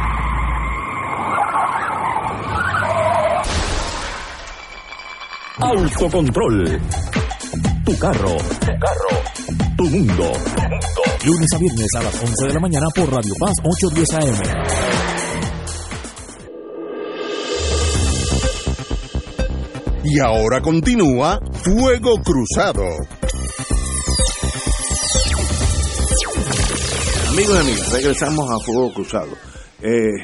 Autocontrol. Tu carro. Tu carro. Tu mundo. Tu mundo. Lunes a viernes a las once de la mañana por Radio Paz ochocientos diez A M. Y ahora continúa Fuego Cruzado. Amigos y amigas, regresamos a Fuego Cruzado. Eh,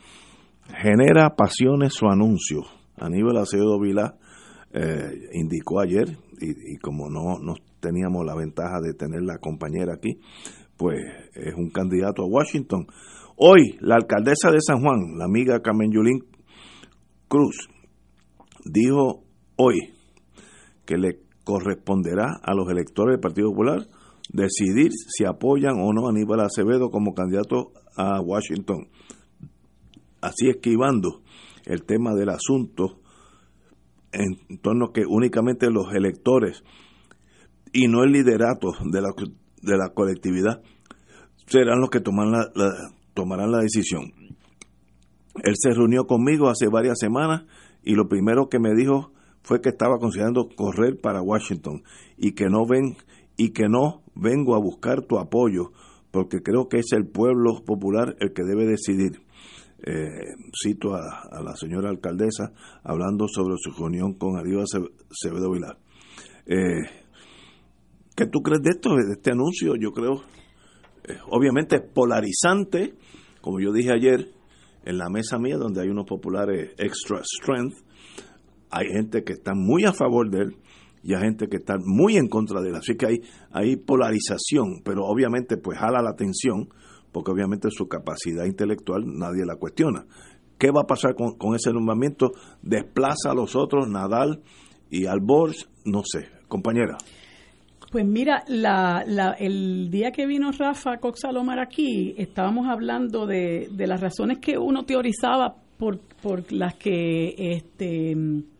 genera pasiones su anuncio. Aníbal Acevedo Vilá eh, indicó ayer, y, y como no, no teníamos la ventaja de tener la compañera aquí, pues es un candidato a Washington. Hoy, la alcaldesa de San Juan, la amiga Carmen Yulín Cruz, dijo hoy que le corresponderá a los electores del Partido Popular decidir si apoyan o no a Aníbal Acevedo como candidato a Washington, así esquivando el tema del asunto en torno a que únicamente los electores y no el liderato de la, de la colectividad serán los que toman la, la, tomarán la decisión. Él se reunió conmigo hace varias semanas y lo primero que me dijo fue que estaba considerando correr para Washington y que no ven y que no vengo a buscar tu apoyo porque creo que es el pueblo popular el que debe decidir. Eh, cito a, a la señora alcaldesa hablando sobre su reunión con Aníbal Acevedo Vilá. Eh, ¿Qué tú crees de esto, de este anuncio? Yo creo, eh, obviamente es polarizante, como yo dije ayer en la mesa mía donde hay unos populares extra strength, hay gente que está muy a favor de él y hay gente que está muy en contra de él, así que hay, hay polarización, pero obviamente pues jala la atención porque obviamente su capacidad intelectual nadie la cuestiona. ¿Qué va a pasar con, con ese nombramiento? ¿Desplaza a los otros, Nadal y Alborz? No sé, compañera. Pues mira, la, la, el día que vino Rafa Cox Salomar aquí, estábamos hablando de, de las razones que uno teorizaba por, por las que este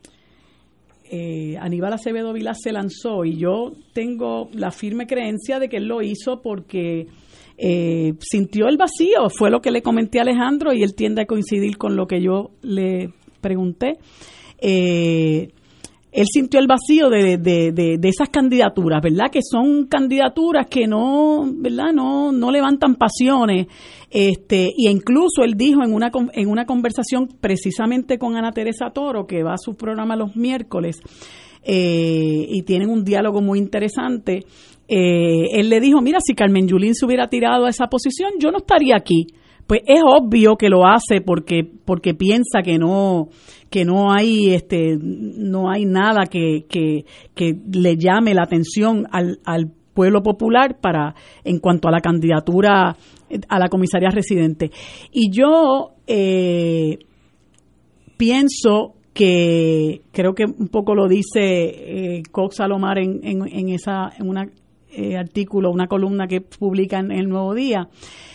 eh, Aníbal Acevedo Vilá se lanzó, y yo tengo la firme creencia de que él lo hizo porque Eh, sintió el vacío, fue lo que le comenté a Alejandro y él tiende a coincidir con lo que yo le pregunté. Eh, él sintió el vacío de, de, de, de esas candidaturas, ¿verdad? Que son candidaturas que no, ¿verdad? No, no levantan pasiones. Este, y incluso él dijo en una en una conversación precisamente con Ana Teresa Toro, que va a su programa los miércoles, eh, y tienen un diálogo muy interesante. Eh, él le dijo, mira, si Carmen Yulín se hubiera tirado a esa posición, yo no estaría aquí. Pues es obvio que lo hace porque porque piensa que no que no hay este no hay nada que que, que le llame la atención al, al pueblo popular para en cuanto a la candidatura a la comisaría residente. Y yo eh, pienso que creo que un poco lo dice eh, Cox Salomar en, en, en esa en una eh, artículo, una columna que publica en El Nuevo Día.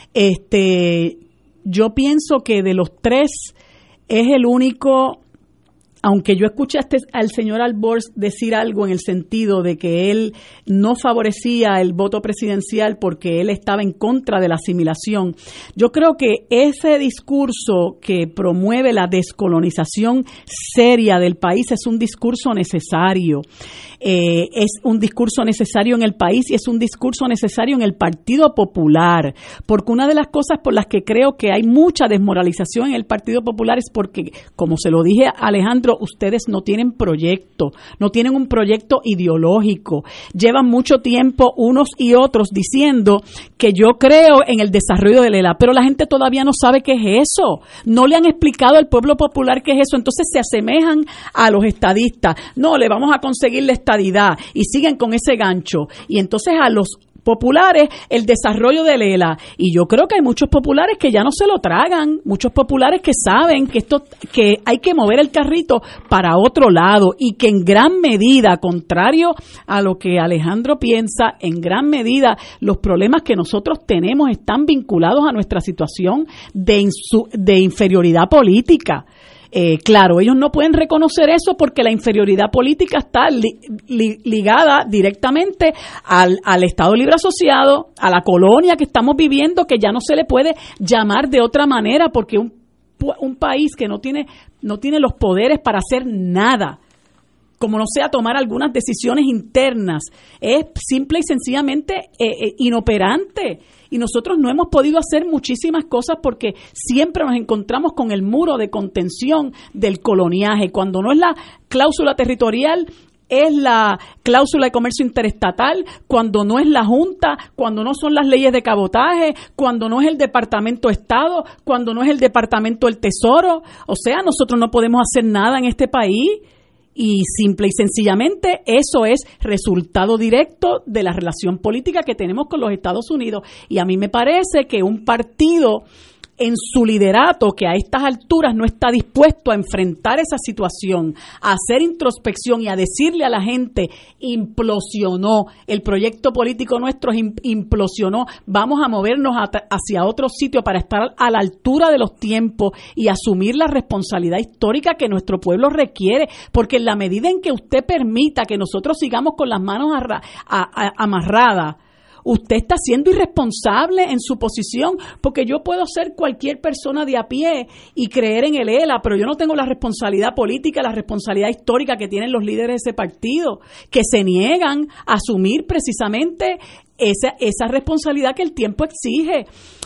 Este, yo pienso que de los tres es el único, aunque yo escuché este, al señor Alborz decir algo en el sentido de que él no favorecía el voto presidencial porque él estaba en contra de la asimilación, yo creo que ese discurso que promueve la descolonización seria del país es un discurso necesario. Eh, es un discurso necesario en el país y es un discurso necesario en el Partido Popular, porque una de las cosas por las que creo que hay mucha desmoralización en el Partido Popular es porque, como se lo dije a Alejandro, ustedes no tienen proyecto, no tienen un proyecto ideológico, llevan mucho tiempo unos y otros diciendo que yo creo en el desarrollo del E L A, pero la gente todavía no sabe qué es eso, no le han explicado al pueblo popular qué es eso, entonces se asemejan a los estadistas, no, le vamos a conseguir la estadidad y siguen con ese gancho, y entonces a los populares el desarrollo del E L A, y yo creo que hay muchos populares que ya no se lo tragan, muchos populares que saben que esto que hay que mover el carrito para otro lado y que en gran medida, contrario a lo que Alejandro piensa, en gran medida los problemas que nosotros tenemos están vinculados a nuestra situación de, insu- de inferioridad política. Eh, claro, ellos no pueden reconocer eso porque la inferioridad política está li, li, ligada directamente al, al Estado Libre Asociado, a la colonia que estamos viviendo, que ya no se le puede llamar de otra manera porque un, un país que no tiene, no tiene los poderes para hacer nada, como no sea tomar algunas decisiones internas, es simple y sencillamente eh, eh, inoperante. Y nosotros no hemos podido hacer muchísimas cosas porque siempre nos encontramos con el muro de contención del coloniaje. Cuando no es la cláusula territorial, es la cláusula de comercio interestatal, cuando no es la Junta, cuando no son las leyes de cabotaje, cuando no es el Departamento de Estado, cuando no es el Departamento del Tesoro. O sea, nosotros no podemos hacer nada en este país. Y simple y sencillamente eso es resultado directo de la relación política que tenemos con los Estados Unidos. Y a mí me parece que un partido en su liderato, que a estas alturas no está dispuesto a enfrentar esa situación, a hacer introspección y a decirle a la gente, implosionó, el proyecto político nuestro implosionó, vamos a movernos hacia otro sitio para estar a la altura de los tiempos y asumir la responsabilidad histórica que nuestro pueblo requiere, porque en la medida en que usted permita que nosotros sigamos con las manos arra- a, a, amarradas, usted está siendo irresponsable en su posición, porque yo puedo ser cualquier persona de a pie y creer en el E L A, pero yo no tengo la responsabilidad política, la responsabilidad histórica que tienen los líderes de ese partido, que se niegan a asumir precisamente esa, esa responsabilidad que el tiempo exige.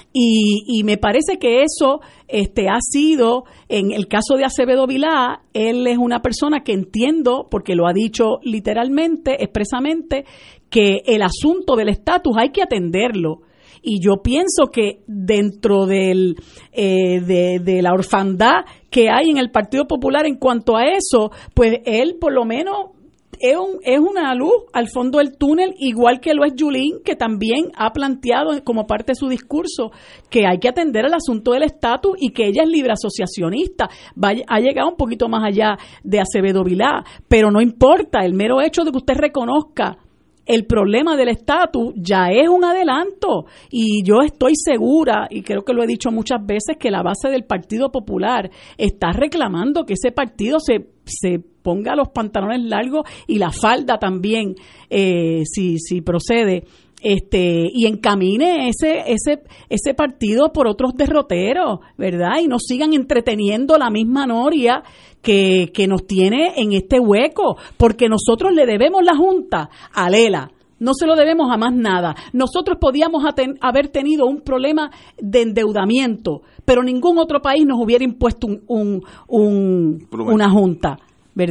Y, y me parece que eso este, ha sido, en el caso de Acevedo Vilá, él es una persona que entiendo, porque lo ha dicho literalmente, expresamente, que el asunto del estatus hay que atenderlo. Y yo pienso que dentro del eh, de, de la orfandad que hay en el Partido Popular en cuanto a eso, pues él por lo menos es, un, es una luz al fondo del túnel, igual que lo es Yulín, que también ha planteado como parte de su discurso que hay que atender el asunto del estatus y que ella es libre asociacionista. Va, ha llegado un poquito más allá de Acevedo Vilá, pero no importa, el mero hecho de que usted reconozca el problema del estatus ya es un adelanto, y yo estoy segura, y creo que lo he dicho muchas veces, que la base del Partido Popular está reclamando que ese partido se, se ponga los pantalones largos y la falda también, eh, si, si procede, este y encamine ese ese ese partido por otros derroteros, ¿verdad? Y no sigan entreteniendo la misma noria que, que nos tiene en este hueco, porque nosotros le debemos la Junta a Lela, no se lo debemos a más nada. Nosotros podíamos aten- haber tenido un problema de endeudamiento, pero ningún otro país nos hubiera impuesto un, un, un, una Junta, ¿verdad?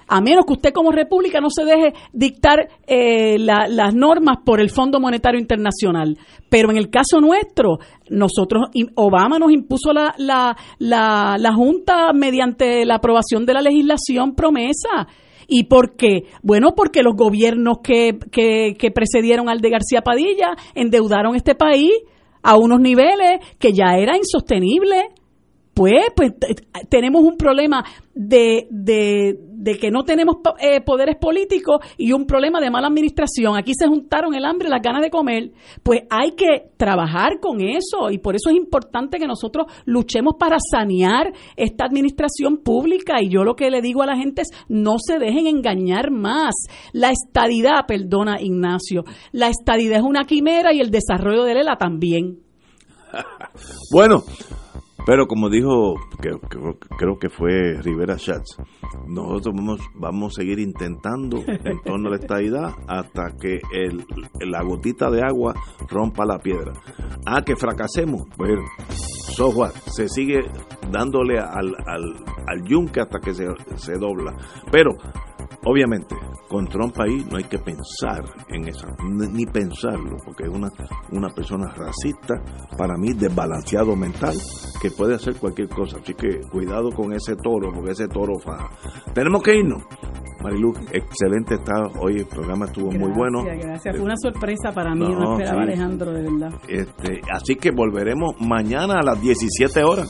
a menos que usted como república no se deje dictar eh, la, las normas por el Fondo Monetario Internacional. Pero en el caso nuestro, nosotros, Obama nos impuso la, la, la, la Junta mediante la aprobación de la legislación promesa. ¿Y por qué? Bueno, porque los gobiernos que, que, que precedieron al de García Padilla endeudaron este país a unos niveles que ya era insostenible. Pues, pues tenemos un problema de, de, de que no tenemos eh, poderes políticos y un problema de mala administración. Aquí se juntaron el hambre y las ganas de comer. Pues hay que trabajar con eso y por eso es importante que nosotros luchemos para sanear esta administración pública. Y yo lo que le digo a la gente es no se dejen engañar más. La estadidad, perdona Ignacio, la estadidad es una quimera y el desarrollo de Lela también. Bueno, pero como dijo, que, que, creo que fue Rivera Schatz, nosotros vamos, vamos a seguir intentando en torno a la estadidad hasta que el, la gotita de agua rompa la piedra. Ah, que fracasemos, pues software se sigue dándole al, al, al yunque hasta que se, se dobla. Pero, obviamente, con Trump ahí no hay que pensar en eso, ni, ni pensarlo, porque es una, una persona racista, para mí desbalanceado mental, que puede hacer cualquier cosa. Así que cuidado con ese toro, porque ese toro faja. Tenemos que irnos. Marilu, excelente estado. Hoy el programa estuvo gracias, muy bueno. Gracias, fue una sorpresa para mí, no, no esperaba sí. Alejandro, de verdad. Este, así que volveremos mañana a las diecisiete horas.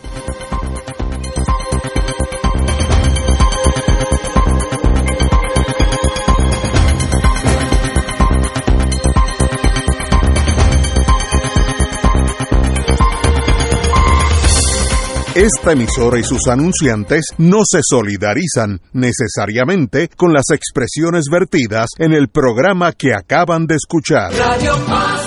Esta emisora y sus anunciantes no se solidarizan necesariamente con las expresiones vertidas en el programa que acaban de escuchar. Radio Paz.